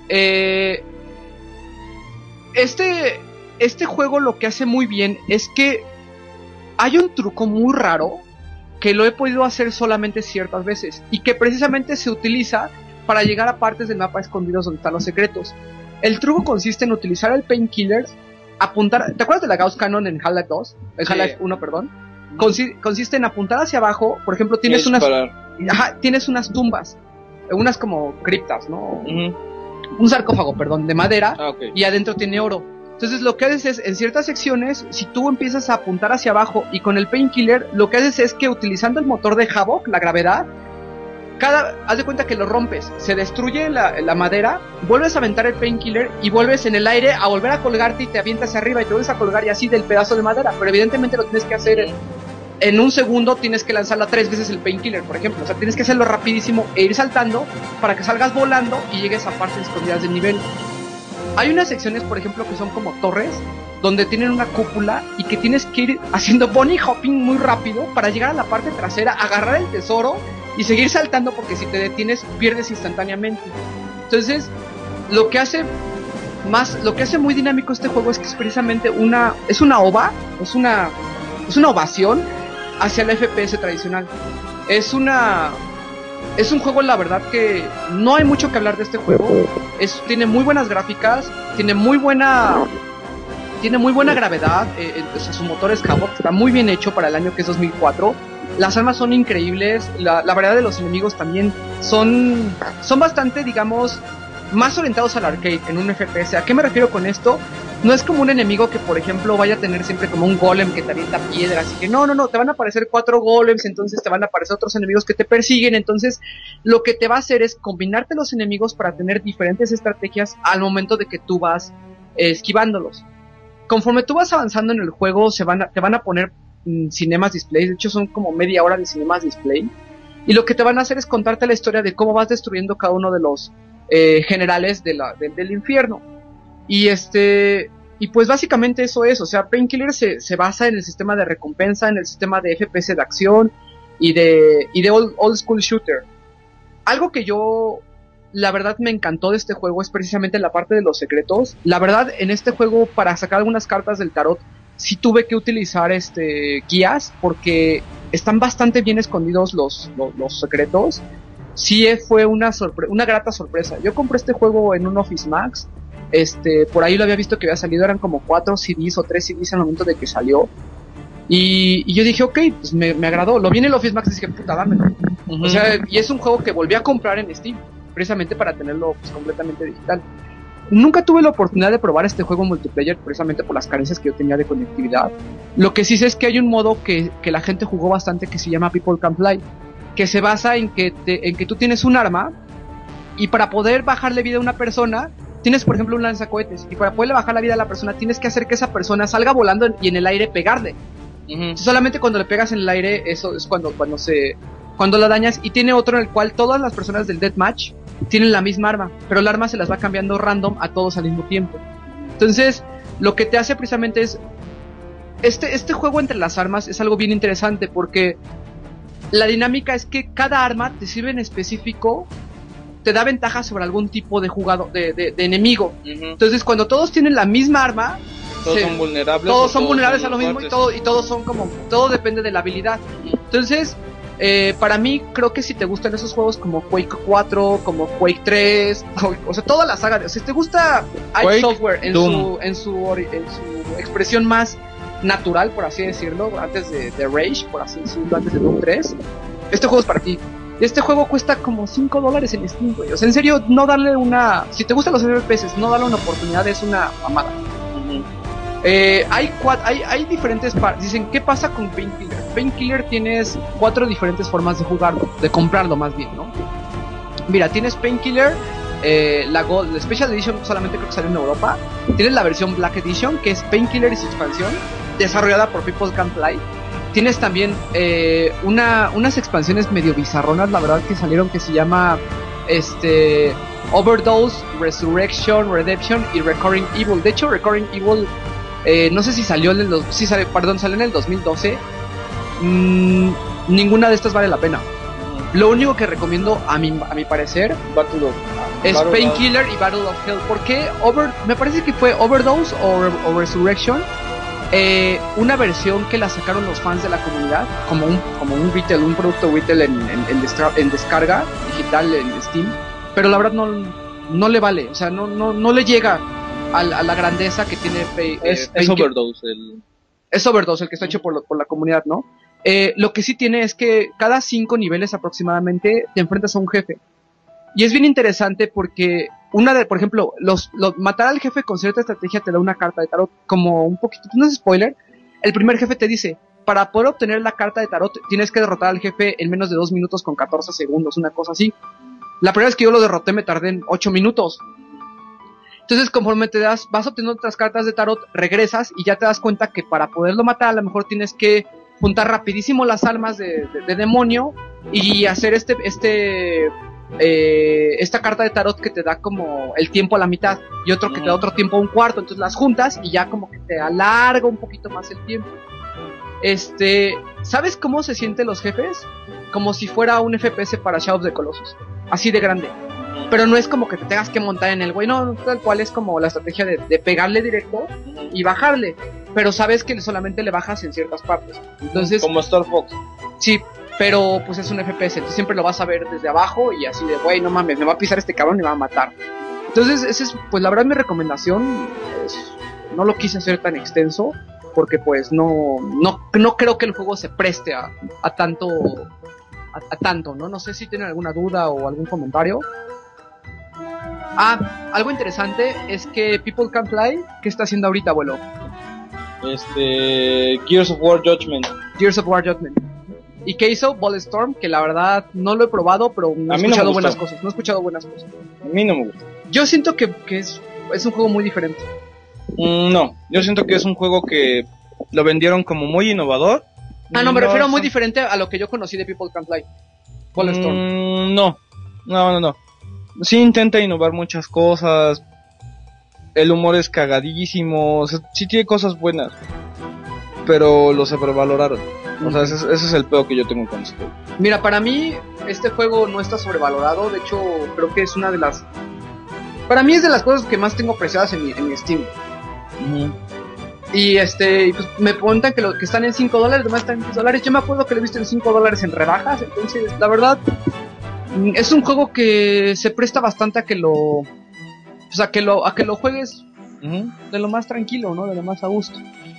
este juego lo que hace muy bien es que hay un truco muy raro que lo he podido hacer solamente ciertas veces y que precisamente se utiliza para llegar a partes del mapa escondidos donde están los secretos. El truco consiste en utilizar el Painkiller, apuntar... ¿Te acuerdas de la Gauss Cannon en Half-Life 2? En sí. Half-Life 1, perdón. Consiste en apuntar hacia abajo. Por ejemplo, tienes tienes unas tumbas, unas como criptas, ¿no? Un sarcófago, perdón, de madera, okay. Y adentro tiene oro. Entonces lo que haces es, en ciertas secciones, si tú empiezas a apuntar hacia abajo y con el Painkiller, lo que haces es que utilizando el motor de Havok, la gravedad, haz de cuenta que lo rompes, se destruye la madera, vuelves a aventar el Painkiller y vuelves en el aire a volver a colgarte y te avientas hacia arriba y te vuelves a colgar y así del pedazo de madera, pero evidentemente lo tienes que hacer en un segundo, tienes que lanzarla 3 veces el Painkiller, por ejemplo, o sea, tienes que hacerlo rapidísimo e ir saltando para que salgas volando y llegues a partes escondidas del nivel. Hay unas secciones, por ejemplo, que son como torres, donde tienen una cúpula y que tienes que ir haciendo bunny hopping muy rápido para llegar a la parte trasera, agarrar el tesoro y seguir saltando, porque si te detienes pierdes instantáneamente. Entonces, lo que hace muy dinámico este juego es que es precisamente una ovación hacia el FPS tradicional. Es un juego, la verdad, que no hay mucho que hablar de este juego. Tiene muy buenas gráficas, tiene muy buena gravedad, o sea, su motor es Havok, está muy bien hecho para el año que es 2004. Las armas son increíbles, la variedad de los enemigos también son bastante, digamos, más orientados al arcade en un FPS. ¿A qué me refiero con esto? No es como un enemigo que, por ejemplo, vaya a tener siempre como un golem que te avienta piedras y que no, te van a aparecer 4 golems, entonces te van a aparecer otros enemigos que te persiguen, entonces lo que te va a hacer es combinarte los enemigos para tener diferentes estrategias al momento de que tú vas esquivándolos. Conforme tú vas avanzando en el juego, te van a poner cinemas display, de hecho son como media hora de cinemas display, y lo que te van a hacer es contarte la historia de cómo vas destruyendo cada uno de los generales del infierno. Y pues básicamente eso es, o sea, Painkiller se basa en el sistema de recompensa, en el sistema de FPS de acción y de old school shooter. Algo que la verdad me encantó de este juego es precisamente la parte de los secretos. La verdad, en este juego, para sacar algunas cartas del tarot, sí tuve que utilizar guías, porque están bastante bien escondidos los secretos. Sí fue una grata sorpresa. Yo compré este juego en un Office Max. Por ahí lo había visto que había salido, eran como 4 CDs o 3 CDs al momento de que salió. Y yo dije, ok, pues me agradó. Lo vi en el Office Max y dije, puta, dámelo. O sea, y es un juego que volví a comprar en Steam, precisamente para tenerlo pues completamente digital. Nunca tuve la oportunidad de probar este juego multiplayer, precisamente por las carencias que yo tenía de conectividad. Lo que sí sé es que hay un modo que la gente jugó bastante que se llama People Can Fly, que se basa en que tú tienes un arma y para poder bajarle vida a una persona tienes, por ejemplo, un lanzacohetes, y para poderle bajar la vida a la persona tienes que hacer que esa persona salga volando y en el aire pegarle. Solamente cuando le pegas en el aire, eso es cuando la dañas. Y tiene otro en el cual todas las personas del deathmatch tienen la misma arma, pero el arma se las va cambiando random a todos al mismo tiempo. Entonces, lo que te hace precisamente es este juego entre las armas es algo bien interesante, porque la dinámica es que cada arma te sirve en específico, te da ventaja sobre algún tipo de jugador, de enemigo. Entonces, cuando todos tienen la misma arma, todos son vulnerables. Todos son vulnerables a lo mismo y todos son como, todo depende de la habilidad. Entonces, Para mí, creo que si te gustan esos juegos como Quake 4, como Quake 3, o sea, toda la saga, o sea, si te gusta Quake, id Software Doom. en su expresión más natural, por así decirlo, antes de Rage, por así decirlo, antes de Doom 3, este juego es para ti. Este juego cuesta como $5 en Steam, güey. O sea, en serio, no darle una... Si te gustan los FPS, no darle una oportunidad es una mamada. Hay diferentes... Dicen, ¿qué pasa con Painkiller? Painkiller tienes 4 diferentes formas de jugarlo, de comprarlo más bien, ¿no? Mira, tienes Painkiller, la Special Edition solamente creo que salió en Europa. Tienes la versión Black Edition, que es Painkiller y su expansión, desarrollada por People Can Fly. Tienes también unas expansiones medio bizarronas, la verdad, que salieron, que se llama Overdose, Resurrection, Redemption y Recurring Evil. De hecho, Recurring Evil, no sé si salió salió en el 2012. Ninguna de estas vale la pena. Lo único que recomiendo, a mi parecer, es Painkiller y Battle of Hell. ¿Por qué? Me parece que fue Overdose o Resurrection. Una versión que la sacaron los fans de la comunidad como un retail, un producto retail en descarga digital en Steam, pero la verdad no le vale, o sea, no le llega a la grandeza que tiene Es Overdose es Overdose el que está hecho por la comunidad, ¿no? Lo que sí tiene es que cada 5 niveles aproximadamente te enfrentas a un jefe. Y es bien interesante porque por ejemplo, matar al jefe con cierta estrategia te da una carta de tarot, como un poquito, no es spoiler. El primer jefe te dice, para poder obtener la carta de tarot tienes que derrotar al jefe en menos de 2 minutos con 14 segundos, una cosa así. La primera vez que yo lo derroté me tardé en 8 minutos. Entonces, conforme vas obteniendo otras cartas de tarot, regresas y ya te das cuenta que para poderlo matar a lo mejor tienes que juntar rapidísimo las almas de demonio y hacer esta carta de tarot que te da como el tiempo a la mitad y otro que te da otro tiempo a un cuarto, entonces las juntas y ya como que te alarga un poquito más el tiempo. ¿Sabes cómo se sienten los jefes? Como si fuera un FPS para Shadow of the Colossus, así de grande. Pero no es como que te tengas que montar en el güey, no, tal cual es como la estrategia de pegarle directo y bajarle, pero sabes que solamente le bajas en ciertas partes. Entonces, como Star Fox. Sí, pero pues es un FPS, entonces siempre lo vas a ver desde abajo y así de, güey, no mames, me va a pisar este cabrón y me va a matar. Entonces, esa es, pues la verdad mi recomendación, no lo quise hacer tan extenso, porque pues no creo que el juego se preste a tanto, ¿no? No sé si tienen alguna duda o algún comentario. Algo interesante es que People Can Fly, ¿qué está haciendo ahorita, abuelo? Gears of War Judgment. Y ¿qué hizo? Bulletstorm, que la verdad no lo he probado, pero no he escuchado buenas cosas. A mí no me gusta. Yo siento que es un juego muy diferente. No, yo siento que es un juego que lo vendieron como muy innovador. Me refiero muy diferente a lo que yo conocí de People Can Fly. Bulletstorm. No. Sí intenta innovar muchas cosas. El humor es cagadísimo. O sea, sí tiene cosas buenas, pero lo sobrevaloraron. O sea, ese es el peor que yo tengo con este juego. Mira, para mí este juego no está sobrevalorado. De hecho, creo que es una de las... Para mí es de las cosas que más tengo apreciadas en mi Steam. Y pues me preguntan que están en $5, demás están en $10. Yo me acuerdo que lo he visto en $5 en rebajas. Entonces, la verdad, es un juego que se presta bastante a que lo juegues de lo más tranquilo, ¿no? De lo más a gusto.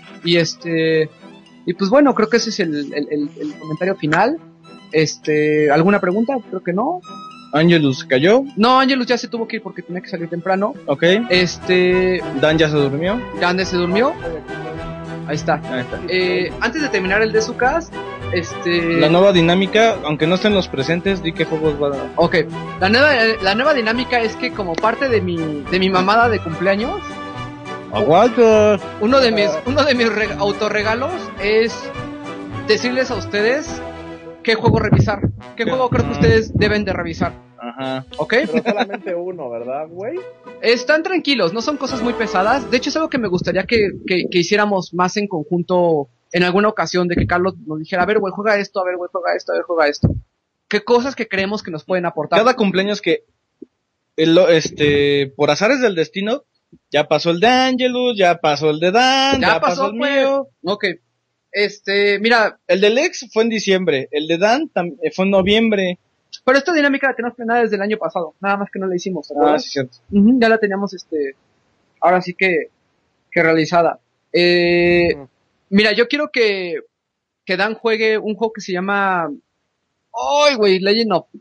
Y pues bueno, creo que ese es el comentario final. ¿Alguna pregunta? Creo que no. ¿Angelus cayó? No, Angelus ya se tuvo que ir porque tenía que salir temprano. Ok. Dan ya se durmió. Dan se durmió. Ahí está. Antes de terminar el de su cast, la nueva dinámica, aunque no estén los presentes, di qué juegos va a dar. Ok. La nueva dinámica es que como parte de mi mamada de cumpleaños, ¡aguanta! Uno de mis autorregalos es decirles a ustedes qué juego revisar. ¿Qué juego creo que ustedes deben de revisar? Ajá. ¿Ok? Pero solamente uno, ¿verdad, güey? Están tranquilos, no son cosas muy pesadas. De hecho, es algo que me gustaría que hiciéramos más en conjunto en alguna ocasión, de que Carlos nos dijera, a ver, güey, juega esto, a ver, güey, juega esto, a ver, juega esto. ¿Qué cosas que creemos que nos pueden aportar? Cada cumpleaños que, por azares del destino, ya pasó el de Angelus, ya pasó el de Dan, ya pasó el mío. Ok. Mira, El del ex fue en diciembre, el de Dan fue en noviembre. pero esta dinámica la tenemos planeada desde el año pasado, nada más que no la hicimos, ¿te Ah, acuerdas? sí, cierto. Ujú, ya la teníamos, ahora sí que realizada. Mira, yo quiero que Dan juegue un juego que se llama, ay, güey, Legend of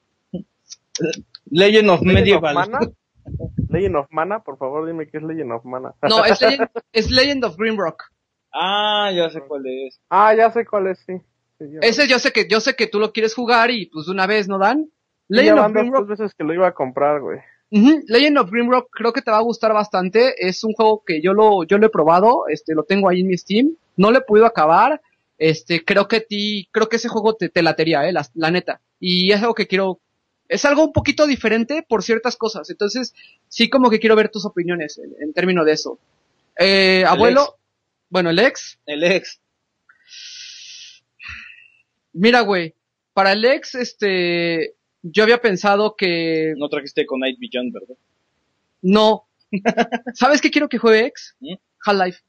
Legend of Medieval. Mana. Legend of Mana, por favor, dime qué es Legend of Mana. no, es Legend of Grimrock. Ah, ya sé cuál es. Ah, ya sé cuál es, sí. Sí, ya. Ese yo sé que tú lo quieres jugar y pues de una vez, ¿no, Dan? Sí, Legend ya of van dos Grimrock. veces que lo iba a comprar, güey. Ujú, Legend of Grimrock creo que te va a gustar bastante. Es un juego que yo lo he probado, lo tengo ahí en mi Steam. No lo he podido acabar. Creo que ese juego te latería, la neta. Y es algo que quiero, es algo un poquito diferente por ciertas cosas. Entonces, sí como que quiero ver tus opiniones en términos de eso. Abuelo, bueno, el ex. El ex. Mira, güey, para el ex, yo había pensado que No trajiste con Night Beyond, ¿verdad? no. ¿Sabes qué quiero que juegue ex? ¿Mm? Half-Life.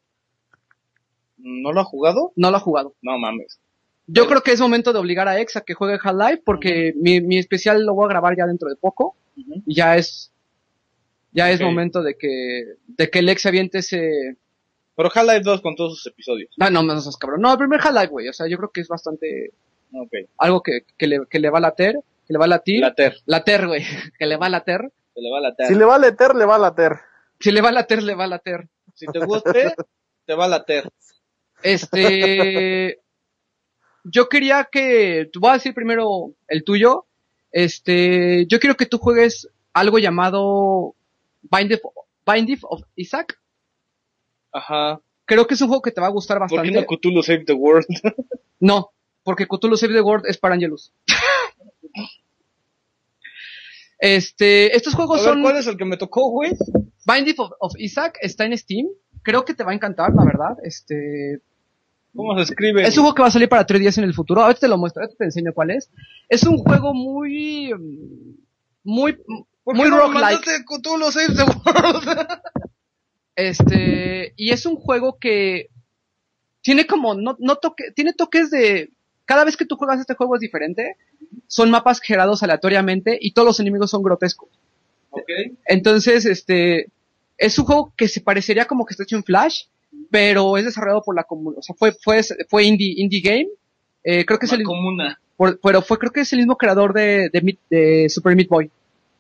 ¿No lo ha jugado? No lo ha jugado. No mames. Yo creo que es momento de obligar a ex a que juegue Half-Life porque mi especial lo voy a grabar ya dentro de poco. Ujú. Y ya es Ok. momento de que el ex aviente ese... Pero Half-Life 2 con todos sus episodios. No me seas cabrón. No, el primer Half-Life, güey. O sea, yo creo que es bastante... Ok. Algo que le va a latir. Que le va a latir. Later, güey. Que le va a latir. Se le va a latir. Si le va a later, le va a later. Si le va a latir, le va a latir. Si te guste, te va a latir. Yo quería que... Voy a decir primero el tuyo. Yo quiero que tú juegues algo llamado Binding of Isaac. Ajá. Creo que es un juego que te va a gustar ¿Por qué bastante. no Cthulhu Save the World? No, porque Cthulhu Save the World es para Angelus. Estos juegos A ver, son... ¿cuál es el que me tocó, güey? Binding of Isaac está en Steam. Creo que te va a encantar, la verdad. ¿Cómo se escribe? Es un juego que va a salir para 3 días en el futuro. Ahorita te lo muestro, ahorita te enseño cuál es. Es un juego muy ¿Por muy qué no me roguelike. mandaste Cthulhu Save the World? Y es un juego que tiene como, tiene toques de, cada vez que tú juegas este juego es diferente, son mapas generados aleatoriamente y todos los enemigos son grotescos. Ok. Entonces, es un juego que se parecería como que está hecho en Flash, pero es desarrollado por la comunidad, o sea, fue indie game, creo que es La comuna. pero creo que es el mismo creador de Super Meat Boy.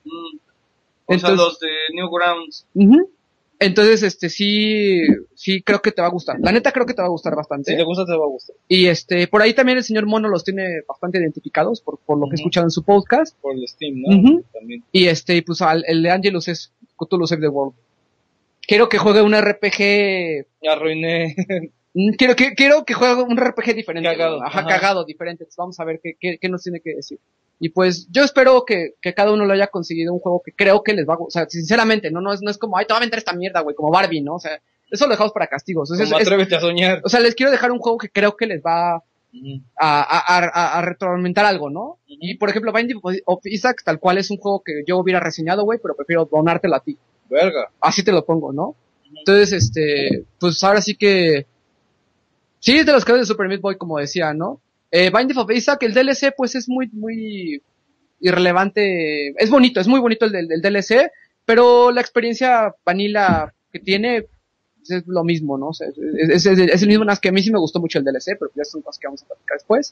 O sea, Entonces- los de Newgrounds. Ujú. Entonces, sí creo que te va a gustar. La neta creo que te va a gustar bastante. Si te gusta, te va a gustar. Y por ahí también el señor Mono los tiene bastante identificados por lo que he Ujú. escuchado en su podcast. Por el Steam, ¿no? Ujú. También. Y pues el de Angelus es Cthulhu Save the World. Quiero que juegue un RPG. Arruiné. Quiero que juegue un RPG diferente. Cagado. Ajá, Ajá. cagado, diferente. Entonces, vamos a ver qué nos tiene que decir. Y pues yo espero que cada uno lo haya conseguido un juego que creo que les va a gustar. O sea, sinceramente, no es como, ay, te va a aventar esta mierda, güey, como Barbie, ¿no? O sea, eso lo dejamos para castigos. Entonces, Como Atrévete a soñar. o sea, les quiero dejar un juego que creo que les va Ujú. a retroalimentar algo, ¿no? Ujú. Y por ejemplo, Binding of Isaac, tal cual es un juego que yo hubiera reseñado, güey, pero prefiero donártelo a ti. Verga. Así te lo pongo, ¿no? Entonces, pues ahora sí que... Sí, es de los creadores de Super Meat Boy, como decía, ¿no? Binding of Isaac, el DLC, pues es muy irrelevante. Es bonito, es muy bonito el DLC, pero la experiencia vanilla que tiene es lo mismo, ¿no? O sea, es el mismo, nada más que a mí sí me gustó mucho el DLC, pero ya son cosas que vamos a platicar después.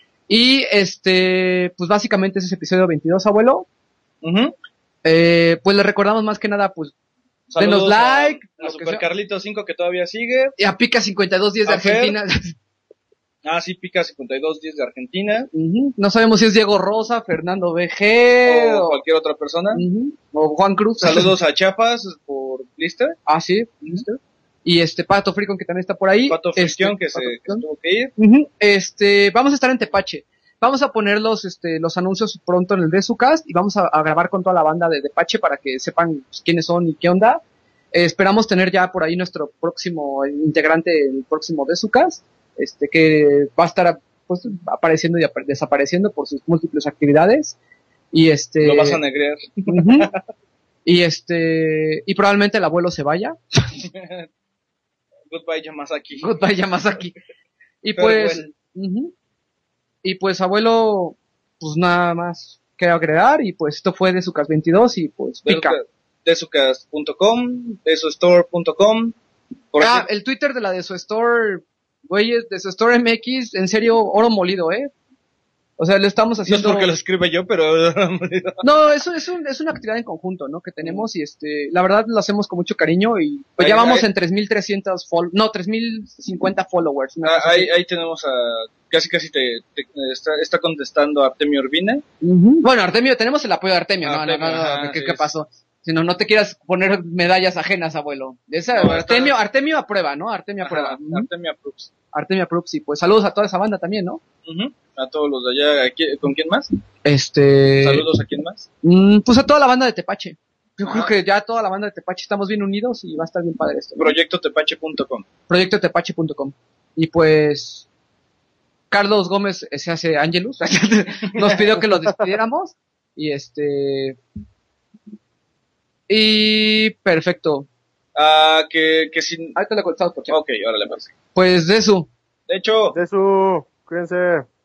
Y pues básicamente ese es episodio 22, abuelo. Ujú. Pues le recordamos más que nada, pues, denos Saludos like, a lo que Super sea. Carlito 5 que todavía sigue. Y a Pica 5210 de A Fer. Argentina. Ah, sí, Pica 5210 de Argentina. Ujú. No sabemos si es Diego Rosa, Fernando BG O cualquier otra persona. ujú, o Juan Cruz. Saludos a Chiapas por Blister. Ah, sí, listo. Y Pato Fricon que también está por ahí. Pato Fricción que se Pato que Fricción. tuvo que ir. Ujú. Vamos a estar en Tepache. Vamos a poner los anuncios pronto en el Desucast y vamos a grabar con toda la banda de Tepache para que sepan pues, quiénes son y qué onda. Esperamos tener ya por ahí nuestro próximo integrante, el próximo Desucast, que va a estar pues apareciendo y desapareciendo por sus múltiples actividades. Y Lo vas a negrear. ujú. Y y probablemente el abuelo se vaya. Goodbye Yamazaki. Goodbye Yamazaki. Y Farewell. y pues abuelo, pues nada más que agregar, y pues esto fue de Sucas 22 y pues pica. Desucas.com, desustore.com. El Twitter de la de su store, güeyes, de su store MX, en serio, oro molido, O sea, lo estamos No es haciendo. porque lo escribe yo, pero No, eso es una actividad en conjunto, ¿no? Que tenemos y la verdad lo hacemos con mucho cariño y pues ya vamos en 3,300 no, 3,050 followers. Ahí tenemos a casi te está contestando Artemio Urbina. Bueno, Artemio, tenemos el apoyo de Artemio, Artemio, ¿qué pasó? Si no te quieras poner medallas ajenas, abuelo. Artemio aprueba, ¿no? Artemio aprueba. Artemio approves. Artemio approves, y pues saludos a toda esa banda también, ¿no? A todos los de allá. ¿Con quién más? Saludos a quién más. Pues a toda la banda de Tepache. Yo creo que ya toda la banda de Tepache estamos bien unidos y va a estar bien padre esto, ¿no? Proyectotepache.com. Proyectotepache.com. Y pues Carlos Gómez se hace Angelus. Nos pidió que lo despidiéramos. Y perfecto. Que sin... Ahorita le contestamos por chat. Ok, órale, pues. Pues de eso. De hecho... De su, cuídense.